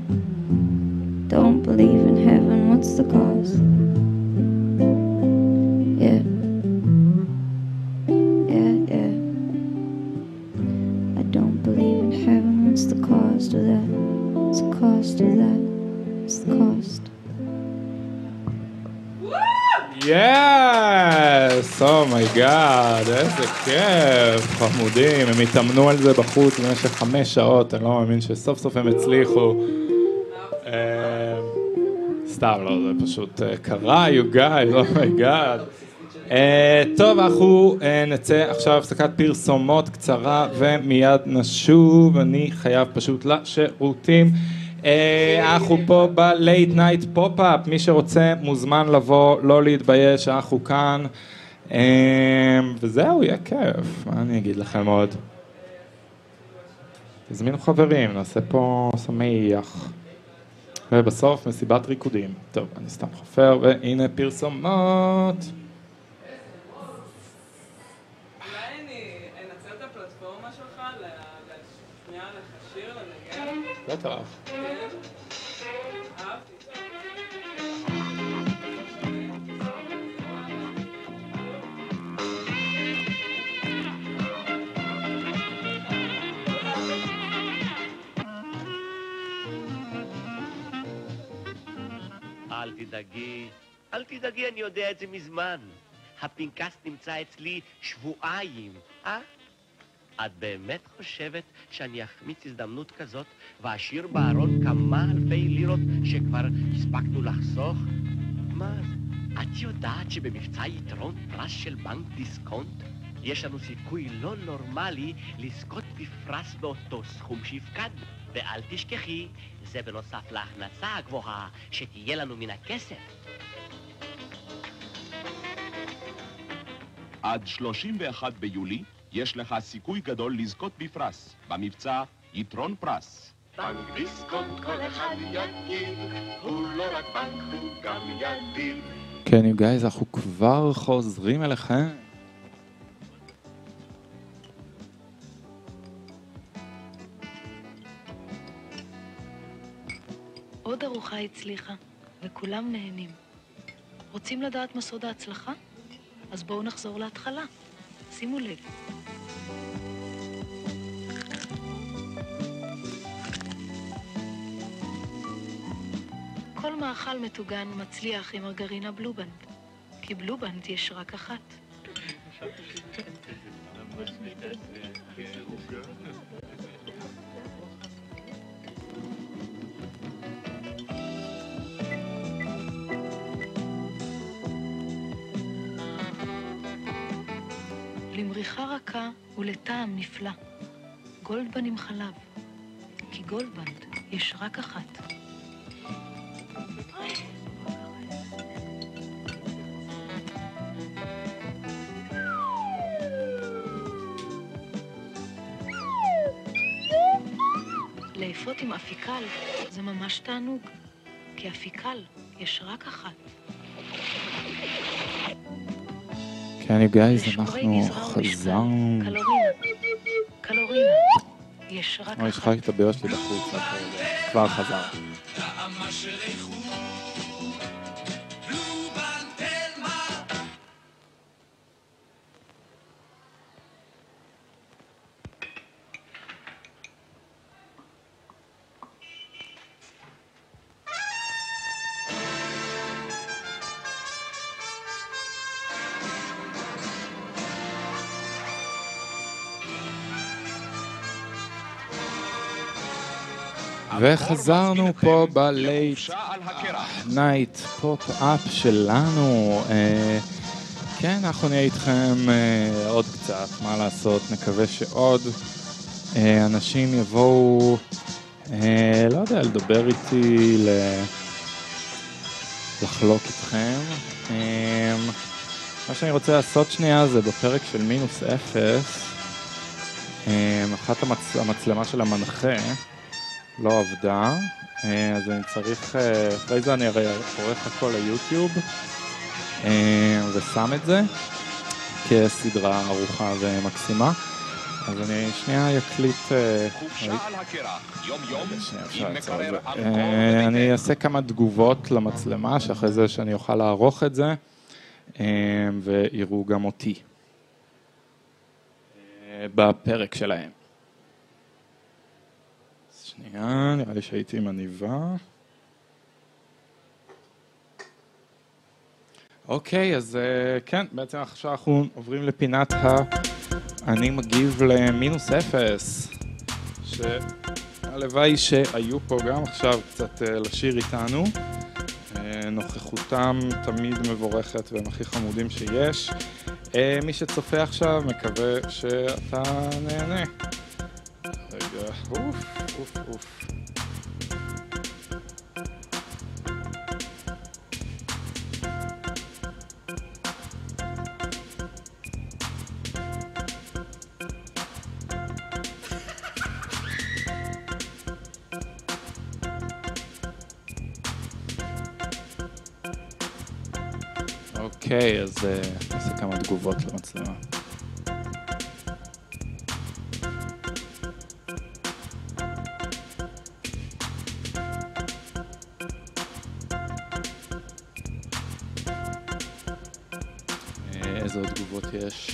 don't believe in heaven. What's the cause? Yeah. Yeah, yeah. I don't believe in heaven. What's the cost of that? What's the cost of that? What's the cost? יס! אומייגאד, איזה כיף, חמודים, הם התאמנו על זה בחוץ במשך 5 שעות, אני לא מאמין שסוף סוף הם הצליחו. סתם לא, זה פשוט קרה, you guys, אומייגאד. טוב, אנחנו נצא עכשיו הפסקת פרסומות קצרה ומיד נשוב, אני חייב פשוט לשירותים. אנחנו פה ב-Late Night Pop-Up, מי שרוצה מוזמן לבוא, לא להתבייש, אנחנו כאן, וזהו, יהיה כיף, מה אני אגיד לכם עוד? תזמינו חברים, נעשה פה שמח, ובסוף מסיבת ריקודים. טוב, אני סתם חופר, והנה פרסומות. בטח. אל תדאגי, אני יודע את זה מזמן. הפנקס נמצא אצלי שבועיים, את באמת חושבת שאני אחמיץ הזדמנות כזאת ואשאיר בארון כמה אלפי לירות שכבר הספקנו לחסוך? מה זה? את יודעת שבמבצע יתרון פרס של בנק דיסקונט יש לנו סיכוי לא נורמלי לזכות בפרס באותו סכום שהפקדנו. ואל תשכחי, זה בנוסף להכנסה הגבוהה שתהיה לנו מן הכסף. עד 31 ביולי יש לך סיכוי גדול לזכות בפרס במבצע יתרון פרס. בנק דיסקונט כל אחד יגיד, הוא לא רק בנק, הוא גם ידיד. כן, you guys, אנחנו כבר חוזרים אליכם. עוד ארוחה הצליחה, וכולם נהנים. רוצים לדעת מה סוד ההצלחה? אז בואו נחזור להתחלה. שימו לב. כל מאכל מטוגן מצליח עם מרגרינה בלובנד, כי בלובנד יש רק אחת. למריחה רכה ולטעם נפלא. גולדבן עם חלב, כי גולדבנד יש רק אחת. עפות עם אפיקל זה ממש תענוג, כי אפיקל יש רק אחת. כן, you guys, אנחנו חזרנו. קלורינה, יש רק אחת. יש לך את הבירה שלי בחוץ, כבר חזר. וחזרנו פה בלייט נייט פופ-אפ שלנו. כן, אנחנו נהיה איתכם עוד קצת, מה לעשות, נקווה שעוד אנשים יבואו, לא יודע, לדבר איתי, לחלוק איתכם. מה שאני רוצה לעשות שנייה זה בפרק של מינוס אפס, אחת המצלמה של המנחה לא עבדה, אז אני צריך, אחרי זה אני עורך הכל ליוטיוב ושם את זה כסדרה ארוכה ומקסימה. אז אני שנייה אקליט, אני אעשה כמה תגובות למצלמה שאחרי זה שאני אוכל לערוך את זה ויראו גם אותי בפרק שלהם. שנייה, נראה לי שהייתי עם עניבה. אוקיי, אז כן, בעצם עכשיו אנחנו עוברים לפינת אני מגיב למינוס אפס, שהלוואי שהיו פה גם עכשיו קצת לשיר איתנו. נוכחותם תמיד מבורכת והם הכי חמודים שיש. מי שצופה עכשיו מקווה שאתה נהנה. רגע, אוף. אוקיי, אז נעשה כמה תגובות למצלמה. איזה עוד תגובות יש?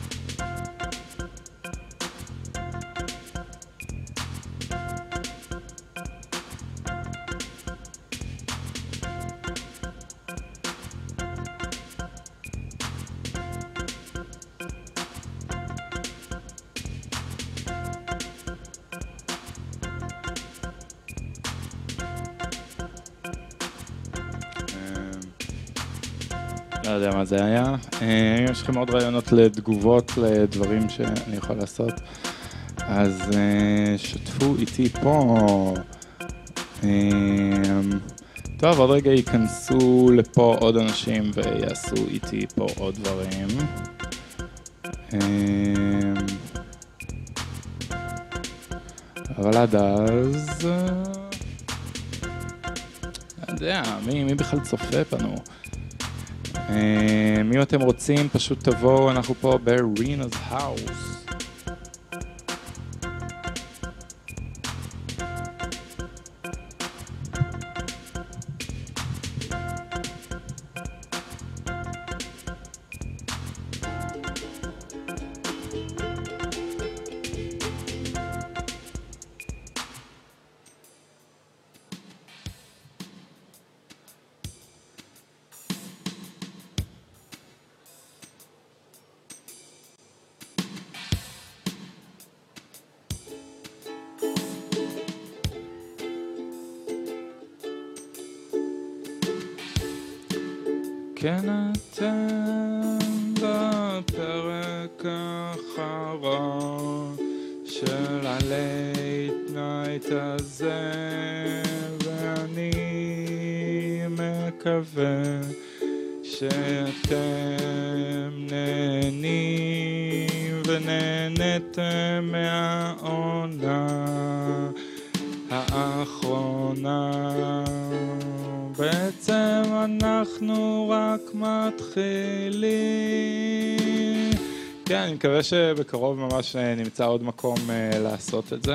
לא יודע מה זה היה. אם יש לכם עוד רעיונות לתגובות לדברים שאני יכול לעשות, אז שתפו איתי פה. טוב, עוד רגע ייכנסו לפה עוד אנשים ויעשו איתי פה עוד דברים. אבל עד אז... לא יודע, מי בכלל צופה בנו? מי אתם רוצים, פשוט תבואו, אנחנו פה ברינה's house. כן אתם בפרק האחרון של הלייט נייט הזה, ואני מקווה שאתם נהנים ונהנתם מהעונה האחרונה. בעצם אנחנו רק מתחילים. כן, אני מקווה שבקרוב ממש נמצא עוד מקום לעשות את זה.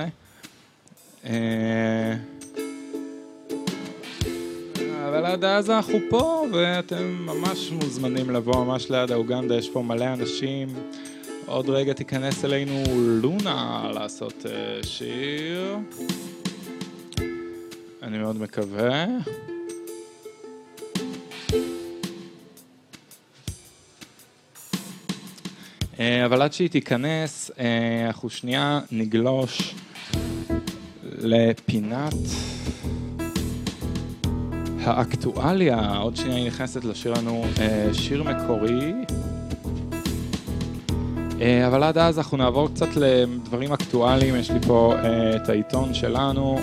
אבל עד אז אנחנו פה, ואתם ממש מוזמנים לבוא ממש ליד האוגנדה, יש פה מלא אנשים. עוד רגע תיכנס אלינו לונה לעשות שיר. אני מאוד מקווה. אבל עד שהיא תיכנס, אנחנו שנייה נגלוש לפינת האקטואליה. עוד שנייה היא נכנסת לשיר לנו שיר מקורי. אבל עד אז אנחנו נעבור קצת לדברים אקטואליים. יש לי פה את העיתון שלנו.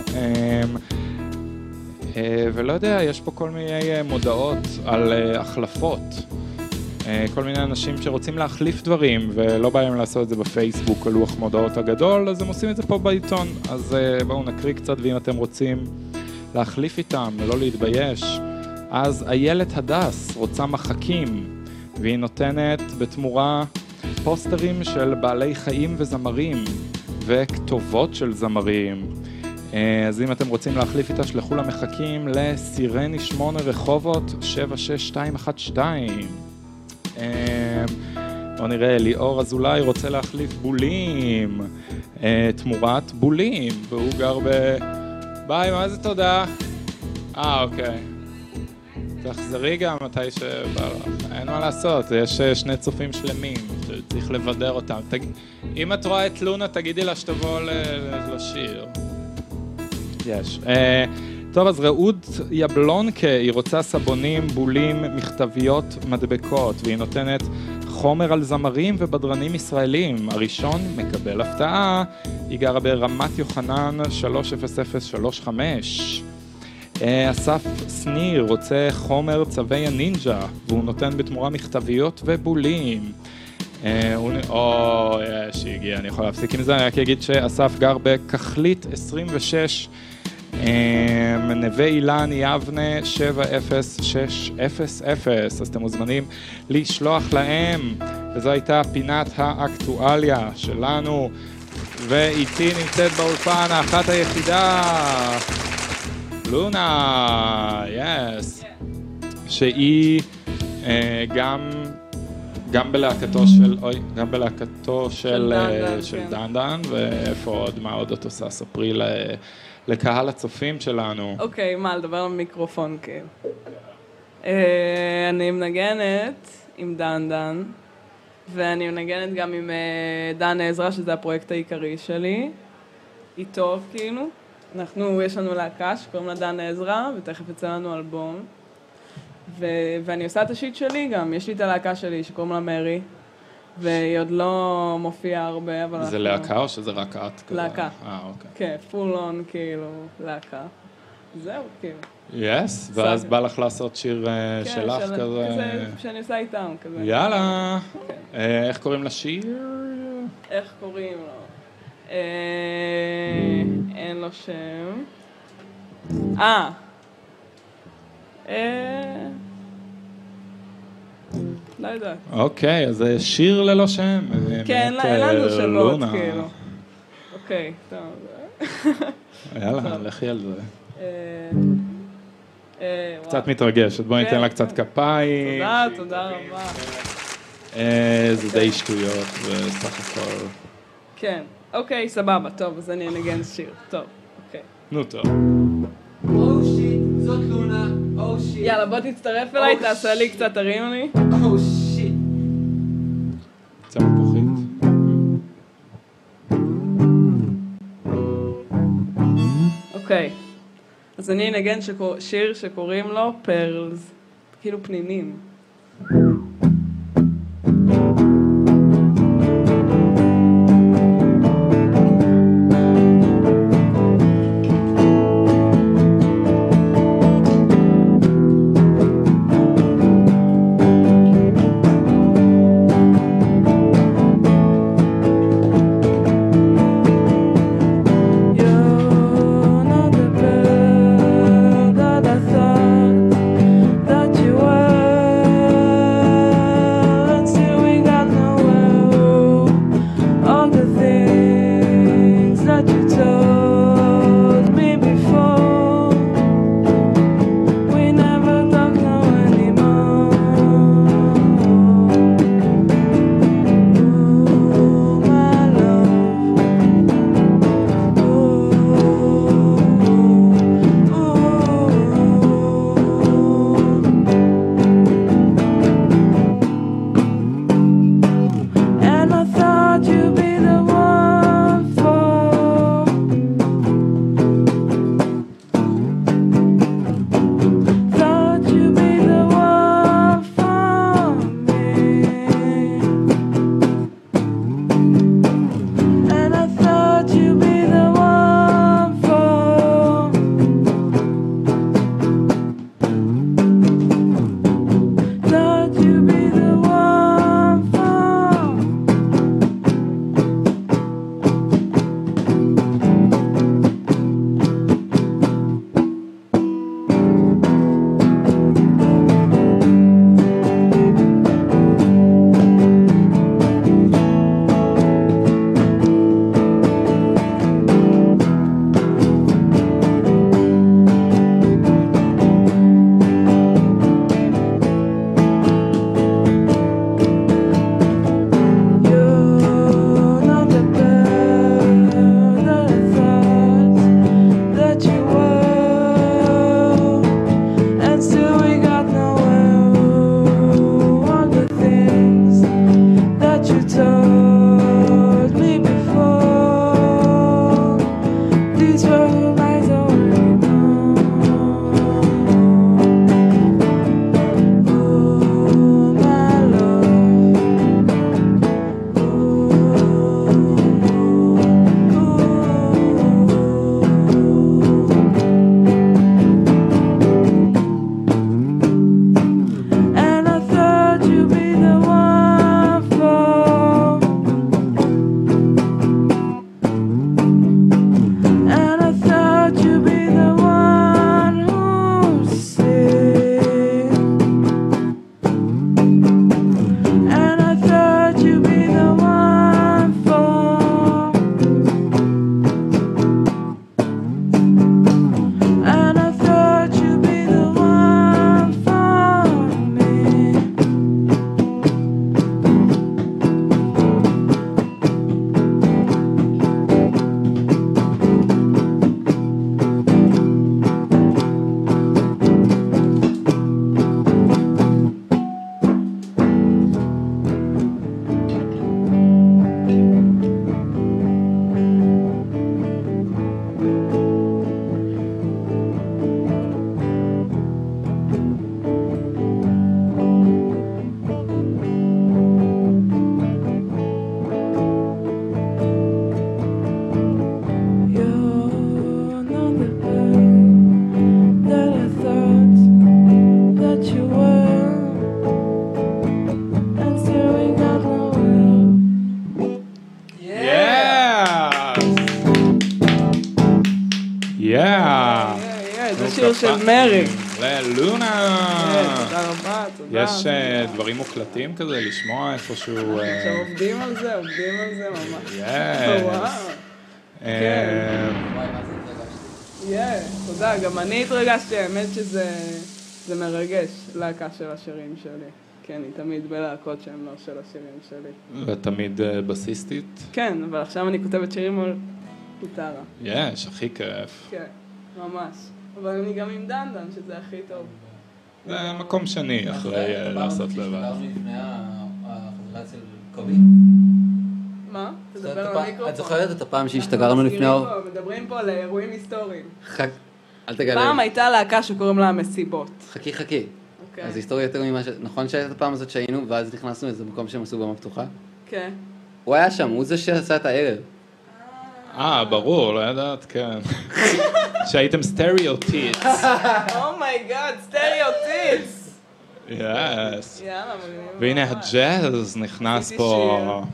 ולא יודע, יש פה כל מיני מודעות על החלפות. כל מיני אנשים שרוצים להחליף דברים ולא באים לעשות את זה בפייסבוק או לוח מודעות הגדול, אז הם עושים את זה פה בעיתון. אז בואו נקריא קצת, ואם אתם רוצים להחליף איתם ולא להתבייש, אז איילת הדס רוצה מחקים, והיא נותנת בתמורה פוסטרים של בעלי חיים וזמרים וכתובות של זמרים. אז אם אתם רוצים להחליף איתה, שלחו למחקים לסירני 8 רחובות 76212. בוא נראה, ליאור אזולאי רוצה להחליף בולים תמורת בולים, והוא גר ביי, מה זה תודה? אוקיי. תחזרי גם מתי שבא לך, אין מה לעשות, יש שני צופים שלמים, צריך לבדר אותם. אם את רואה את לונה, תגידי לה שתבוא לשיר. יש. טוב, אז רעות יבלונקה, היא רוצה סבונים, בולים, מכתביות, מדבקות, והיא נותנת חומר על זמרים ובדרנים ישראלים. הראשון מקבל הפתעה, היא גרה ברמת יוחנן 30035. אסף סניר רוצה חומר צווי הנינג'ה, והוא נותן בתמורה מכתביות ובולים. שהגיע, אני יכול להפסיק עם זה, אני רק אגיד שאסף גר בכחלית 26, נווה אילן יבנה 70600, אז אתם מוזמנים לשלוח להם. וזו הייתה פינת האקטואליה שלנו, ואיתי נמצאת באולפן האחת היחידה, לונה, יס, שהיא גם בלהקתו של דנדן, ואיפה עוד, מה עוד את עושה? ספרי לקהל הצופים שלנו. אוקיי, מה, לדבר על מיקרופון, כאילו. אני מנגנת עם דנדן, ואני מנגנת גם עם דן עזרא, שזה הפרויקט העיקרי שלי. היא טוב, כאילו. יש לנו להקה שקוראים לה דן עזרא, ותכף יצא לנו אלבום. ואני עושה את השיט שלי גם, יש לי את הלהקה שלי שקוראים לה מרי, והיא עוד לא מופיעה הרבה, אבל... זה להקה או שזה רק את? להקה. אוקיי. כן, פול און, כאילו, להקה. זהו, כאילו. יס, ואז בא לך לעשות שיר שלך כזה? כזה שאני עושה איתם, כזה. יאללה. איך קוראים לשיר? איך קוראים לו? אין לו שם. לא יודעת. אוקיי, אז זה שיר ללא שם. כן, אין לנו שמות, כאילו. אוקיי, טוב. יאללה, לכי על זה. קצת מתרגשת, בואי ניתן לה קצת כפיים. תודה רבה. זה די שטויות, בסך הכל. כן, אוקיי, סבבה, טוב, אז אני אנגן שיר. טוב, אוקיי. נו, טוב. זאת לונה, שיט. יאללה, בוא תצטרף אליי, תעשה לי קצת, תרים לי. שיט. קצת מפוחית. אוקיי, אז אני אנגן שיר שקוראים לו פרלס, כאילו פנינים. You're not the שיר של מרי. ללונה. תודה רבה, תודה. יש דברים מוקלטים כזה, לשמוע איפשהו... עכשיו עובדים על זה ממש. וואו. כן. תודה, גם אני התרגשתי, האמת שזה מרגש, להקה של השירים שלי. כן, היא תמיד בלהקות שהן לא של השירים שלי. ותמיד בסיסטית? כן, אבל עכשיו אני כותבת שירים על גיטרה. יש, הכי כיף. כן, ממש. אבל אני גם עם דנדן, שזה הכי טוב. זה מקום שני, אחרי לעשות לבד. דיברנו לפני החברה אצל קובי. מה? תדבר על המיקרופון. את זוכרת את הפעם שהשתגרנו לפני... מדברים פה על אירועים היסטוריים. אל תגלה. פעם הייתה להקה שקוראים לה מסיבות. חכי. אז היסטוריה יותר ממה נכון שהייתה את הפעם הזאת שהיינו, ואז נכנסנו לאיזה מקום שהם עשו במה פתוחה? כן. הוא היה שם, הוא זה שעשה את הערב. ברור, לא ידעת, כן. שהייתם סטריאוטיפס. אומייגאד, סטריאוטיפס! יס. יאללה, והנה הג'אז נכנס פה.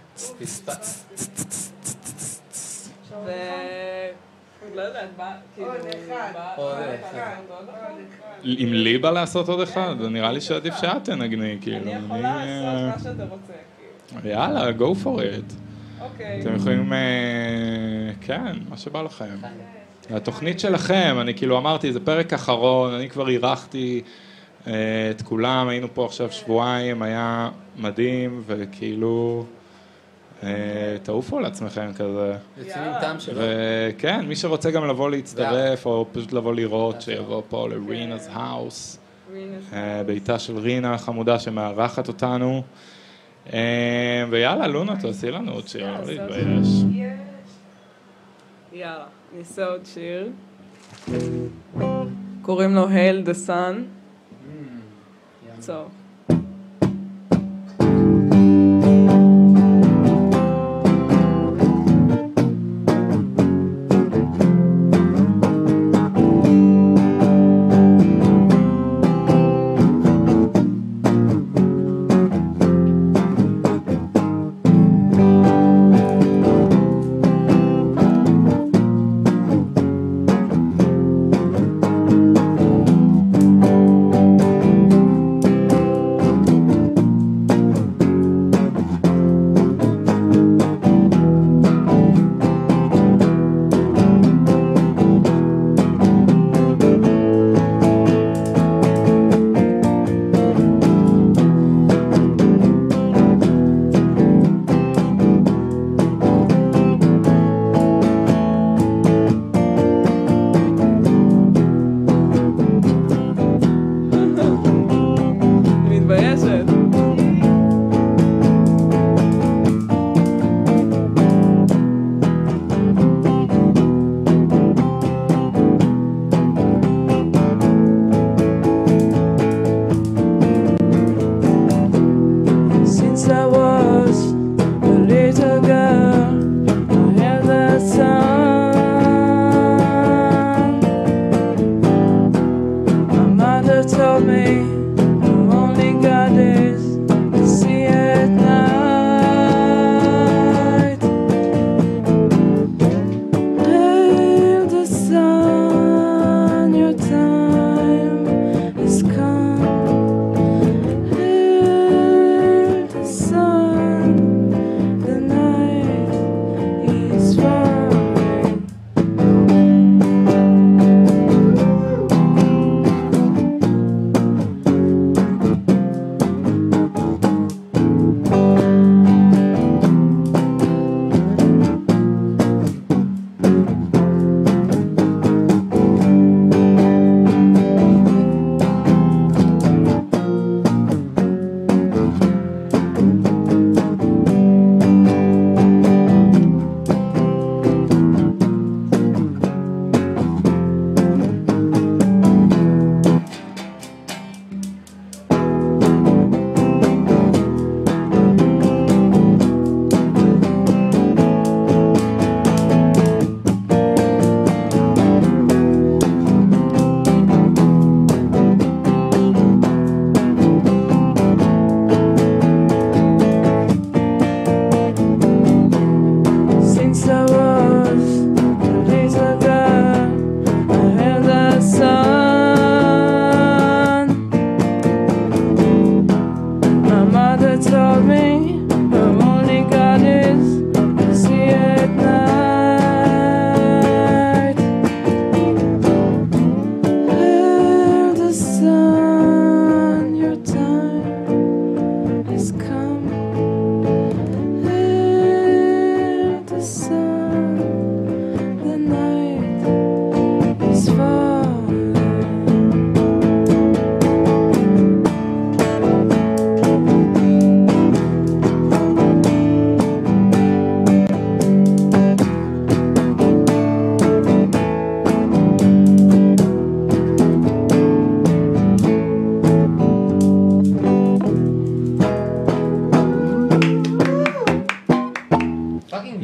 לא יודעת, עוד אחד. אם לי בא לעשות עוד אחד, נראה לי שעדיף שאת תנגני, כאילו. אני יכולה לעשות מה שאתה רוצה. יאללה, go for it. אוקיי. אתם יכולים, כן, מה שבא לכם. התוכנית שלכם, אני כאילו אמרתי, זה פרק אחרון, אני כבר אירחתי את כולם, היינו פה עכשיו שבועיים, היה מדהים, וכאילו... תעופו לעצמכם כזה. יוצאים עם טעם שלו. וכן, מי שרוצה גם לבוא להצטרף, או פשוט לבוא לראות, שיבוא פה לרינה's house. ביתה של רינה החמודה שמארחת אותנו. ויאללה, לונה, תעשי לנו עוד שיר, לא להתבייש. יאללה, ניסה עוד שיר. קוראים לו Hail the Sun. טוב.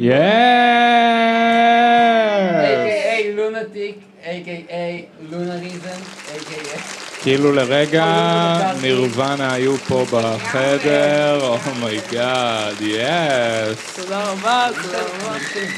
A.K.A. לונטיק, A.K.A. לונריזם, A.K.A. כאילו לרגע נירוונה היו פה בחדר, אומייגאד, יס. תודה רבה, תודה רבה.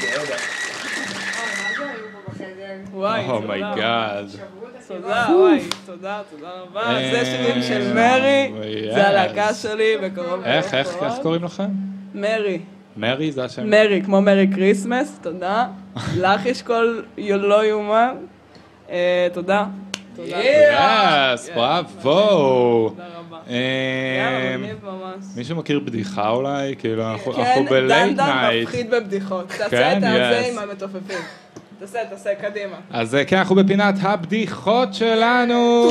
וואי, אומייגאד. תודה, וואי, תודה רבה. זה שירים של מרי, זה הלהקה שלי, בקרוב. איך קוראים לכם? מרי. מרי זה השם? מרי, כמו מרי קריסמס, תודה. לך יש קול לא יאומן. תודה. יס, בראבו. תודה רבה. מישהו מכיר בדיחה אולי? כאילו אנחנו כן, בלייט דן נייט. מפחיד בבדיחות. תעשה את זה עם המתופפים. תעשה, קדימה. אז כן, אנחנו בפינת הבדיחות שלנו.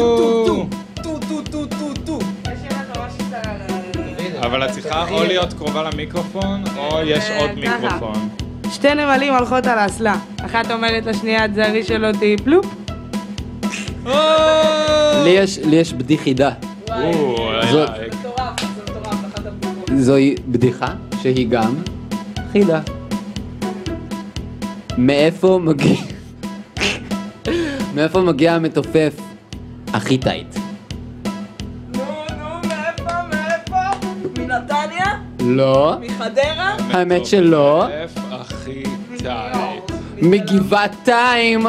אבל את צריכה או להיות קרובה למיקרופון, או יש עוד מיקרופון. שתי נמלים הולכות על האסלה. אחת אומרת לשנייה, תזהרי שלא תהי פלופ. לי יש בדיחידה. זוהי בדיחה שהיא גם חידה. מאיפה מגיע המתופף הכי טייט? מאיפה? מנתניה? לא. מחדרה? האמת שלא. המתופף הכי טייט. מגבעתיים.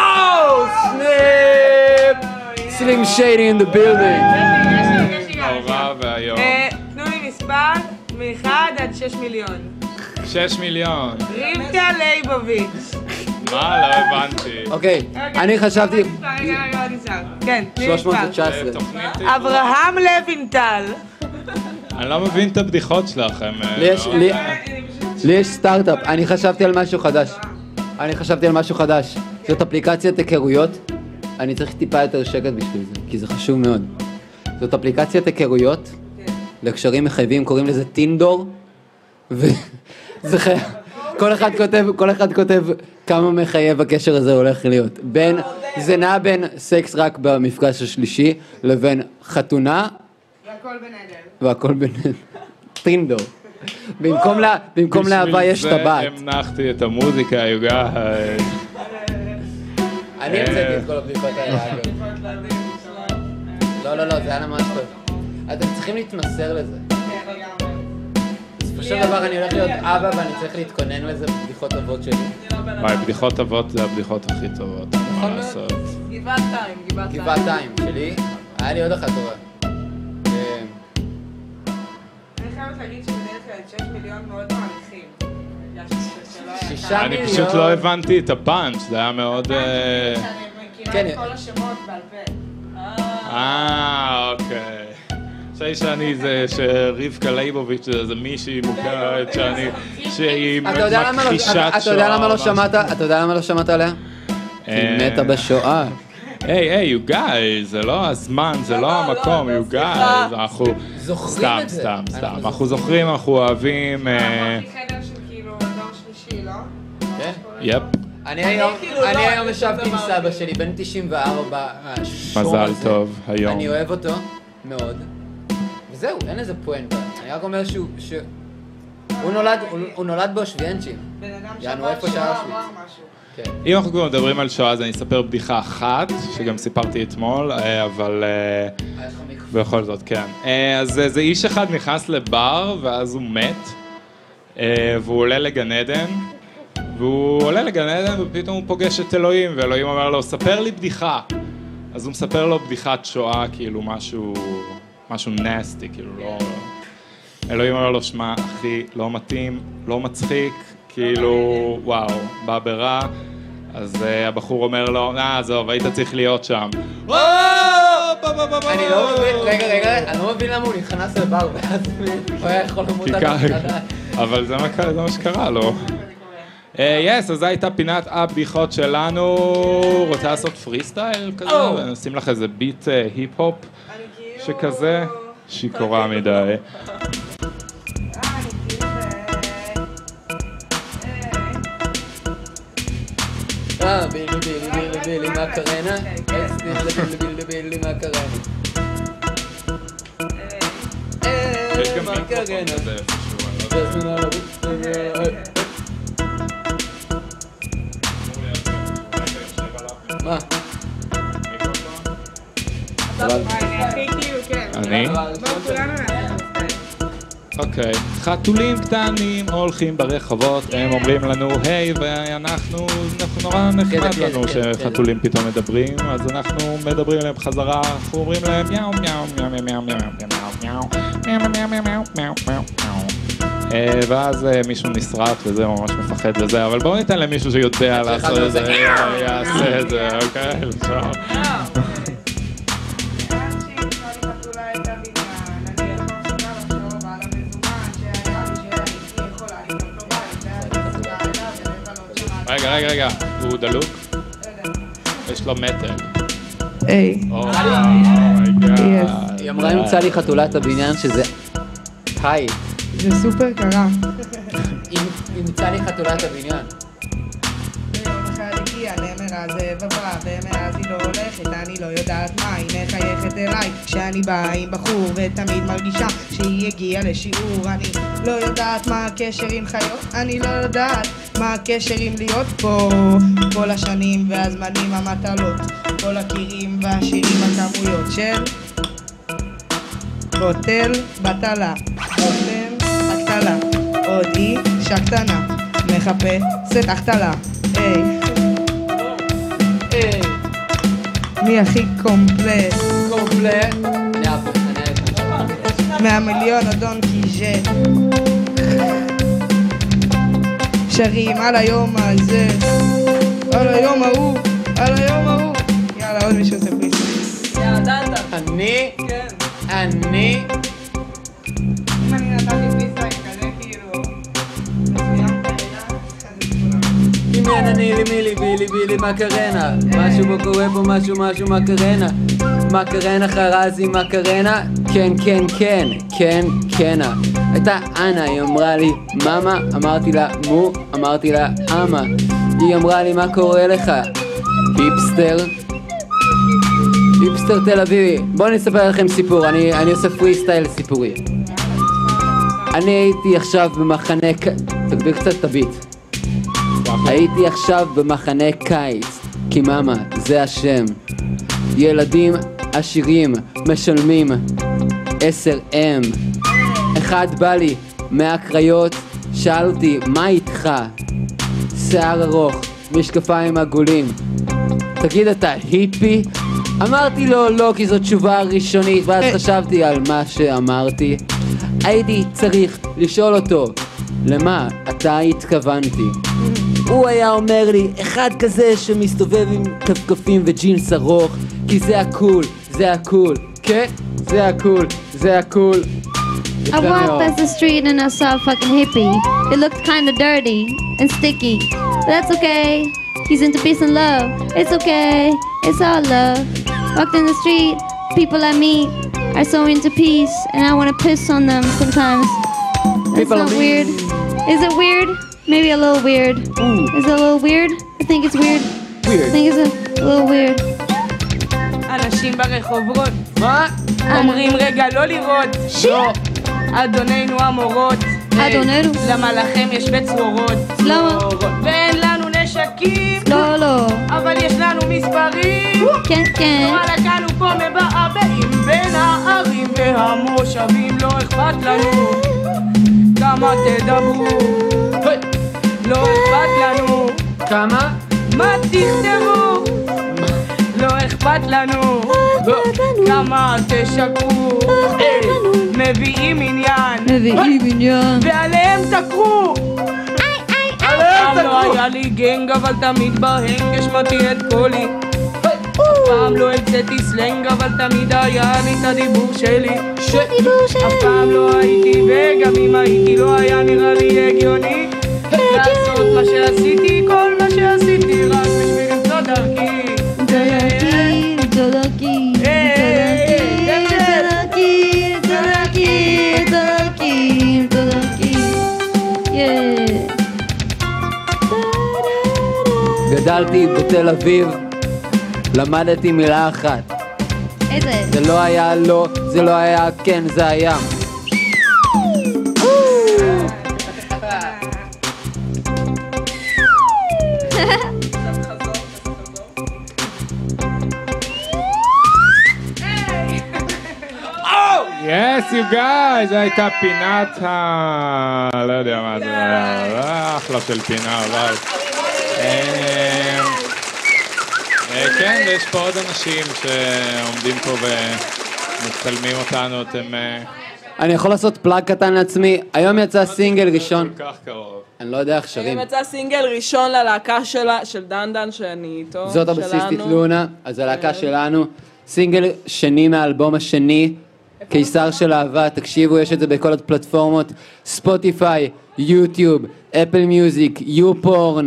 סנאפ! סלים שיידי in the building. נורא והיום. תנו לי מספר מ-1 עד 6 מיליון. 6 מיליון. רבקה ליבוביץ'. מה? לא הבנתי. אוקיי, אני חשבתי... רגע, נשאר. כן, 319. אברהם לוינטל. אני לא מבין את הבדיחות שלכם. לי יש סטארט-אפ, אני חשבתי על משהו חדש. זאת אפליקציית היכרויות. אני צריך טיפה יותר שקט בשביל זה, כי זה חשוב מאוד. זאת אפליקציית היכרויות, לקשרים מחייבים, קוראים לזה טינדור, וזה חייב, כל אחד כותב כמה מחייב הקשר הזה הולך להיות. זה נע בין סקס רק במפגש השלישי, לבין חתונה, והכל בנדר. טינדור. במקום לאהבה יש טבעת. בשביל זה המנחתי את המוזיקה, יוגה. אני המצאתי את כל הבדיחות האלה, אגב. לא, זה היה ממש טוב. אתם צריכים להתמסר לזה. בסופו של דבר אני הולך להיות אבא ואני צריך להתכונן לזה בבדיחות אבות שלי. וואי, בדיחות אבות זה הבדיחות הכי טובות. מה לעשות? גבעתיים. שלי, היה לי עוד אחת טובה. אני חייבת להגיד שבדרך כלל 6 מיליון מאוד מעריכים. 6 אני מיליון. פשוט לא הבנתי את הפאנץ', זה היה מאוד... שאני מכירה את כל השמות בעל פה. אוקיי. שאני זה שרבקה ליבוביץ' זה מישהי מוכרת שהיא מכחישת שואה. אתה יודע למה לא שמעת עליה? כי היא מתה בשואה. היי, you guys, זה לא הזמן, זה לא המקום, you guys, אנחנו... זוכרים את זה. סתם, אנחנו זוכרים, אנחנו אוהבים... אמרתי חדר של כאילו דור שלישי, לא? כן? יפ. אני היום ישבתי עם סבא שלי, בן 94, מזל טוב, היום. אני אוהב אותו מאוד. וזהו, אין איזה פואנטה. אני רק אומר הוא נולד באושוויינצ'ים. בן אדם יענו, שבא איפה שואה שהיה אמר אושוויץ. משהו. אם אנחנו כבר מדברים על שואה, אז אני אספר בדיחה אחת, שגם סיפרתי אתמול, אבל בכל זאת, כן. אז זה איש אחד נכנס לבר, ואז הוא מת, והוא עולה לגן עדן, ופתאום הוא פוגש את אלוהים, ואלוהים אומר לו, ספר לי בדיחה. אז הוא מספר לו בדיחת שואה, כאילו משהו נסטי, כאילו לא... אלוהים אומר לו, שמע, אחי, לא מתאים, לא מצחיק, כאילו, וואו, בא ברע. אז הבחור אומר לו, עזוב, היית צריך להיות שם. אני לא מבין, רגע, אני לא מבין למה הוא נכנס לבר, ואז הוא היה יכול למות על התחלה. אבל זה מה שקרה לו. יס, אז זו הייתה פינת הבדיחות שלנו. רוצה לעשות פרי סטייל כזה? ונשים לך איזה ביט היפ-הופ שכזה שיכורה מדי. בילי מקרנה, בילי מקרנה. יש גם מיקרופון כזה איפשהו. אוקיי. חתולים קטנים הולכים ברחובות, הם אומרים לנו היי, ואנחנו נורא נחמד לנו שחתולים פתאום מדברים, אז אנחנו מדברים אליהם בחזרה, אנחנו אומרים להם מיאו מיאו מיאו מיאו מיאו מיאו מיאו מיאו מיאו מיאו מיאו ואז מישהו נשרט וזה, ממש מפחד וזה, אבל בואו ניתן למישהו שיודע לעשות את זה, יעשה את זה, אוקיי? רגע, הוא דלוק? יש לו מטר. היי. היא אמרה אם צא לי חתולת הבניין שזה היי. זה סופר קרה. אם צא לי חתולת הבניין. ביום אחד הגיעה נמרה זבבה, ומאז היא לא הולכת, אני לא יודעת מה, היא מחייכת אליי כשאני באה עם בחור, ותמיד מרגישה שהיא הגיעה לשיעור. אני לא יודעת מה הקשר עם חיות, אני לא יודעת מה הקשר עם להיות פה. כל השנים והזמנים המטלות, כל הקירים והשירים הכמויות של בוטל בטלה, בוטל הקטלה, עוד אישה קטנה מחפשת החתלה. מי הכי קומפלט? קומפלט? 100 מיליון או דון קיז'ט, שרים על היום הזה, על היום ההוא, על היום ההוא. יאללה, עוד מישהו עושה פריסט. יאללה, דנדה. אני? כן. אני? אם אני נתתי פריסט כזה כאילו אני ליבי מקרנה, משהו בו קורה פה, משהו מקרנה, מקרנה חרזי מקרנה, כן, הייתה אנה, היא אמרה לי ממה, אמרתי לה מו, אמרתי לה אמה, היא אמרה לי מה קורה לך, היפסטר תל אביבי. בואו אני אספר לכם סיפור, אני עושה פרי סטייל סיפורי. אני הייתי עכשיו במחנה, תגביר קצת את הביט. הייתי עכשיו במחנה קיץ, כי מאמה, זה השם. ילדים עשירים משלמים 10M. אחד בא לי מהקריות, שאל אותי, מה איתך? שיער ארוך, משקפיים עגולים. תגיד, אתה היפי? אמרתי לו לא, כי זו תשובה ראשונית, ואז חשבתי על מה שאמרתי. הייתי צריך לשאול אותו, למה אתה התכוונתי? הוא היה אומר לי, אחד כזה שמסתובב עם כפכפים וג'ינס ארוך, כי זה הקול, כן? זה הקול. I walked past the street and I saw a fucking hippie. It looked kinda dirty and sticky, but that's okay. He's into peace and love. It's okay, it's all love. Walked in the street, people I meet are so into peace, and I wanna piss on them sometimes. That's not weird. Is it weird? Maybe a little weird. Is it a little weird? I think it's weird. I think it's a little weird. אנשים ברחובות. מה? אומרים רגע לא לראות. לא. אדוננו המורות. אדוננו? למה לכם יש בצרורות? למה? ואין לנו נשקים. לא. אבל יש לנו מספרים. כן. וואלה כאנו פה מבעבעים בין הערים והמושבים. לא אכפת לנו כמה תדברו. לא אכפת לנו כמה? מה תכתבו. לא אכפת לנו כמה תשקרו. מביאים עניין ועליהם תקרו. פעם לא היה לי גנג אבל תמיד בהנג השמעתי את קולי. פעם לא המצאתי סלנג אבל תמיד היה לי את הדיבור שלי. אף פעם לא הייתי וגם אם הייתי לא היה נראה לי הגיוני לעשות מה שעשיתי, כל מה שעשיתי רק בשביל למצוא דרכי. גדלתי בתל אביב, למדתי מילה אחת. איזה? זה לא היה לא, זה לא היה כן, זה היה. Yes, you guys, זו הייתה פינת לא יודע מה זה, אחלה של פינה, אבל... כן, ויש פה עוד אנשים שעומדים פה ומצלמים אותנו, אתם... אני יכול לעשות פלאג קטן לעצמי, היום יצא סינגל ראשון. כל כך קרוב. אני לא יודע איך שרים. היום יצא סינגל ראשון ללהקה של דן שאני איתו. זאת הבסיסטית לונה, אז הלהקה שלנו. סינגל שני מהאלבום השני, קיסר של אהבה, תקשיבו, יש את זה בכל הפלטפורמות, ספוטיפיי, יוטיוב, אפל מיוזיק, יופורן,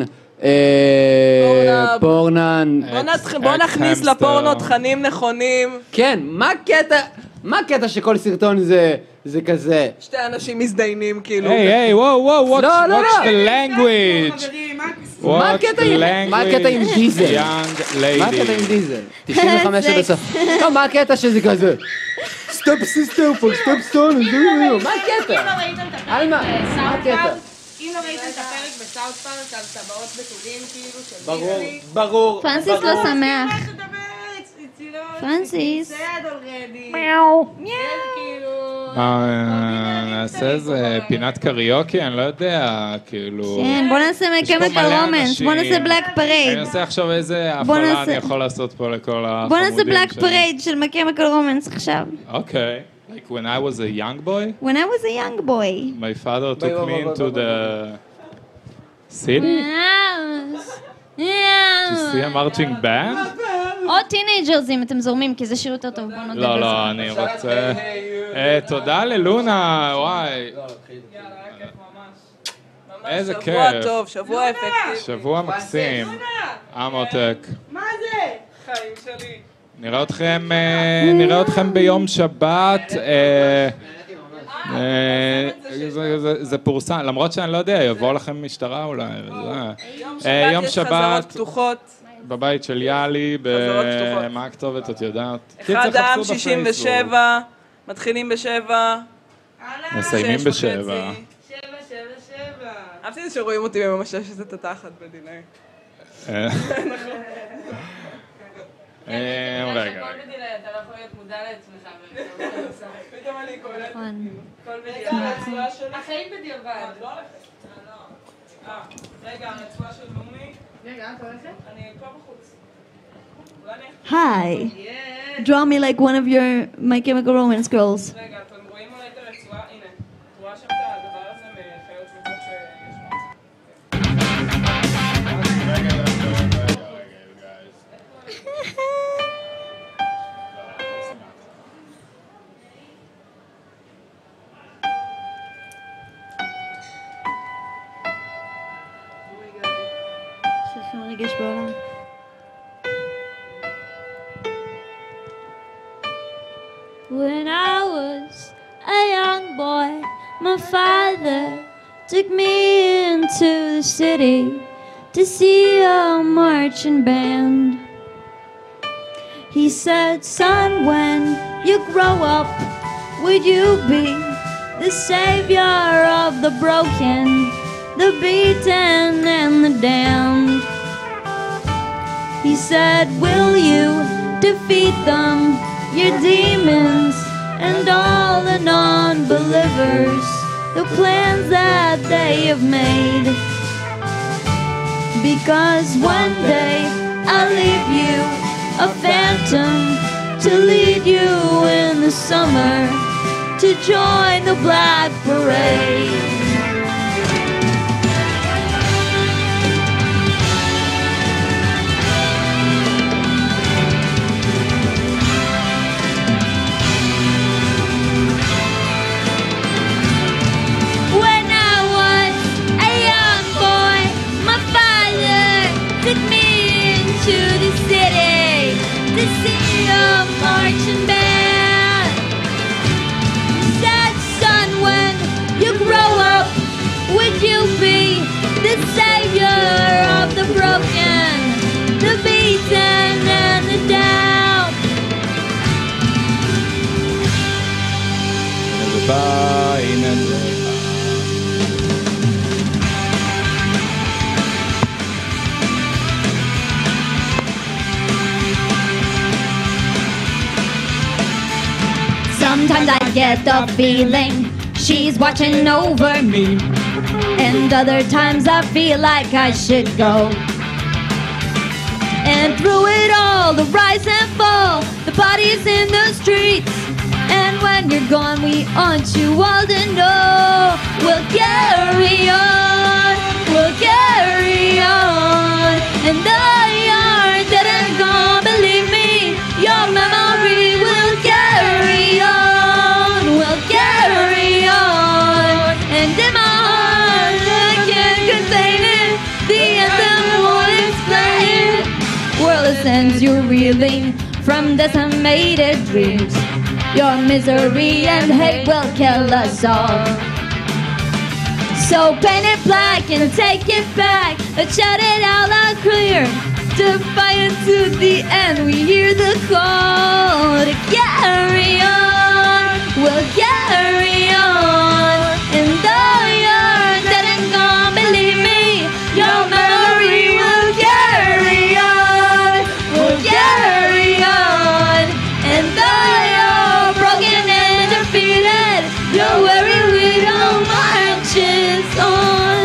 פורנן. בוא נכניס לפורנו תכנים נכונים. כן, מה הקטע שכל סרטון זה כזה? שתי אנשים מזדיינים כאילו. היי, וואו, watch the language. מה הקטע עם דיזל? מה הקטע עם דיזל? 95 בסוף. לא, מה הקטע שזה כזה? סטופ סיסטר פול, סטופ סטון, מה הקטע? אלמה, מה הקטע? אם לא ראיתם את הפרק בסאוט פארק על טבעות בתולים כאילו של ברור. פרנסיס לא שמח. פרנסיס. מיאו. נעשה איזה פינת קריוקי, אני לא יודע, כאילו... כן, בוא נעשה מקמיקל רומנס, בוא נעשה בלק פרייד. אני נעשה עכשיו איזה הפעלה אני יכול לעשות פה לכל החמודים שלי. בוא נעשה בלק פרייד של מקמיקל רומנס עכשיו. אוקיי. Like when I was a young boy? When I was a young boy. My father took me into the city? To see a marching band? או טינג'רס אם אתם זורמים, כי זה שיר יותר טוב, בוא נודה בזה. לא, אני רוצה... תודה ללונה, וואי. איזה כיף. שבוע טוב, שבוע אפקטיבי. שבוע מקסים. עמותק. מה זה? חיים שלי. נראה אתכם ביום שבת. זה פורסם, למרות שאני לא יודע, יבוא לכם משטרה אולי. יום שבת יש חזרות פתוחות. בבית של יאלי, מה הכתובת, את יודעת? אחד העם 67, מתחילים ב7. מסיימים ב7. 7. אהבתי שרואים אותי ממשש שזה תתחת בדיני. רגע. אתה לא יכול להיות מודע לעצמך. פתאום אני קולט. כל בדיעבד. החיים בדיעבד. רגע, הרצועה של נעמי. רגע, את הולכת? אני פה בחוץ. Hi. Draw me like one of your My Chemical Romance girls. רגע, אתם רואים אולי את הרצועה? הנה. את רואה שם את הדבר הזה מחיות שמות רגש בעולם. When I was a young boy, my father took me into the city to see a marching band. He said, son, when you grow up, would you be the savior of the broken, the beaten and the damned? He said, will you defeat them, your demons and all the non-believers, the plans that they have made? Because one day I'll leave you a phantom to lead you in the summer to join the Black Parade. To the city to see a marching band. He said, son, when you grow get the feeling she's watching over me. And other times I feel like I should go. And through it all, the rise and fall, the bodies in the streets. And when you're gone, we want you all to know we'll carry on, we'll carry on. And though you're dead and gone, believe me, your memory will carry on, will carry on. And in my heart, I can't contain it, the anthem will explain. World sends you reeling from decimated dreams. Your misery and hate will kill us all. So paint it black and take it back. Let's shout it out loud clear. Defiant to the end, we hear the call to carry on. We'll carry on. And though you're dead and gone, believe me, your memory will carry on. We'll carry on. And though you're broken and defeated, don't worry, we don't marches on.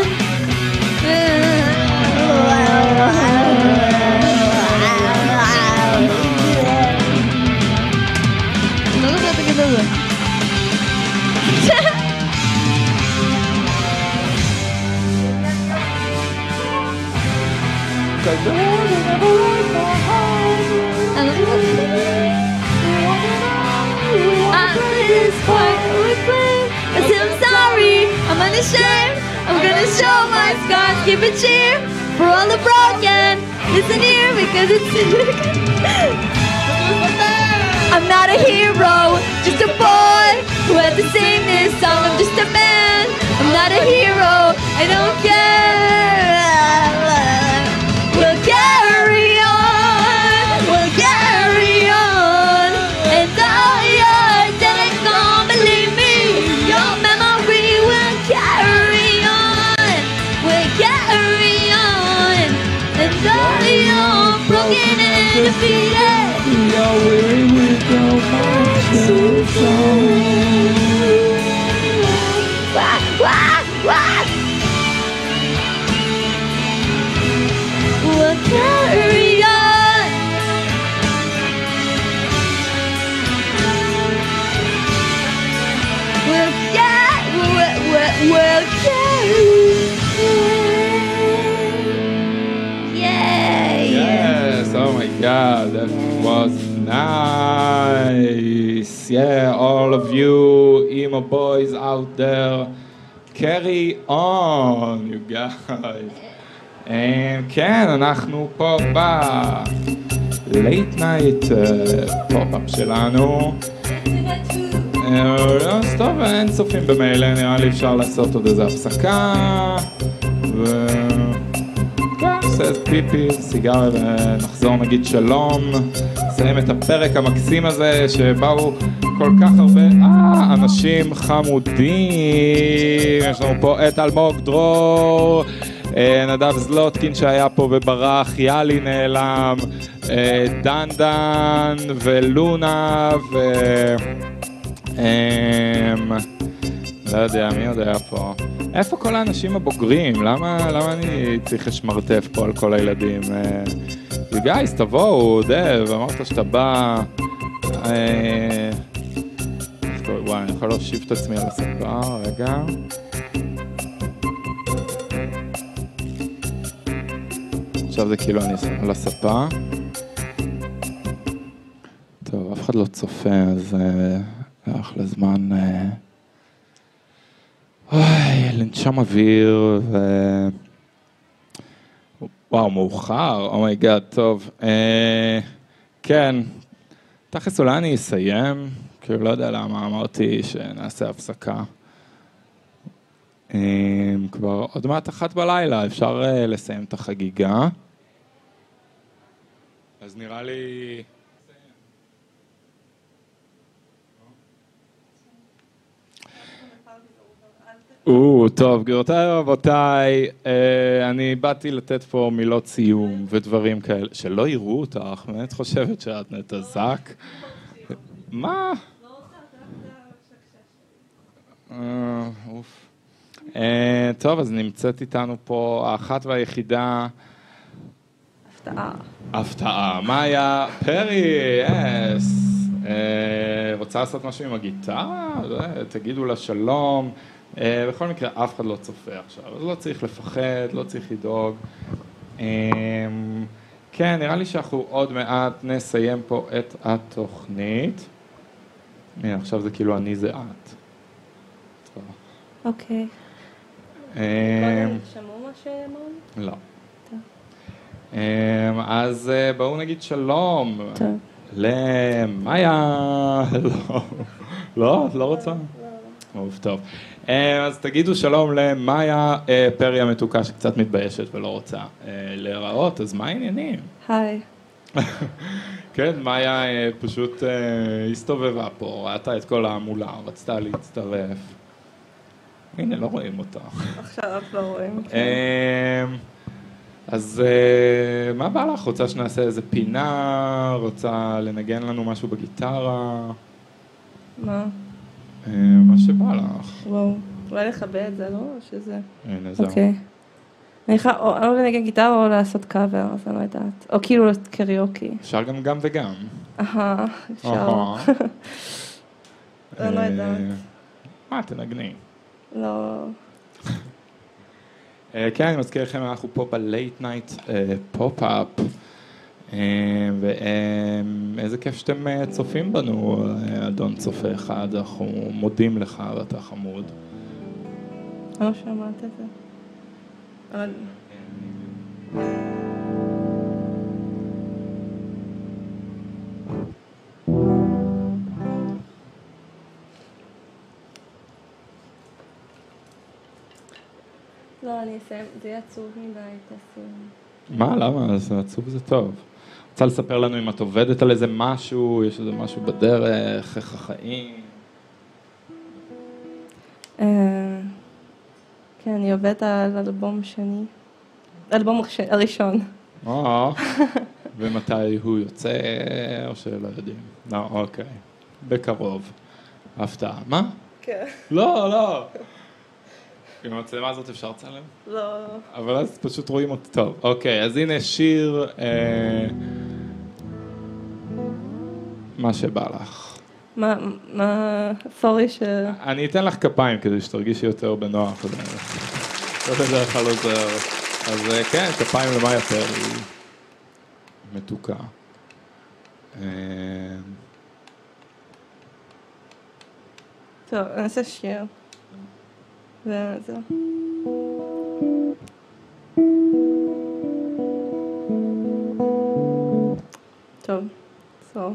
This part would play. I said I'm sorry, I'm unashamed. I'm gonna show my scars, give a cheer for all the broken. Listen here because it's I'm not a hero, just a boy who had to sing this song. I'm just a man, I'm not a hero, I don't care. We'll carry on, we'll carry on. And though you're dead and gone, believe me, your memory will carry on, will carry on. And though you're broken and defeated, you're weary with your mind so we'll carry on. We'll carry on. Yes, oh my God, that was nice. Yeah, all of you emo boys out there, carry on, you guys. כן, אנחנו פה ב-Late Night פופ-אפ שלנו. אז טוב, אין צופים במילא, נראה לי אפשר לעשות עוד איזה הפסקה. עושה פיפי, סיגריה ונחזור נגיד שלום. נסיים את הפרק המקסים הזה שבאו כל כך הרבה אנשים חמודים. יש לנו פה את אלמוג דרור, נדב זלוטקין שהיה פה וברח, יאלי נעלם, דן ולונה לא יודע, מי עוד היה פה? איפה כל האנשים הבוגרים? למה אני צריך לשמרטף פה על כל הילדים? You guys, תבואו, דב, אמרת שאתה בא. וואי, אני יכול להושיב את עצמי על הספה, רגע. עכשיו זה כאילו אני על הספה. טוב, אף אחד לא צופה, אז אחלה זמן. לנשום אוויר וואו, מאוחר, אומייגאד, טוב. כן, תכף אולי אני אסיים, כאילו לא יודע למה אמרתי שנעשה הפסקה. כבר עוד מעט 1 בלילה, אפשר לסיים את החגיגה. אז נראה לי... טוב, גבירותיי ורבותיי, אני באתי לתת פה מילות סיום ודברים כאלה, שלא יראו אותך, באמת חושבת שאת נתזק. מה? טוב, אז נמצאת איתנו פה האחת והיחידה. הפתעה. מאיה פרי, רוצה לעשות משהו עם הגיטרה? תגידו לה שלום. בכל מקרה, אף אחד לא צופה עכשיו, אז לא צריך לפחד, לא צריך לדאוג. כן, נראה לי שאנחנו עוד מעט נסיים פה את התוכנית. הנה, עכשיו זה כאילו אני זה את. אוקיי. שמעו מה שאמרנו? לא. אז בואו נגיד שלום. טוב. למאיה. לא? את לא רוצה? לא. טוב. אז תגידו שלום למאיה פרי המתוקה שקצת מתביישת ולא רוצה להיראות, אז מה העניינים? היי. כן, מאיה פשוט הסתובבה פה, ראתה את כל העמולה, רצתה להצטרף. הנה, לא רואים אותה. עכשיו לא רואים. אז מה בא לך? רוצה שנעשה איזה פינה? רוצה לנגן לנו משהו בגיטרה? מה? מה שבא לך. וואו, אולי לכבה את זה, לא? או שזה... הנה, זהו. אוקיי. אני יכולה או לנגן גיטרה או לעשות קאבר, אז אני לא יודעת. או כאילו קריוקי. אפשר גם וגם. אפשר. אני לא יודעת. מה, תנגני. לא. כן, אני מזכיר לכם, אנחנו פה ב-Late Night Pop-Up, ואיזה כיף שאתם צופים בנו, אדון צופה אחד, אנחנו מודים לך ואתה חמוד. אני לא שמעת את זה. אבל... לא, אני אסיים, זה יהיה עצוב מדי, תעשי. מה? למה? זה עצוב זה טוב. רוצה לספר לנו אם את עובדת על איזה משהו, יש איזה משהו בדרך, איך החיים? כן, אני עובדת על אלבום שני. אלבום הראשון. ומתי הוא יוצא, או שלא יודעים? לא, אוקיי. בקרוב. הפתעה. מה? כן. לא. עם המצלמה הזאת אפשר לצלם? לא. אבל אז פשוט רואים אותי טוב. אוקיי, אז הנה שיר, מה שבא לך. מה, סורי ש... אני אתן לך כפיים כדי שתרגישי יותר בנוח. לא בדרך כלל עוזר. אז כן, כפיים למאיה פרי. מתוקה. טוב, אני אעשה שיר. וזהו. טוב, so.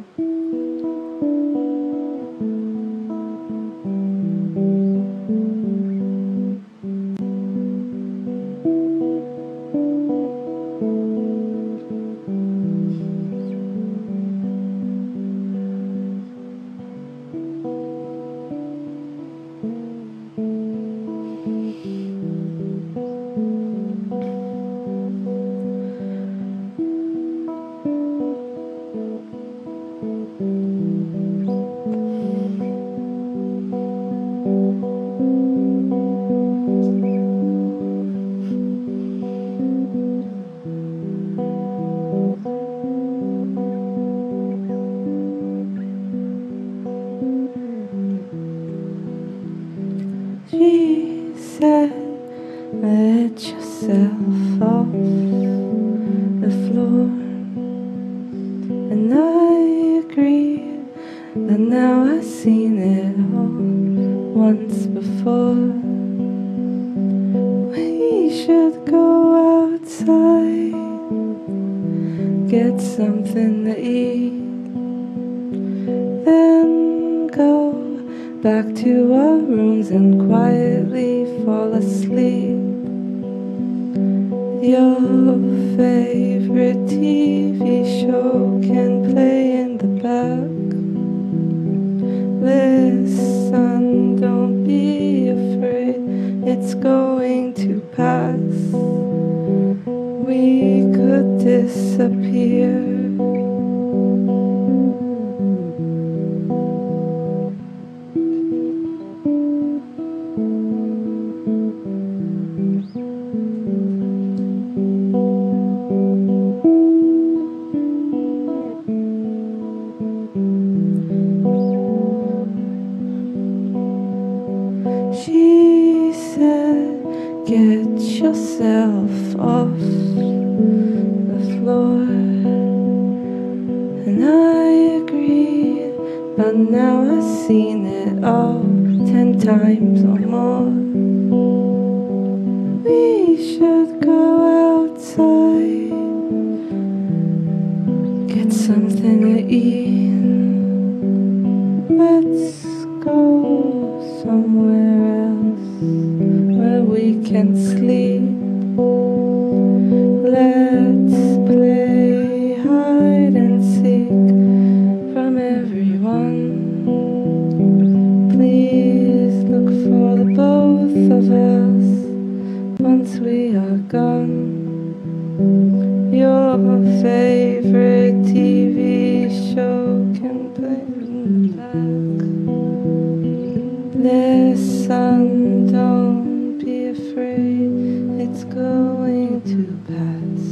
get yourself off the floor. And I agree, but now I've seen it all 10 times or more. We should go outside, get something to eat. Let's go somewhere else where we can sleep. Let's play hide and seek from everyone. Please look for the both of us once we are gone. Your favorite TV show can play back. Listen, don't be afraid, it's going to pass.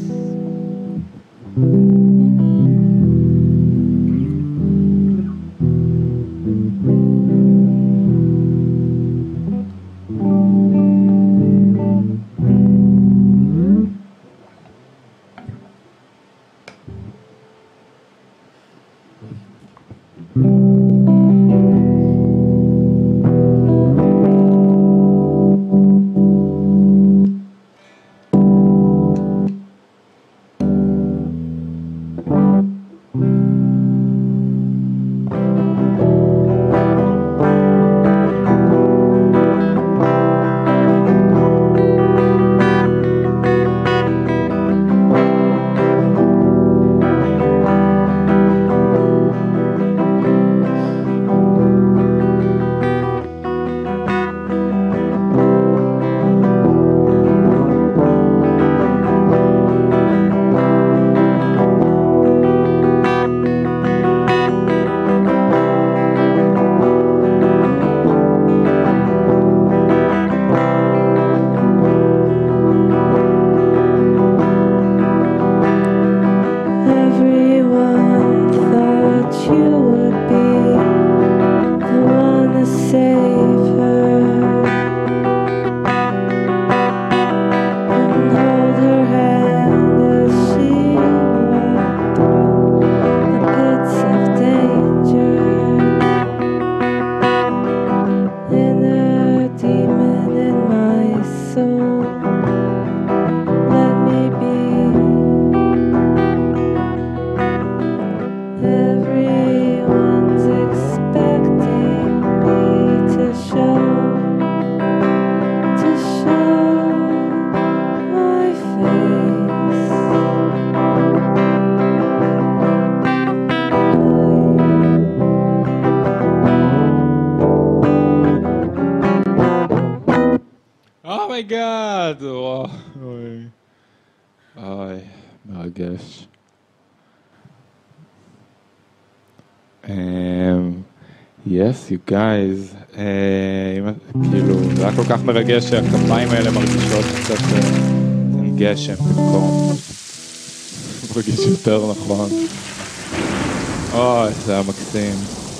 אומייגאד, אוי, מרגש. Yes, you guys, כאילו, זה היה כל כך מרגש שהכפיים האלה מרגישות קצת גשם במקום. מרגיש יותר נכון. אוי, זה היה מקסים.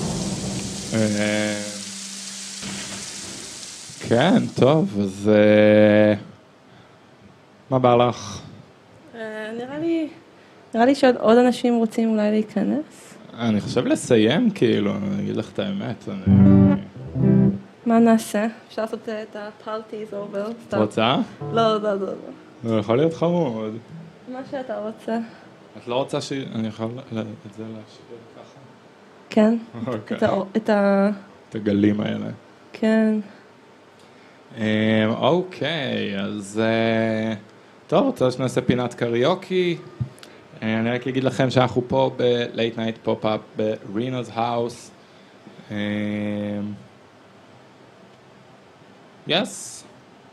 כן, טוב, אז מה בא לך? נראה לי שעוד אנשים רוצים אולי להיכנס. אני חושב לסיים, כאילו, אני אגיד לך את האמת. מה נעשה? אפשר לעשות את הפארטיז אובר? את רוצה? לא. זה יכול להיות חמוד. מה שאתה רוצה. את לא רוצה שאני יכול את זה להשאיר ככה? כן. את הגלים האלה. כן. אוקיי, אז טוב, רוצה שנעשה פינת קריוקי. אני רק אגיד לכם שאנחנו פה ב-Late Night Pop-Up ב-Reno's House. Yes.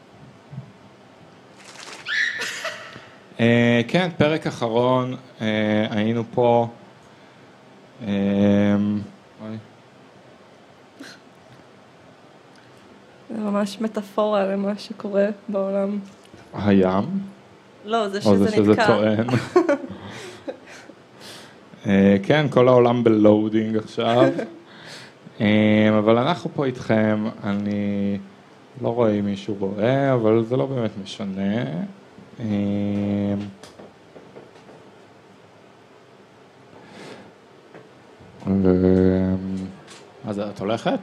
כן, פרק אחרון, היינו פה. זה ממש מטאפורה למה שקורה בעולם. הים? לא, זה או שזה זה שזה נתקע. טוען. כן, כל העולם בלואודינג עכשיו. אבל אנחנו פה איתכם, אני לא רואה אם מישהו רואה, אבל זה לא באמת משנה. אז את הולכת?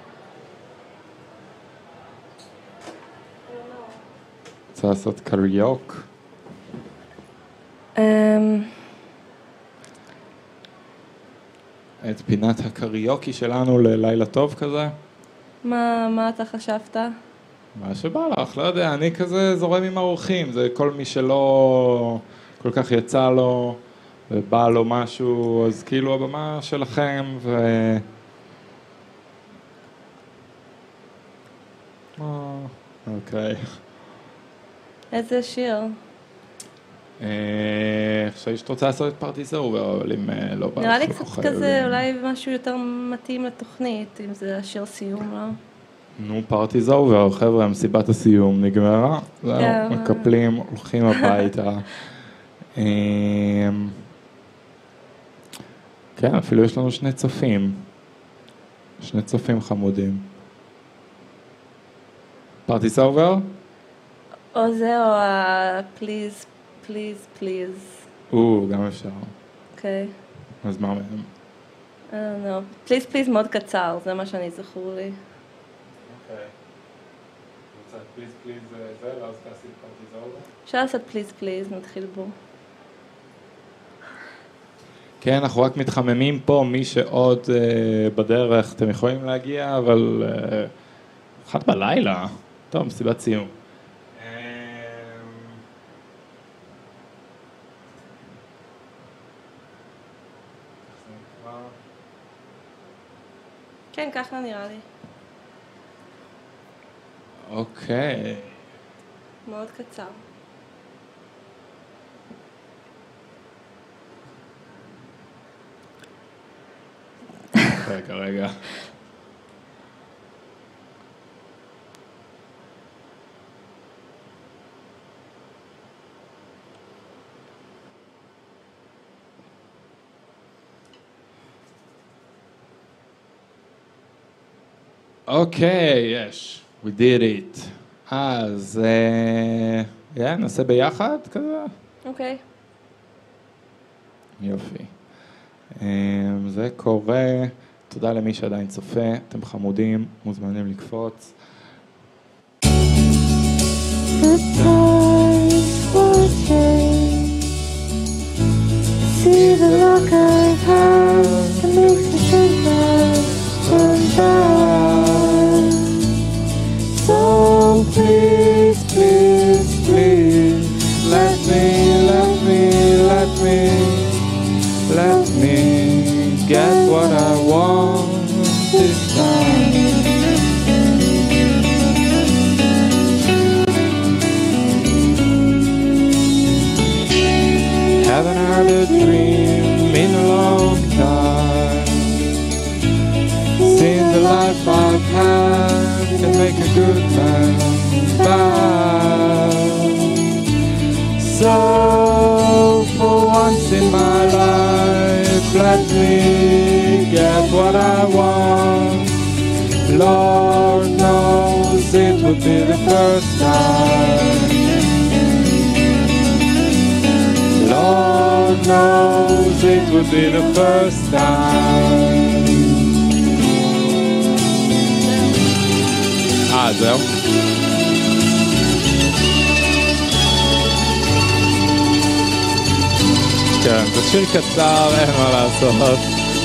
רוצה לעשות קריוק? את פינת הקריוקי שלנו ללילה טוב כזה? מה אתה חשבת? מה שבא לך, לא יודע, אני כזה זורם עם האורחים, זה כל מי שלא כל כך יצא לו ובא לו משהו, אז כאילו הבמה שלכם אוקיי. איזה שיר? חשבי שאת רוצה לעשות את פארטי זאובר, אבל אם לא בא לך נראה לי קצת כזה, אולי משהו יותר מתאים לתוכנית, אם זה השיר סיום, לא? נו, פארטי זאובר, חבר'ה, מסיבת הסיום נגמרה, זהו, מקפלים, הולכים הביתה. כן, אפילו יש לנו שני צופים חמודים. פארטי זאובר? או זה או פליז, פליז, פליז. גם אפשר. אוקיי. אז מה מהם? I don't know. פליז, פליז מאוד קצר, זה מה שאני זכור לי. אוקיי. רוצה פליז, פליז זה, ואז תעשי פארטי זאובר? אפשר לעשות פליז, פליז, נתחיל בו. כן, אנחנו רק מתחממים פה, מי שעוד בדרך, אתם יכולים להגיע, אבל 1 בלילה, טוב, מסיבת סיום. כן, ככה נראה לי. אוקיי. מאוד קצר. רגע. אוקיי, יש. We did it. אז נעשה ביחד כזה? אוקיי. יופי. זה קורה, תודה למי שעדיין צופה, אתם חמודים, מוזמנים לקפוץ. See the look I have that makes me think that I'm bad. So please, please, please, let me get what I want this time. Haven't had a dream in a long time. Seen the life I've had can make a good man bad. So for once in my life, let me get what I want. Lord knows it would be the first time. Lord knows it would be the first time. זהו. כן, זה שיר קצר, אין מה לעשות.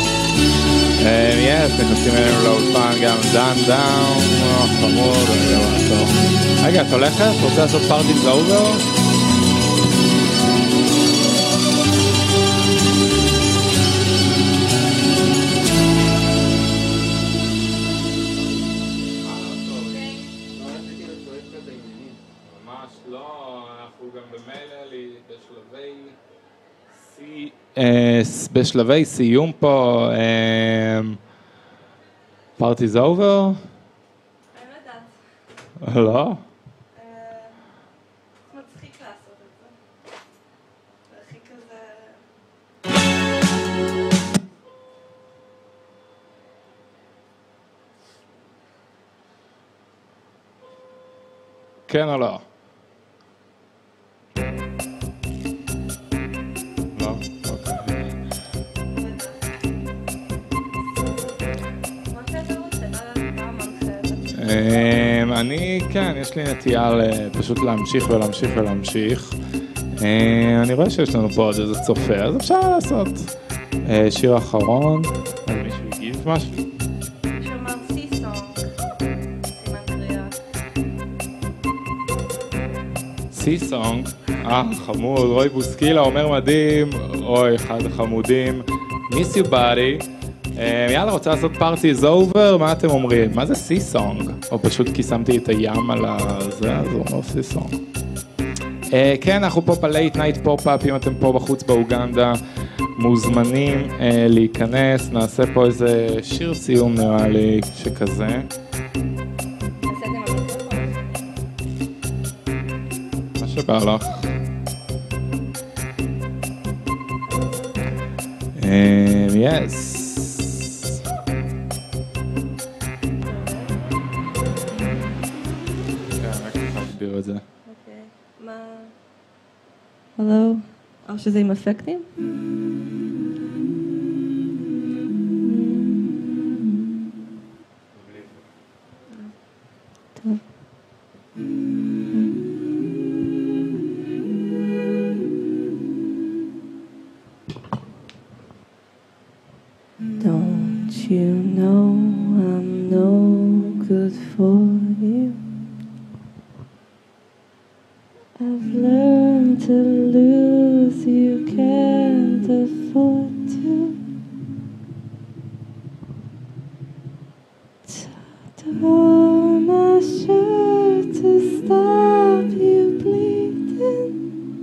נכנסים אלינו לאולפן גם דן דאון, חמוד, אני לא מעצור. רגע, את הולכת? רוצה לעשות פארטי זאובר? בשלבי סיום פה, פארטי זה אובר? לא? מצחיק לעשות את זה. זה הכי כזה... כן או לא? לא? אוקיי. אני, כן, יש לי נטייה פשוט להמשיך ולהמשיך ולהמשיך. אני רואה שיש לנו פה עוד איזה צופה, אז אפשר לעשות שיר אחרון. אז מישהו הגיב משהו? שומר סי-סונג, סימן קריאה. סי-סונג, חמוד, רוי בוסקילה אומר מדהים, אוי, אחד החמודים. Miss you buddy. יאללה, רוצה לעשות party is over? מה אתם אומרים? מה זה סי-סונג? או פשוט כי שמתי את הים על זה, אז הוא אומר סי-סונג. כן, אנחנו פה בלייט נייט פופ-אפ, אם אתם פה בחוץ באוגנדה, מוזמנים להיכנס, נעשה פה איזה שיר סיום נראה לי שכזה. מה שבא לך. יס. רק תחביר את זה. הלו? או שזה עם אפקטים? טוב. Don't you know I'm no good for you? I've learned to lose, you can't afford to. Tore my shirt to stop you bleeding.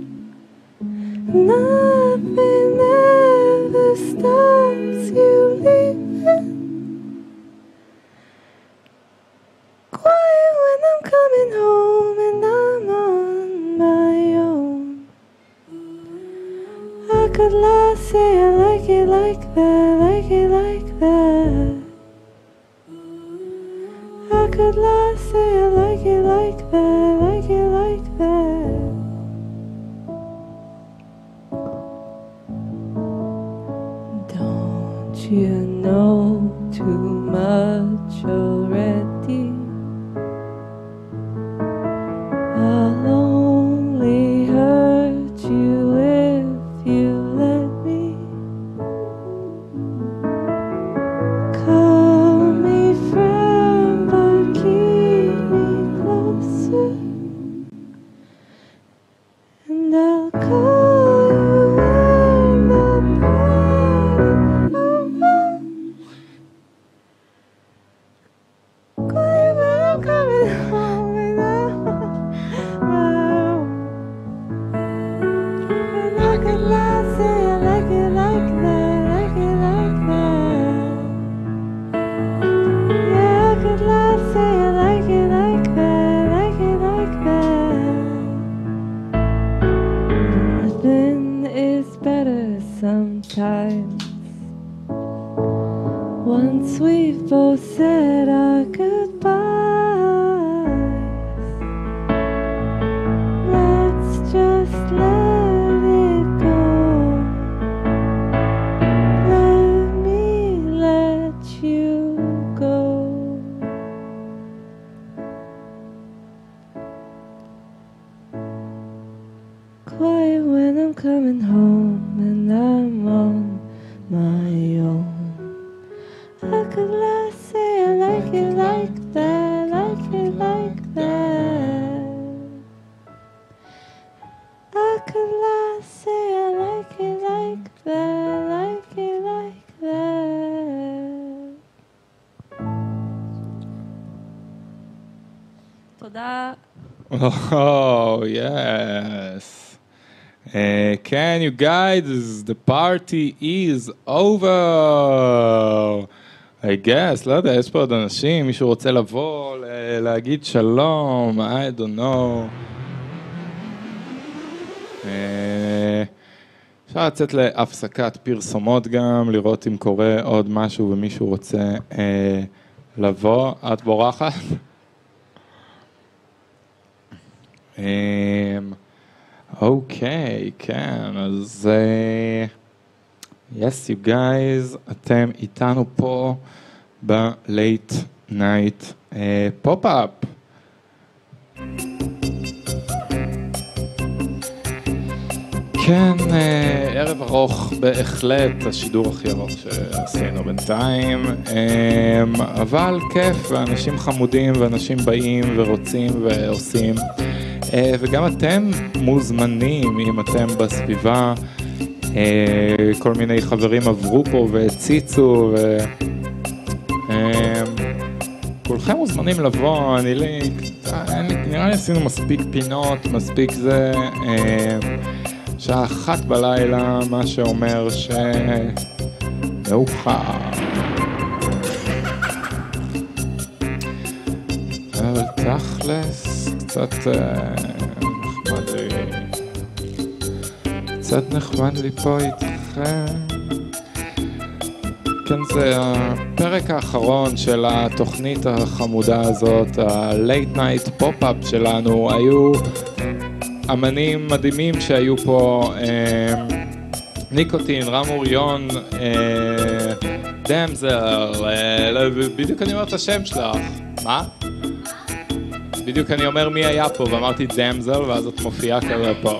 Nothing ever stops you leaving. Quiet when I'm coming home and I'm on my own. I could lie, say I like it like that, like it like that. I could lie, say I like it like that, like it like that. Don't you know too much already? I'll only hurt you if you let me. Call me friend, but keep me closer. And I'll call you when the party's over. Quiet when I'm coming home and I'm I could lie, say I like it like that, like it like that. Yeah, I could lie, say I like it like that, like it like that. Nothing is better sometimes. Once we've both said our goodbyes, let's just let it go. Let me let you go. Quiet when I'm coming home and I'm on my own. I could lie, say I like it like that, like it like that. I could lie, say I like it like that, like it like that. תודה. Oh, yes. Can you guys, the party is over. I guess, לא יודע, יש פה עוד אנשים, מישהו רוצה לבוא, להגיד שלום, I don't know. אפשר לצאת להפסקת פרסומות גם, לראות אם קורה עוד משהו ומישהו רוצה לבוא. את בורחת? אוקיי, כן, אז yes, you guys, אתם איתנו פה ב-Late Night Pop-Up. כן, ערב ארוך בהחלט, השידור הכי ארוך שעשינו בינתיים, אבל כיף, ואנשים חמודים, ואנשים באים ורוצים ועושים, וגם אתם מוזמנים, אם אתם בסביבה, כל מיני חברים עברו פה והציצו, כולכם מוזמנים לבוא, נראה לי עשינו מספיק פינות, מספיק זה, שעה 1 בלילה, מה שאומר מאוחר. אבל תכלס, קצת נחמד לי פה איתכם. כן, זה הפרק האחרון של התוכנית החמודה הזאת, ה-Late Night Pop-Up שלנו. היו אמנים מדהימים שהיו פה, ניקוטין, רם אוריון, דמזל, בדיוק אני אומר את השם שלך. מה? בדיוק אני אומר מי היה פה, ואמרתי דמזל, ואז את מופיעה כזה פה.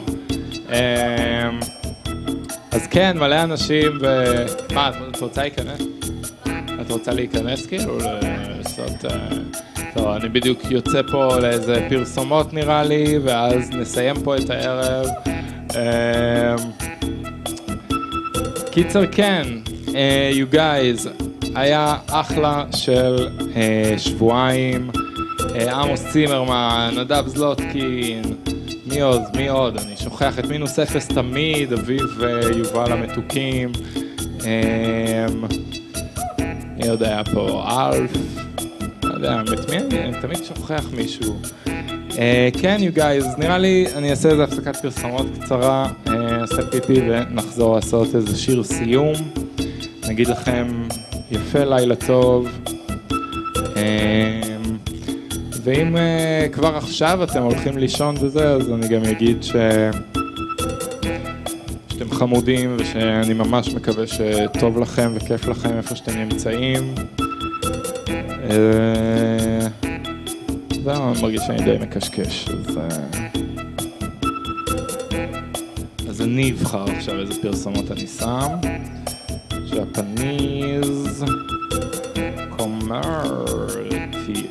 אז כן, מלא אנשים, מה, את רוצה להיכנס? את רוצה להיכנס כאילו? לעשות... טוב, אני בדיוק יוצא פה לאיזה פרסומות נראה לי, ואז נסיים פה את הערב. קיצר כן, you guys, היה אחלה של שבועיים. עמוס צימרמן, נדב זלוטקין, מי עוד? אני שוכח את מינוס אפס תמיד, אביב ויובל המתוקים. מי עוד היה פה? אלף. לא יודע, אני תמיד שוכח מישהו. כן, you guys, נראה לי אני אעשה איזה הפסקת פרסומות קצרה, אעשה פיפי ונחזור לעשות איזה שיר סיום. נגיד לכם יפה, לילה טוב. ואם כבר עכשיו אתם הולכים לישון וזה, אז אני גם אגיד שאתם חמודים ושאני ממש מקווה שטוב לכם וכיף לכם איפה שאתם נמצאים. זהו, אני מרגיש שאני די מקשקש, אז אני אבחר עכשיו איזה פרסומות אני שם. Japanese Commercial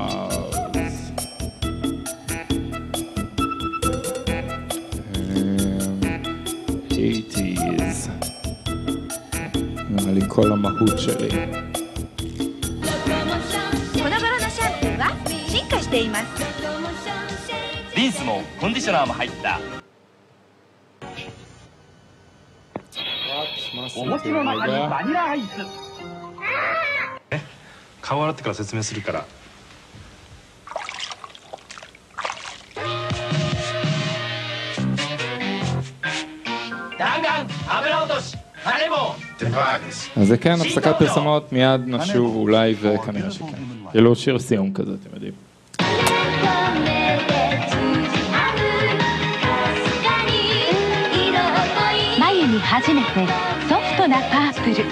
80s. נראה לי כל המהות שלי. この頃のシャンプーは進化しています。 リンスもコンディショナーも入った面白の中にバニラアイス。 顔洗ってから説明するから。 弾丸油落としハレモン。 אז זה כן, הפסקת פרסומות, מיד נשוב אולי וכנראה שכן. כאילו שיר סיום כזה, אתם יודעים. 眉に初めてソフトなパープル。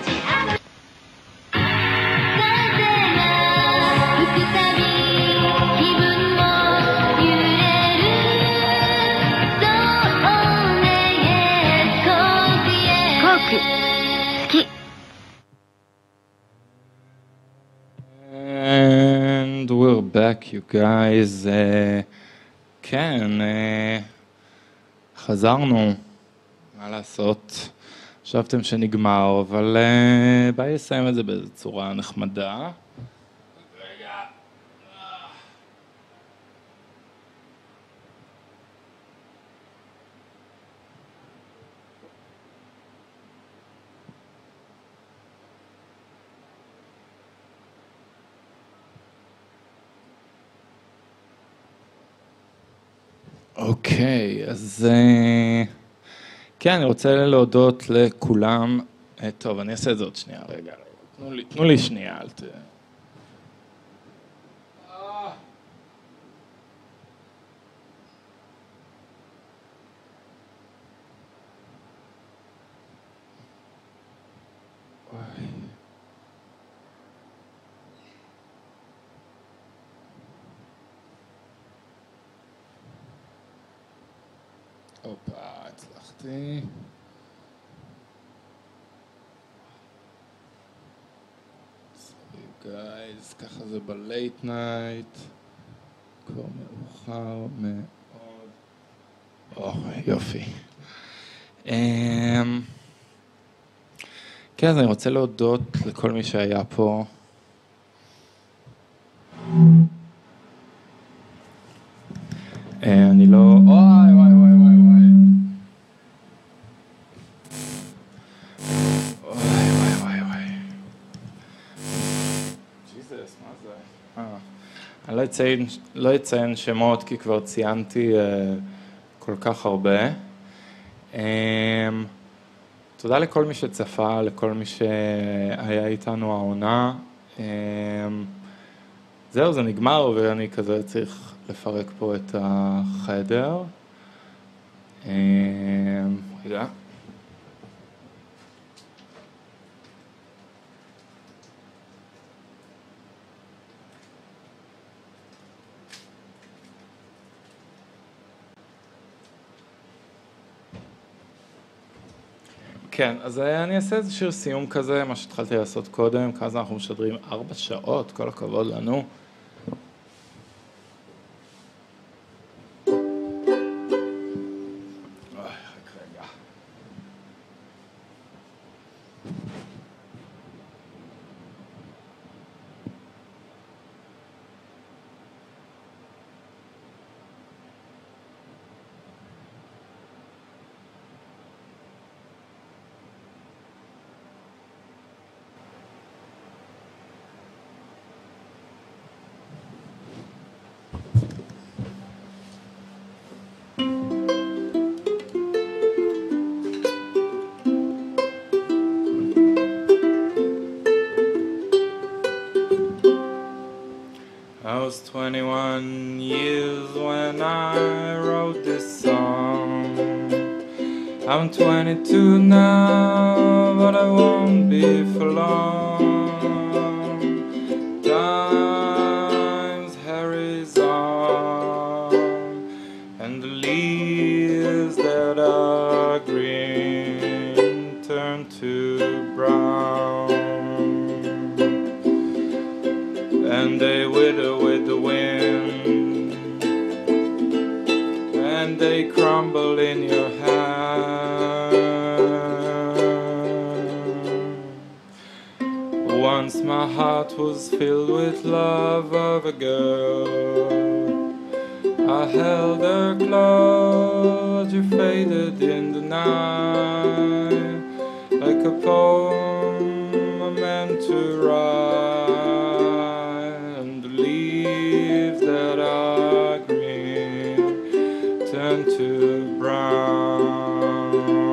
And we're back, you guys. כן, חזרנו, מה לעשות? חשבתם שנגמר, אבל ביי לסיים את זה באיזו צורה נחמדה. אוקיי, אז כן, אני רוצה להודות לכולם. טוב, אני אעשה את זה עוד שנייה, רגע. תנו לי שנייה, אל ת... הופה, הצלחתי. Sorry guys, ככה זה בלייט נייט. כבר מאוחר מאוד. יופי. כן, אז אני רוצה להודות לכל מי שהיה פה. אני לא... וואי. ג'יזוס, מה זה? אני לא אציין שמות כי כבר ציינתי כל כך הרבה. תודה לכל מי שצפה, לכל מי שהיה איתנו העונה. זהו, זה נגמר ואני כזה צריך לפרק פה את החדר. רגע. כן, אז אני אעשה איזה שיר סיום כזה, מה שהתחלתי לעשות קודם, כאז אנחנו משדרים 4 שעות, כל הכבוד לנו. I was 21 years when I wrote this song. I'm 22 now, but I won't be for long. Time's hurries on, and the leaves that are green turn to brown, and they wither with the wind, and they crumble in your hand. Once my heart was filled with love of a girl. I held her close, you faded in the night, like a poem I meant to write. And the leaves that are green turn to brown,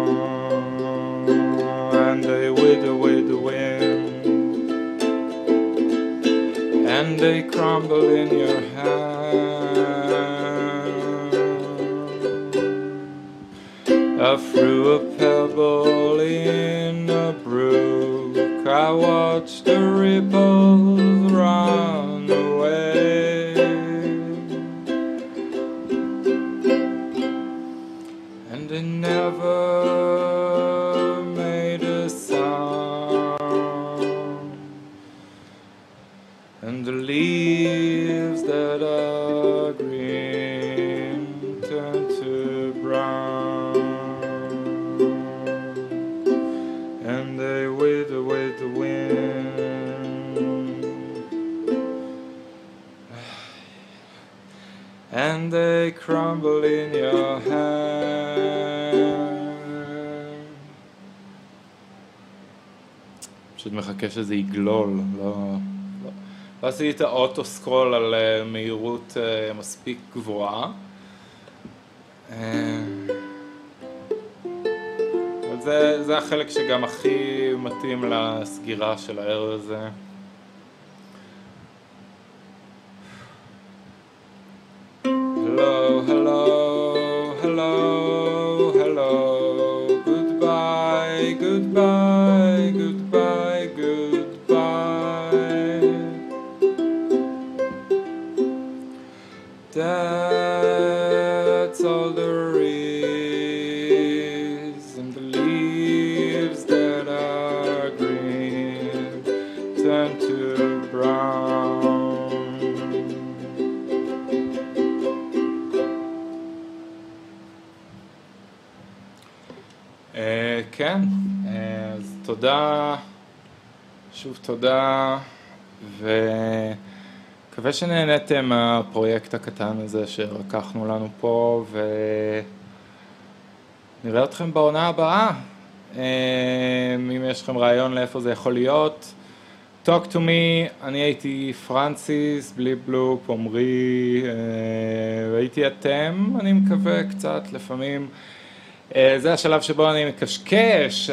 and they wither with the wind, and they crumble in your hand. I threw a pebble in a brook, I watched the ripples run away, and they never made a sound. And the leaves that are green turn to brown, and they wither with the wind, and they crumble in your hand. פשוט מחכה שזה יגלול, לא עשיתי את האוטו סקרול על מהירות מספיק גבוהה. זה החלק שגם הכי מתאים לסגירה של הערב הזה. Hello, hello, hello, hello, goodbye, goodbye, goodbye, goodbye. That's all there is. כן, אז תודה, שוב תודה, ומקווה שנהנתם מהפרויקט הקטן הזה שלקחנו לנו פה, ונראה אתכם בעונה הבאה. אם יש לכם רעיון לאיפה זה יכול להיות, talk to me. אני הייתי פרנסיס, בלי בלופ, עומרי, והייתי אתם, אני מקווה קצת לפעמים. זה השלב שבו אני מקשקש,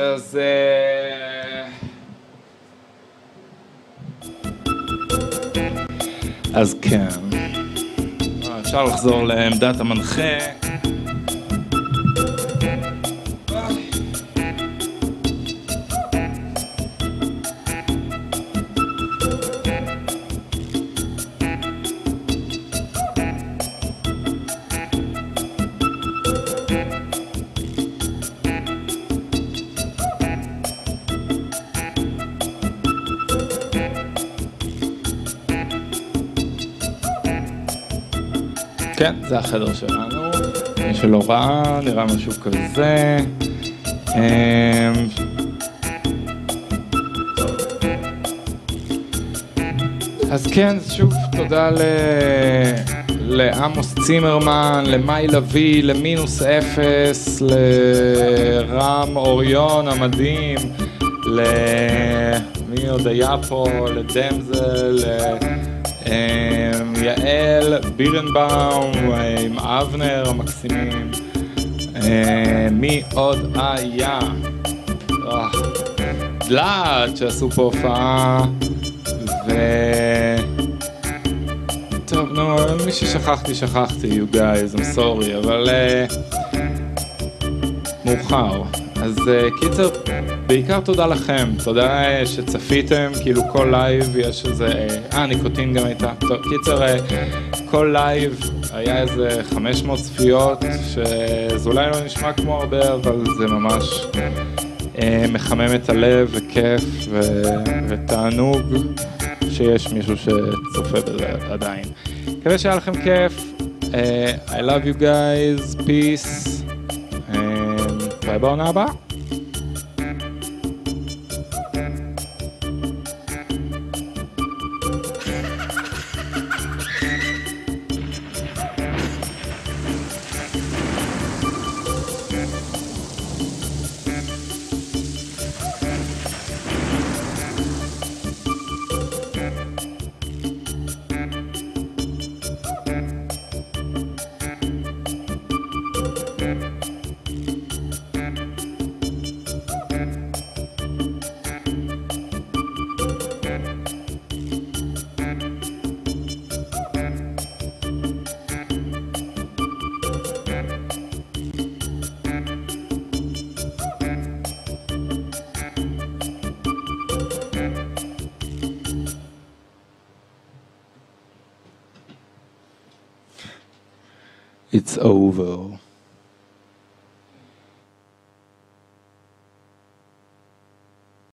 אז כן, אפשר לחזור לעמדת המנחה. כן, זה החדר שלנו, מי שלא ראה, נראה משהו כזה. אז כן, שוב תודה לעמוס צימרמן, למאי לוי, למינוס אפס, לרם אוריון המדהים, למי עוד היה פה, לדמזל, יעל בירנבאום, עם אבנר המקסימים, מי עוד היה? דלת שעשו פה הופעה, טוב, נו, מי ששכחתי, you guys, I'm sorry, אבל מאוחר. אז קיצר, בעיקר תודה לכם, תודה שצפיתם, כאילו כל לייב יש איזה, ניקוטין גם הייתה, טוב, קיצר, כל לייב היה איזה 500 צפיות, שזה אולי לא נשמע כמו הרבה, אבל זה ממש מחמם את הלב וכיף ותענוג שיש מישהו שצופה בזה עדיין. מקווה שהיה לכם כיף, I love you guys, peace, ביי בעונה הבאה. It's over.